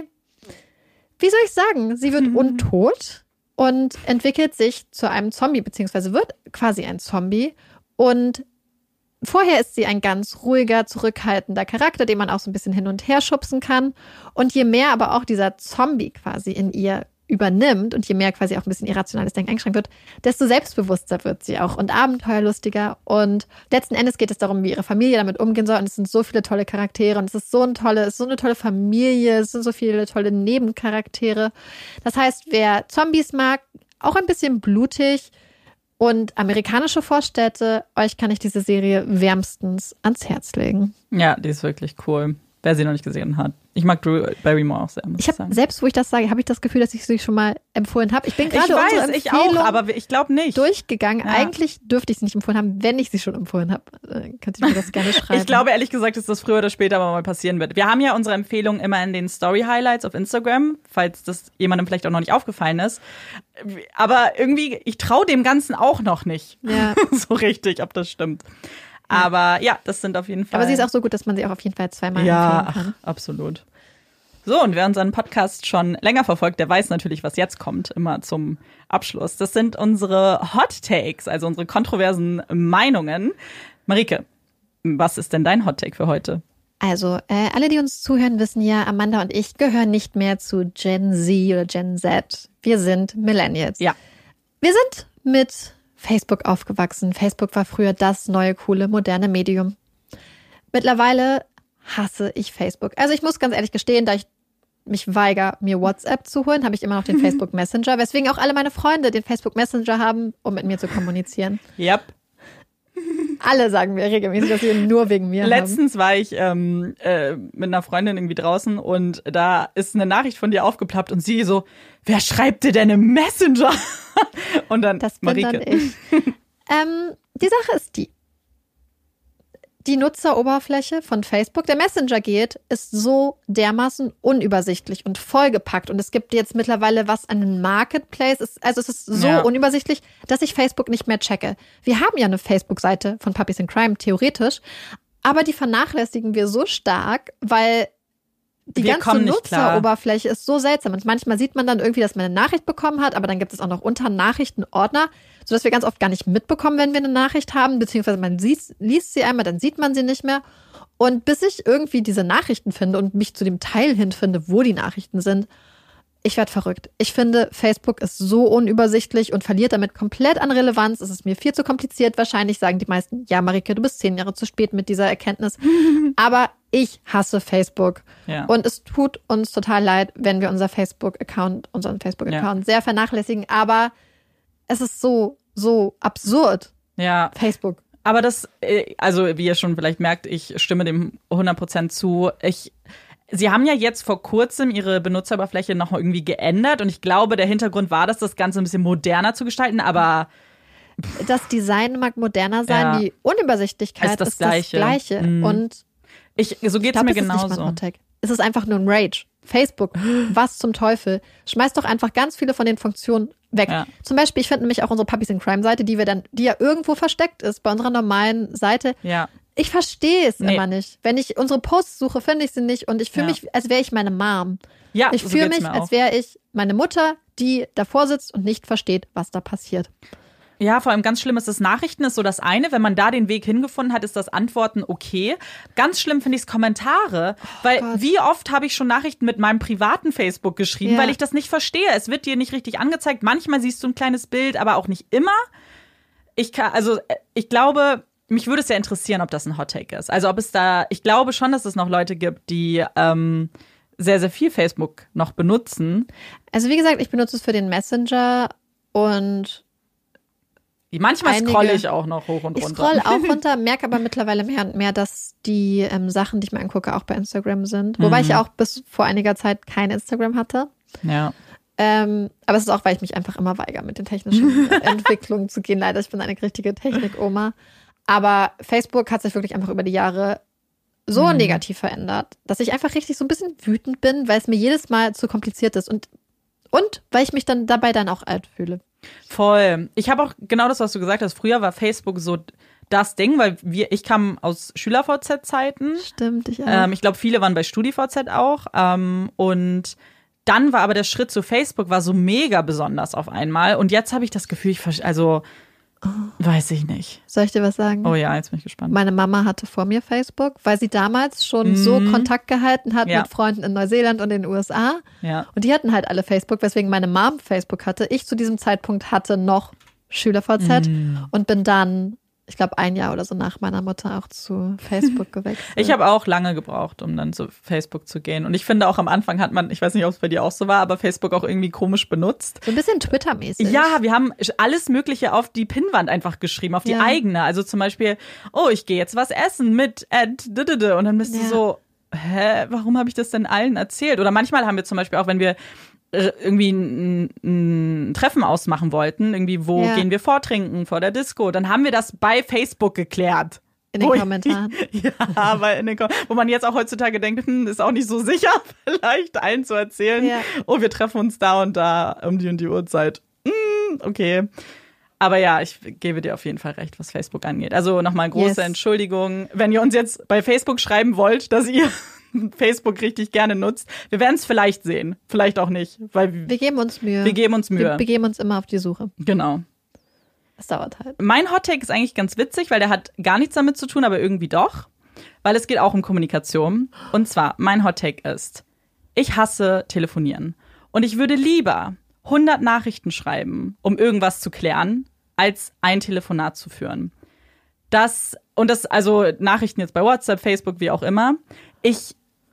wie soll ich sagen, sie wird untot und entwickelt sich zu einem Zombie, beziehungsweise wird quasi ein Zombie. Und vorher ist sie ein ganz ruhiger, zurückhaltender Charakter, den man auch so ein bisschen hin und her schubsen kann. Und je mehr aber auch dieser Zombie quasi in ihr übernimmt und je mehr quasi auch ein bisschen irrationales Denken eingeschränkt wird, desto selbstbewusster wird sie auch und abenteuerlustiger. Und letzten Endes geht es darum, wie ihre Familie damit umgehen soll. Und es sind so viele tolle Charaktere und es ist so eine tolle, es ist so eine tolle Familie, es sind so viele tolle Nebencharaktere. Das heißt, wer Zombies mag, auch ein bisschen blutig und amerikanische Vorstädte, euch kann ich diese Serie wärmstens ans Herz legen. Ja, die ist wirklich cool. Wer sie noch nicht gesehen hat, Ich mag Drew Barrymore auch sehr, muss Ich ich habe sagen. selbst, wo ich das sage, habe ich das Gefühl, dass ich sie schon mal empfohlen habe. Ich bin gerade Ich weiß, unsere ich auch, Empfehlung aber ich glaube nicht. durchgegangen. Ja. Eigentlich dürfte ich sie nicht empfohlen haben, wenn ich sie schon empfohlen habe. Äh, Könnte ich mir das gerne schreiben. Ich glaube ehrlich gesagt, dass das früher oder später aber mal passieren wird. Wir haben ja unsere Empfehlungen immer in den Story-Highlights auf Instagram, falls das jemandem vielleicht auch noch nicht aufgefallen ist. Aber irgendwie, ich traue dem Ganzen auch noch nicht Ja. so richtig, ob das stimmt. Aber ja, das sind auf jeden Fall. Aber sie ist auch so gut, dass man sie auch auf jeden Fall zweimal ja, empfehlen kann. ach, absolut. So, und wer unseren Podcast schon länger verfolgt, der weiß natürlich, was jetzt kommt, immer zum Abschluss. Das sind unsere Hot Takes, also unsere kontroversen Meinungen. Marike, was ist denn dein Hot Take für heute? Also, äh, alle, die uns zuhören, wissen ja, Amanda und ich gehören nicht mehr zu Gen Z oder Gen Z. Wir sind Millennials. Ja. Wir sind mit Facebook aufgewachsen. Facebook war früher das neue, coole, moderne Medium. Mittlerweile hasse ich Facebook. Also ich muss ganz ehrlich gestehen, da ich mich weigere, mir WhatsApp zu holen, habe ich immer noch den Facebook Messenger, weswegen auch alle meine Freunde den Facebook Messenger haben, um mit mir zu kommunizieren. Yep. Alle sagen mir regelmäßig, dass sie ihn nur wegen mir haben. Letztens war ich ähm, äh, mit einer Freundin irgendwie draußen und da ist eine Nachricht von dir aufgeploppt und sie so, wer schreibt dir denn im Messenger? Und dann Das bin Marike. dann ich. ähm, die Sache ist die. Die Nutzeroberfläche von Facebook, der Messenger geht, ist so dermaßen unübersichtlich und vollgepackt. Und es gibt jetzt mittlerweile was einen Marketplace. Es, also es ist so Ja. unübersichtlich, dass ich Facebook nicht mehr checke. Wir haben ja eine Facebook-Seite von Puppies in Crime, theoretisch. Aber die vernachlässigen wir so stark, weil die Wir ganze kommen nicht klar. Nutzeroberfläche ist so seltsam. Und manchmal sieht man dann irgendwie, dass man eine Nachricht bekommen hat, aber dann gibt es auch noch unter Nachrichten Ordner, sodass wir ganz oft gar nicht mitbekommen, wenn wir eine Nachricht haben, beziehungsweise man sieht, liest sie einmal, dann sieht man sie nicht mehr. Und bis ich irgendwie diese Nachrichten finde und mich zu dem Teil hinfinde, wo die Nachrichten sind, ich werde verrückt. Ich finde, Facebook ist so unübersichtlich und verliert damit komplett an Relevanz. Es ist mir viel zu kompliziert. Wahrscheinlich sagen die meisten, ja, Marike, du bist zehn Jahre zu spät mit dieser Erkenntnis. Aber ich hasse Facebook. Ja. Und es tut uns total leid, wenn wir unser Facebook-Account, unseren Facebook-Account sehr vernachlässigen. Aber es ist so, so absurd. Ja. Facebook. Aber das, äh, also wie ihr schon vielleicht merkt, ich stimme dem hundert Prozent zu. Ich Sie haben ja jetzt vor kurzem ihre Benutzeroberfläche noch irgendwie geändert und ich glaube, der Hintergrund war, das das Ganze ein bisschen moderner zu gestalten, aber Das Design mag moderner sein, Ja. die Unübersichtlichkeit Ist das ist Gleiche. das Gleiche. Mhm. Und ich, so ich geht's glaube, mir es ist nicht mal genauso. ein Hottag. Es ist einfach nur ein Rage. Facebook, was zum Teufel? Schmeißt doch einfach ganz viele von den Funktionen weg. Ja. Zum Beispiel, ich finde nämlich auch unsere Puppies in Crime Seite, die wir dann, die ja irgendwo versteckt ist bei unserer normalen Seite. Ja. Ich verstehe es Nee. immer nicht. Wenn ich unsere Posts suche, finde ich sie nicht und ich fühle Ja. mich, als wäre ich meine Mom. Ja, Ich so fühle geht's mich, mir als auch. wäre ich meine Mutter, die davor sitzt und nicht versteht, was da passiert. Ja, vor allem ganz schlimm ist das Nachrichten ist so das eine. Wenn man da den Weg hingefunden hat, ist das Antworten okay. Ganz schlimm finde ich es Kommentare, weil Gott. wie oft habe ich schon Nachrichten mit meinem privaten Facebook geschrieben, Ja. weil ich das nicht verstehe. Es wird dir nicht richtig angezeigt. Manchmal siehst du ein kleines Bild, aber auch nicht immer. Ich kann, also ich glaube, mich würde es ja interessieren, ob das ein Hottake ist. Also ob es da, ich glaube schon, dass es noch Leute gibt, die ähm, sehr, sehr viel Facebook noch benutzen. Also wie gesagt, ich benutze es für den Messenger und Manchmal Einige- scrolle ich auch noch hoch und ich runter. scroll auch runter, merke aber mittlerweile mehr und mehr, dass die ähm, Sachen, die ich mir angucke, auch bei Instagram sind. Wobei ich ja auch bis vor einiger Zeit kein Instagram hatte. Ja. Ähm, aber es ist auch, weil ich mich einfach immer weigere, mit den technischen Entwicklungen zu gehen. Leider, ich bin eine richtige Technik-Oma. Aber Facebook hat sich wirklich einfach über die Jahre so Mhm. negativ verändert, dass ich einfach richtig so ein bisschen wütend bin, weil es mir jedes Mal zu kompliziert ist. Und, und weil ich mich dann dabei dann auch alt fühle. Voll. Ich habe auch genau das, was du gesagt hast. Früher war Facebook so das Ding, weil wir, ich kam aus Schüler-V Z-Zeiten. Stimmt, ich auch. Ähm, ich glaube, viele waren bei StudiVZ auch. Ähm, und dann war aber der Schritt zu Facebook war so mega besonders auf einmal. Und jetzt habe ich das Gefühl, ich verste- also weiß ich nicht. Soll ich dir was sagen? Oh ja, jetzt bin ich gespannt. Meine Mama hatte vor mir Facebook, weil sie damals schon Mhm. so Kontakt gehalten hat Ja. mit Freunden in Neuseeland und in den U S A. Ja. Und die hatten halt alle Facebook, weswegen meine Mom Facebook hatte. Ich zu diesem Zeitpunkt hatte noch SchülerVZ Mhm. und bin dann, ich glaube, ein Jahr oder so nach meiner Mutter auch zu Facebook gewechselt. Ich habe auch lange gebraucht, um dann zu Facebook zu gehen. Und ich finde auch am Anfang hat man, ich weiß nicht, ob es bei dir auch so war, aber Facebook auch irgendwie komisch benutzt. so ein bisschen Twitter-mäßig. Ja, wir haben alles Mögliche auf die Pinnwand einfach geschrieben, auf die Ja. eigene. Also zum Beispiel, oh, ich gehe jetzt was essen mit Ed, und dann bist du Ja. so, hä, warum habe ich das denn allen erzählt? Oder manchmal haben wir zum Beispiel auch, wenn wir irgendwie ein, ein Treffen ausmachen wollten, irgendwie, wo Ja. gehen wir vortrinken vor der Disco, dann haben wir das bei Facebook geklärt. In den Wo ich- Kommentaren. Ja, weil in den Kom- wo man jetzt auch heutzutage denkt, hm, ist auch nicht so sicher, vielleicht allen zu erzählen, Ja. oh, wir treffen uns da und da um die und die Uhrzeit. Hm, okay. Aber ja, ich gebe dir auf jeden Fall recht, was Facebook angeht. Also nochmal große Yes. Entschuldigung, wenn ihr uns jetzt bei Facebook schreiben wollt, dass ihr Facebook richtig gerne nutzt. Wir werden es vielleicht sehen, vielleicht auch nicht, weil wir, Wir geben uns Mühe. wir geben uns Wir Mühe. begeben uns immer auf die Suche. Genau. Das dauert halt. Mein Hottake ist eigentlich ganz witzig, weil der hat gar nichts damit zu tun, aber irgendwie doch. Weil es geht auch um Kommunikation. Und zwar, mein Hottake ist, ich hasse telefonieren. Und ich würde lieber hundert Nachrichten schreiben, um irgendwas zu klären, als ein Telefonat zu führen. Das, und das, also Nachrichten jetzt bei WhatsApp, Facebook, wie auch immer. Ich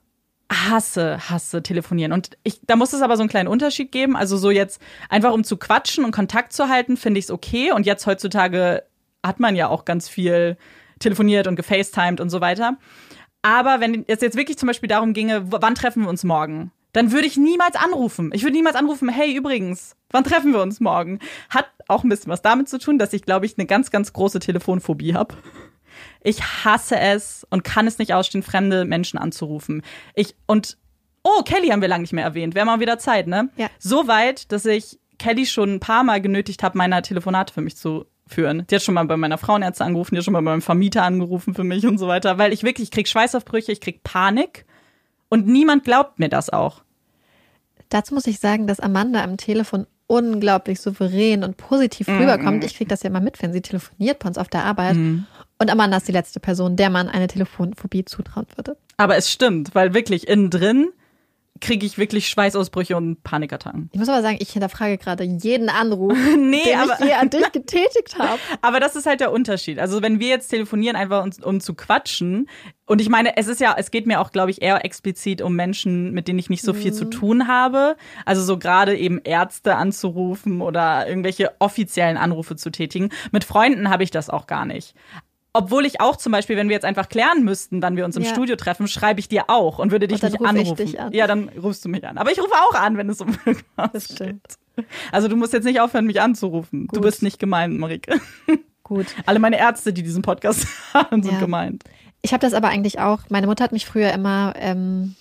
hasse, hasse telefonieren. Und ich, da muss es aber so einen kleinen Unterschied geben. Also so jetzt einfach um zu quatschen und Kontakt zu halten, finde ich es okay. Und jetzt heutzutage hat man ja auch ganz viel telefoniert und gefacetimed und so weiter. Aber wenn es jetzt wirklich zum Beispiel darum ginge, w- wann treffen wir uns morgen, dann würde ich niemals anrufen. Ich würde niemals anrufen, hey, übrigens, wann treffen wir uns morgen? Hat auch ein bisschen was damit zu tun, dass ich, glaube ich, eine ganz, ganz große Telefonphobie habe. Ich hasse es und kann es nicht ausstehen, fremde Menschen anzurufen. Ich und oh, Kelly haben wir lange nicht mehr erwähnt. Wäre mal wieder Zeit, ne? Ja. So weit, dass ich Kelly schon ein paar Mal genötigt habe, meine Telefonate für mich zu führen. Die hat schon mal bei meiner Frauenärztin angerufen, die hat schon mal bei meinem Vermieter angerufen für mich und so weiter. Weil ich wirklich, ich krieg Schweißausbrüche, ich krieg Panik und niemand glaubt mir das auch. Dazu muss ich sagen, dass Amanda am Telefon unglaublich souverän und positiv Mhm. rüberkommt. Ich kriege das ja immer mit, wenn sie telefoniert bei uns auf der Arbeit. Und Amanda ist die letzte Person, der man eine Telefonphobie zutrauen würde. Aber es stimmt, weil wirklich innen drin kriege ich wirklich Schweißausbrüche und Panikattacken. Ich muss aber sagen, ich hinterfrage gerade jeden Anruf, Nee, den aber ich je an dich getätigt habe. Aber das ist halt der Unterschied. Also wenn wir jetzt telefonieren, einfach um, um zu quatschen. Und ich meine, es ist ja, es geht mir auch, glaube ich, eher explizit um Menschen, mit denen ich nicht so viel zu tun habe. Also so gerade eben Ärzte anzurufen oder irgendwelche offiziellen Anrufe zu tätigen. Mit Freunden habe ich das auch gar nicht. Obwohl ich auch zum Beispiel, wenn wir jetzt einfach klären müssten, wann wir uns im Ja. Studio treffen, schreibe ich dir auch und würde dich Und dann nicht rufe ich anrufen. dich an. Ja, dann rufst du mich an. Aber ich rufe auch an, wenn es um irgendwas Das stimmt. geht. Also du musst jetzt nicht aufhören, mich anzurufen. Du Gut. bist nicht gemeint, Marike. Gut. Alle meine Ärzte, die diesen Podcast hören, sind Ja. gemeint. Ich habe das aber eigentlich auch, meine Mutter hat mich früher immer ähm,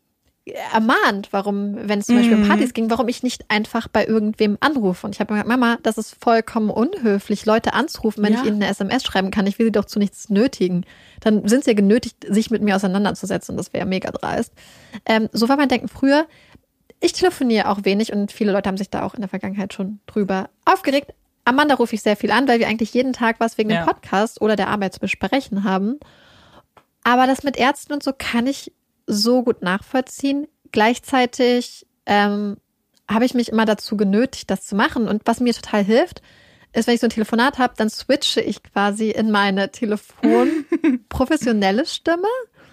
ermahnt, warum, wenn es zum Beispiel um Partys ging, warum ich nicht einfach bei irgendwem anrufe. Und ich habe mir gesagt, Mama, das ist vollkommen unhöflich, Leute anzurufen, wenn Ja. ich ihnen eine S M S schreiben kann. Ich will sie doch zu nichts nötigen. Dann sind sie ja genötigt, sich mit mir auseinanderzusetzen. Und das wäre mega dreist. Ähm, so war mein Denken früher. Ich telefoniere auch wenig und viele Leute haben sich da auch in der Vergangenheit schon drüber aufgeregt. Amanda rufe ich sehr viel an, weil wir eigentlich jeden Tag was wegen Ja. dem Podcast oder der Arbeit zu besprechen haben. Aber das mit Ärzten und so kann ich so gut nachvollziehen. Gleichzeitig ähm, habe ich mich immer dazu genötigt, das zu machen. Und was mir total hilft, ist, wenn ich so ein Telefonat habe, dann switche ich quasi in meine Telefon-professionelle Stimme.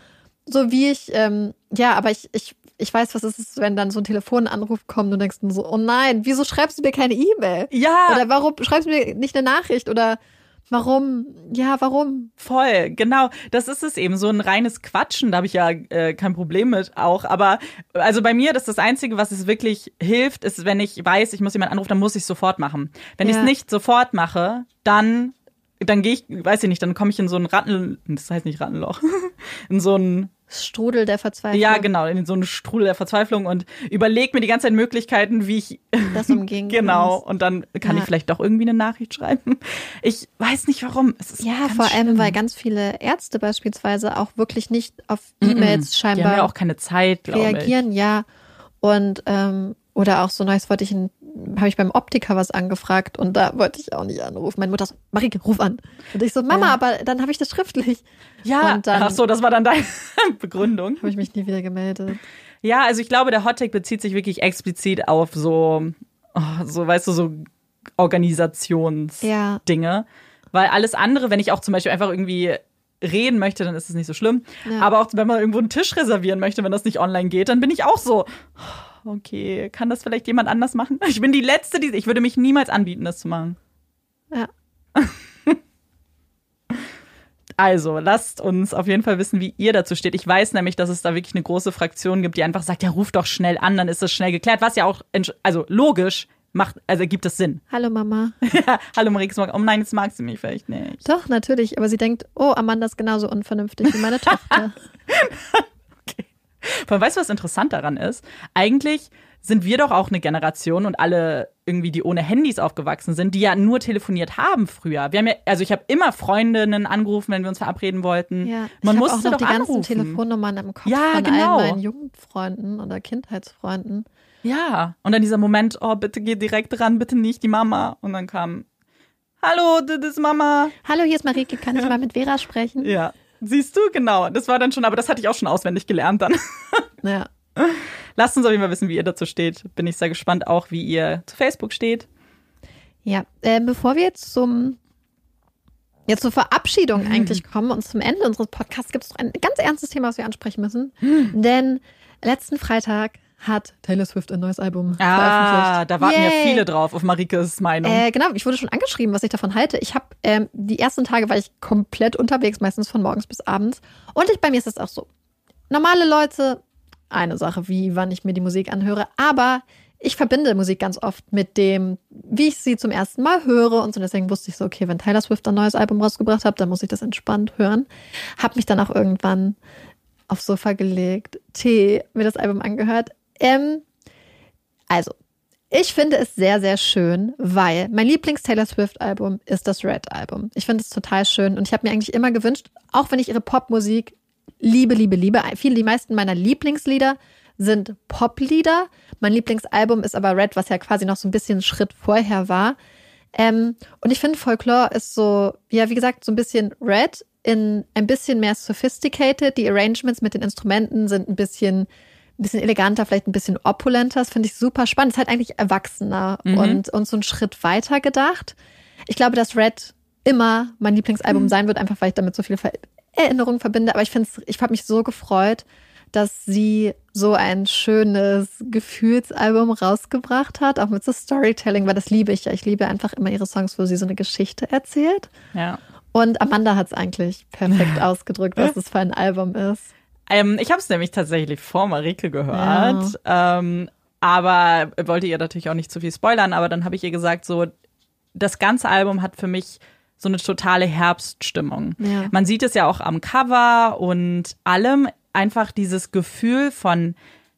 So wie ich, ähm, ja, aber ich, ich, ich weiß, was es ist, wenn dann so ein Telefonanruf kommt und du denkst so, oh nein, wieso schreibst du mir keine E-Mail? Ja, Oder warum schreibst du mir nicht eine Nachricht? Oder warum? Ja, warum? voll, genau. Das ist es eben, so ein reines Quatschen, da habe ich ja äh, kein Problem mit auch. Aber also bei mir, das ist das Einzige, was es wirklich hilft, ist, wenn ich weiß, ich muss jemanden anrufen, dann muss ich es sofort machen. Wenn Ja. ich es nicht sofort mache, dann dann gehe ich, weiß ich nicht, dann komme ich in so ein Ratten, das heißt nicht Rattenloch, in so ein Strudel der Verzweiflung. Ja, genau, in so eine Strudel der Verzweiflung und überlege mir die ganze Zeit Möglichkeiten, wie ich Das umgehen genau, kannst. und dann kann Ja. ich vielleicht doch irgendwie eine Nachricht schreiben. Ich weiß nicht warum. Es ist Ja, ganz vor allem, schlimm. weil ganz viele Ärzte beispielsweise auch wirklich nicht auf E-Mails Die haben ja scheinbar auch keine Zeit, glaube ich. reagieren, ja. Und ähm, oder auch so neues wollte ich, habe ich beim Optiker was angefragt und da wollte ich auch nicht anrufen. Meine Mutter so, Marike, ruf an. Und ich so, Mama, Ja. aber dann habe ich das schriftlich. Ja, Und dann ach so, das war dann deine Begründung. habe ich mich nie wieder gemeldet. Ja, also ich glaube, der Hottake bezieht sich wirklich explizit auf so, oh, so weißt du, so Organisationsdinge. Ja. Weil alles andere, wenn ich auch zum Beispiel einfach irgendwie reden möchte, dann ist es nicht so schlimm. Ja. Aber auch wenn man irgendwo einen Tisch reservieren möchte, wenn das nicht online geht, dann bin ich auch so, okay, kann das vielleicht jemand anders machen? Ich bin die Letzte, die, ich würde mich niemals anbieten, das zu machen. Ja. Also, lasst uns auf jeden Fall wissen, wie ihr dazu steht. Ich weiß nämlich, dass es da wirklich eine große Fraktion gibt, die einfach sagt, ja, ruf doch schnell an, dann ist das schnell geklärt. Was ja auch, also logisch macht, also gibt es Sinn. Hallo Mama. Ja, hallo Marike, oh nein, jetzt mag sie mich vielleicht nicht. Doch, natürlich, aber sie denkt, oh, Amanda ist genauso unvernünftig wie meine Tochter. Okay. Aber weißt du, was interessant daran ist? Eigentlich sind wir doch auch eine Generation und alle irgendwie, die ohne Handys aufgewachsen sind, die ja nur telefoniert haben früher. Wir haben ja, also ich habe immer Freundinnen angerufen, wenn wir uns verabreden wollten. Ja, Man ich musste habe auch noch doch die anrufen. ganzen Telefonnummern im Kopf Ja, von genau. all meinen Jugendfreunden oder Kindheitsfreunden. Ja, und dann dieser Moment, oh, bitte geh direkt ran, bitte nicht die Mama. Und dann kam, hallo, das ist Mama. Hallo, hier ist Marike, kann ich mal mit Vera sprechen? Ja, siehst du, genau. Das war dann schon, aber das hatte ich auch schon auswendig gelernt dann. Ja. Lasst uns auf jeden Fall wissen, wie ihr dazu steht. Bin ich sehr gespannt, auch wie ihr zu Facebook steht. Ja, äh, bevor wir jetzt zum jetzt zur Verabschiedung Mhm. eigentlich kommen und zum Ende unseres Podcasts, gibt es noch ein ganz ernstes Thema, was wir ansprechen müssen. Denn letzten Freitag hat Taylor Swift ein neues Album Ah, veröffentlicht. da warten ja Yay. viele drauf auf Marikes Meinung. Äh, genau, ich wurde schon angeschrieben, was ich davon halte. Ich habe ähm, die ersten Tage war ich komplett unterwegs, meistens von morgens bis abends. Und ich, bei mir ist es auch so. Normale Leute, eine Sache, wie wann ich mir die Musik anhöre, aber ich verbinde Musik ganz oft mit dem, wie ich sie zum ersten Mal höre und so. Deswegen wusste ich so, okay, wenn Taylor Swift ein neues Album rausgebracht hat, dann muss ich das entspannt hören. Hab mich dann auch irgendwann aufs Sofa gelegt, Tee, mir das Album angehört. Ähm, also, ich finde es sehr, sehr schön, weil mein Lieblings-Taylor Swift-Album ist das Red-Album. Ich finde es total schön und ich habe mir eigentlich immer gewünscht, auch wenn ich ihre Popmusik liebe, liebe, liebe, viele, die meisten meiner Lieblingslieder sind Poplieder. Mein Lieblingsalbum ist aber Red, was ja quasi noch so ein bisschen einen Schritt vorher war. Ähm, und ich finde, Folklore ist so, ja, wie gesagt, so ein bisschen Red in ein bisschen mehr sophisticated. Die Arrangements mit den Instrumenten sind ein bisschen, ein bisschen eleganter, vielleicht ein bisschen opulenter. Das finde ich super spannend. Es ist halt eigentlich erwachsener Mhm. und, und so einen Schritt weiter gedacht. Ich glaube, dass Red immer mein Lieblingsalbum mhm. sein wird, einfach weil ich damit so viele Ver- Erinnerungen verbinde. Aber ich finde es, ich habe mich so gefreut, dass sie so ein schönes Gefühlsalbum rausgebracht hat, auch mit so Storytelling, weil das liebe ich ja. Ich liebe einfach immer ihre Songs, wo sie so eine Geschichte erzählt. Ja. Und Amanda hat es eigentlich perfekt ausgedrückt, was das für ein Album ist. Ähm, ich habe es nämlich tatsächlich vor Marike gehört, ja. ähm, aber wollte ihr natürlich auch nicht zu viel spoilern, aber dann habe ich ihr gesagt, so, das ganze Album hat für mich so eine totale Herbststimmung. Ja. Man sieht es ja auch am Cover und allem, einfach dieses Gefühl von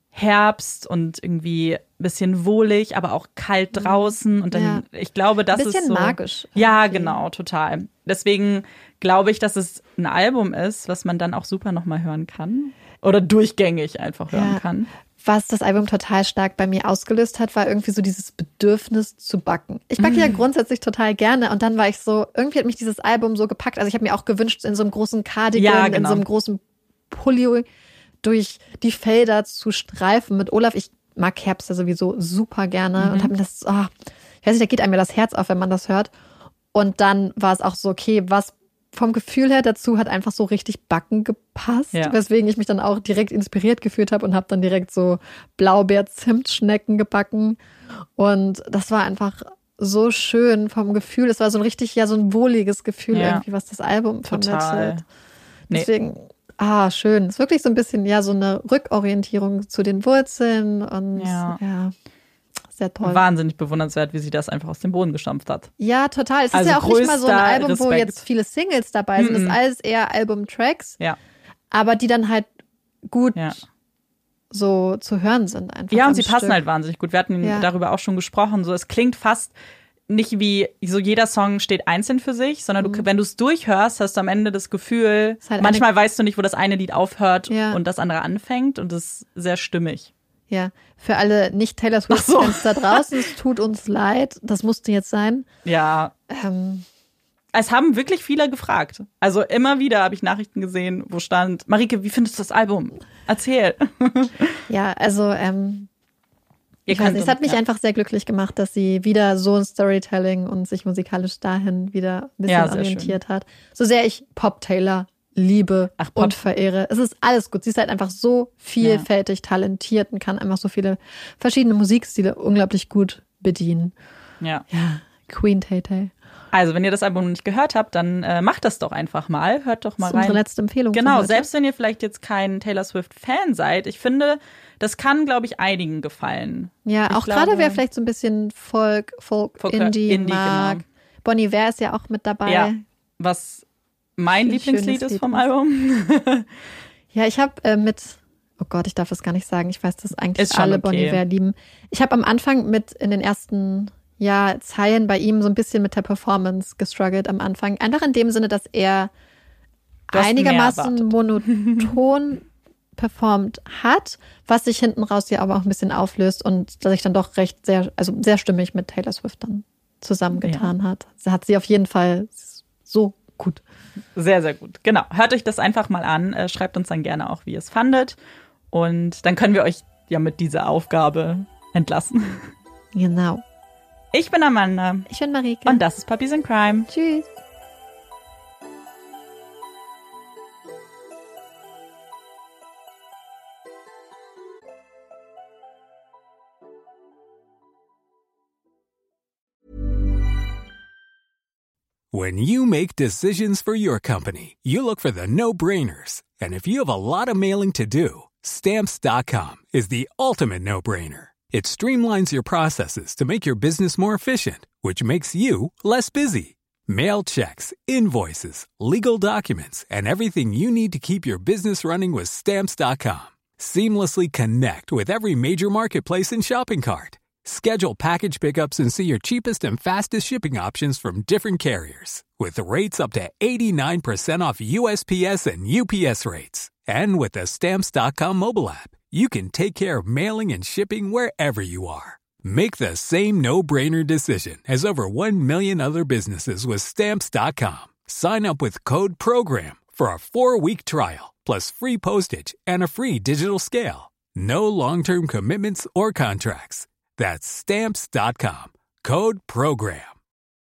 Herbst und irgendwie ein bisschen wohlig, aber auch kalt draußen. Und dann, ja. ich glaube, das bisschen ist so. magisch. Ja, genau, total. Deswegen glaube ich, dass es ein Album ist, was man dann auch super nochmal hören kann. Oder durchgängig einfach hören ja. kann. Was das Album total stark bei mir ausgelöst hat, war irgendwie so dieses Bedürfnis zu backen. Ich backe mm. ja grundsätzlich total gerne und dann war ich so, irgendwie hat mich dieses Album so gepackt. Also ich habe mir auch gewünscht, in so einem großen Cardigan, ja, genau. in so einem großen Pulli durch die Felder zu streifen mit Olaf. Ich mag Herbst ja sowieso super gerne mhm. und habe mir das, oh, ich weiß nicht, da geht einem ja das Herz auf, wenn man das hört. Und dann war es auch so, okay, was vom Gefühl her dazu hat einfach so richtig Backen gepasst, ja. weswegen ich mich dann auch direkt inspiriert gefühlt habe und habe dann direkt so Blaubeer-Zimtschnecken gebacken. Und das war einfach so schön vom Gefühl. Es war so ein richtig, ja, so ein wohliges Gefühl ja. irgendwie, was das Album vermittelt. Nee. Deswegen, ah, schön. Es ist wirklich so ein bisschen, ja, so eine Rückorientierung zu den Wurzeln und ja, ja sehr toll. Wahnsinnig bewundernswert, wie sie das einfach aus dem Boden gestampft hat. Ja, total. Es also ist ja auch nicht mal so ein Album, Respekt. wo jetzt viele Singles dabei sind. Es Mm-mm. ist alles eher Album-Tracks, ja. aber die dann halt gut ja. so zu hören sind. Einfach ja, und sie Stück. passen halt wahnsinnig gut. Wir hatten ja. darüber auch schon gesprochen. So, es klingt fast nicht wie, so jeder Song steht einzeln für sich, sondern du, wenn du es durchhörst, hast du am Ende das Gefühl, halt manchmal weißt du nicht, wo das eine Lied aufhört ja. und das andere anfängt und das ist sehr stimmig. Ja, für alle Nicht-Taylor Swift-Fans so. da draußen, es tut uns leid, das musste jetzt sein. Ja. Ähm. Es haben wirklich viele gefragt. Also immer wieder habe ich Nachrichten gesehen, wo stand, Marike, wie findest du das Album? Erzähl. Ja, also ähm, Ich weiß nicht, es hat mich ja. einfach sehr glücklich gemacht, dass sie wieder so ein Storytelling und sich musikalisch dahin wieder ein bisschen ja, orientiert schön. hat. So sehr ich Pop-Taylor liebe Ach, Pop. und verehre. Es ist alles gut. Sie ist halt einfach so vielfältig ja. talentiert und kann einfach so viele verschiedene Musikstile unglaublich gut bedienen. Ja. Ja, Queen Tay-Tay. Also, wenn ihr das Album noch nicht gehört habt, dann äh, macht das doch einfach mal. Hört doch mal das ist rein. Unsere letzte Empfehlung. Genau, selbst wenn ihr vielleicht jetzt kein Taylor Swift-Fan seid. Ich finde, das kann, glaube ich, einigen gefallen. Ja, ich auch glaube, gerade wer vielleicht so ein bisschen Folk, Folk, Folk Indie, Indie, mag. genau. Bon Iver ist ja auch mit dabei. Ja, was mein Ein Lieblingslied schönes ist vom Lied ist. Album. Ja, ich habe äh, mit, oh Gott, ich darf das gar nicht sagen. Ich weiß, dass eigentlich Ist schon alle okay. Bon Iver lieben. Ich habe am Anfang mit in den ersten ja, Zeilen bei ihm so ein bisschen mit der Performance gestruggelt am Anfang. Einfach in dem Sinne, dass er Du hast mehr einigermaßen erwartet. monoton performt hat, was sich hinten raus ja aber auch ein bisschen auflöst und dass sich dann doch recht sehr, also sehr stimmig mit Taylor Swift dann zusammengetan Ja. hat. Sie hat sie auf jeden Fall so gut. Sehr, sehr gut. Genau. Hört euch das einfach mal an. Äh, schreibt uns dann gerne auch, wie ihr es fandet. Und dann können wir euch ja mit dieser Aufgabe entlassen. Genau. Ich bin Amanda. Ich bin Marike. Und das ist Puppies in Crime. Tschüss. When you make decisions for your company, you look for the no-brainers. And if you have a lot of mailing to do, Stamps dot com is the ultimate no-brainer. It streamlines your processes to make your business more efficient, which makes you less busy. Mail checks, invoices, legal documents, and everything you need to keep your business running with Stamps dot com. Seamlessly connect with every major marketplace and shopping cart. Schedule package pickups and see your cheapest and fastest shipping options from different carriers. With rates up to eighty-nine percent off U S P S and U P S rates. And with the Stamps dot com mobile app, you can take care of mailing and shipping wherever you are. Make the same no-brainer decision as over one million other businesses with Stamps dot com. Sign up with code PROGRAM for a four-week trial, plus free postage and a free digital scale. No long-term commitments or contracts. That's Stamps dot com. Code PROGRAM.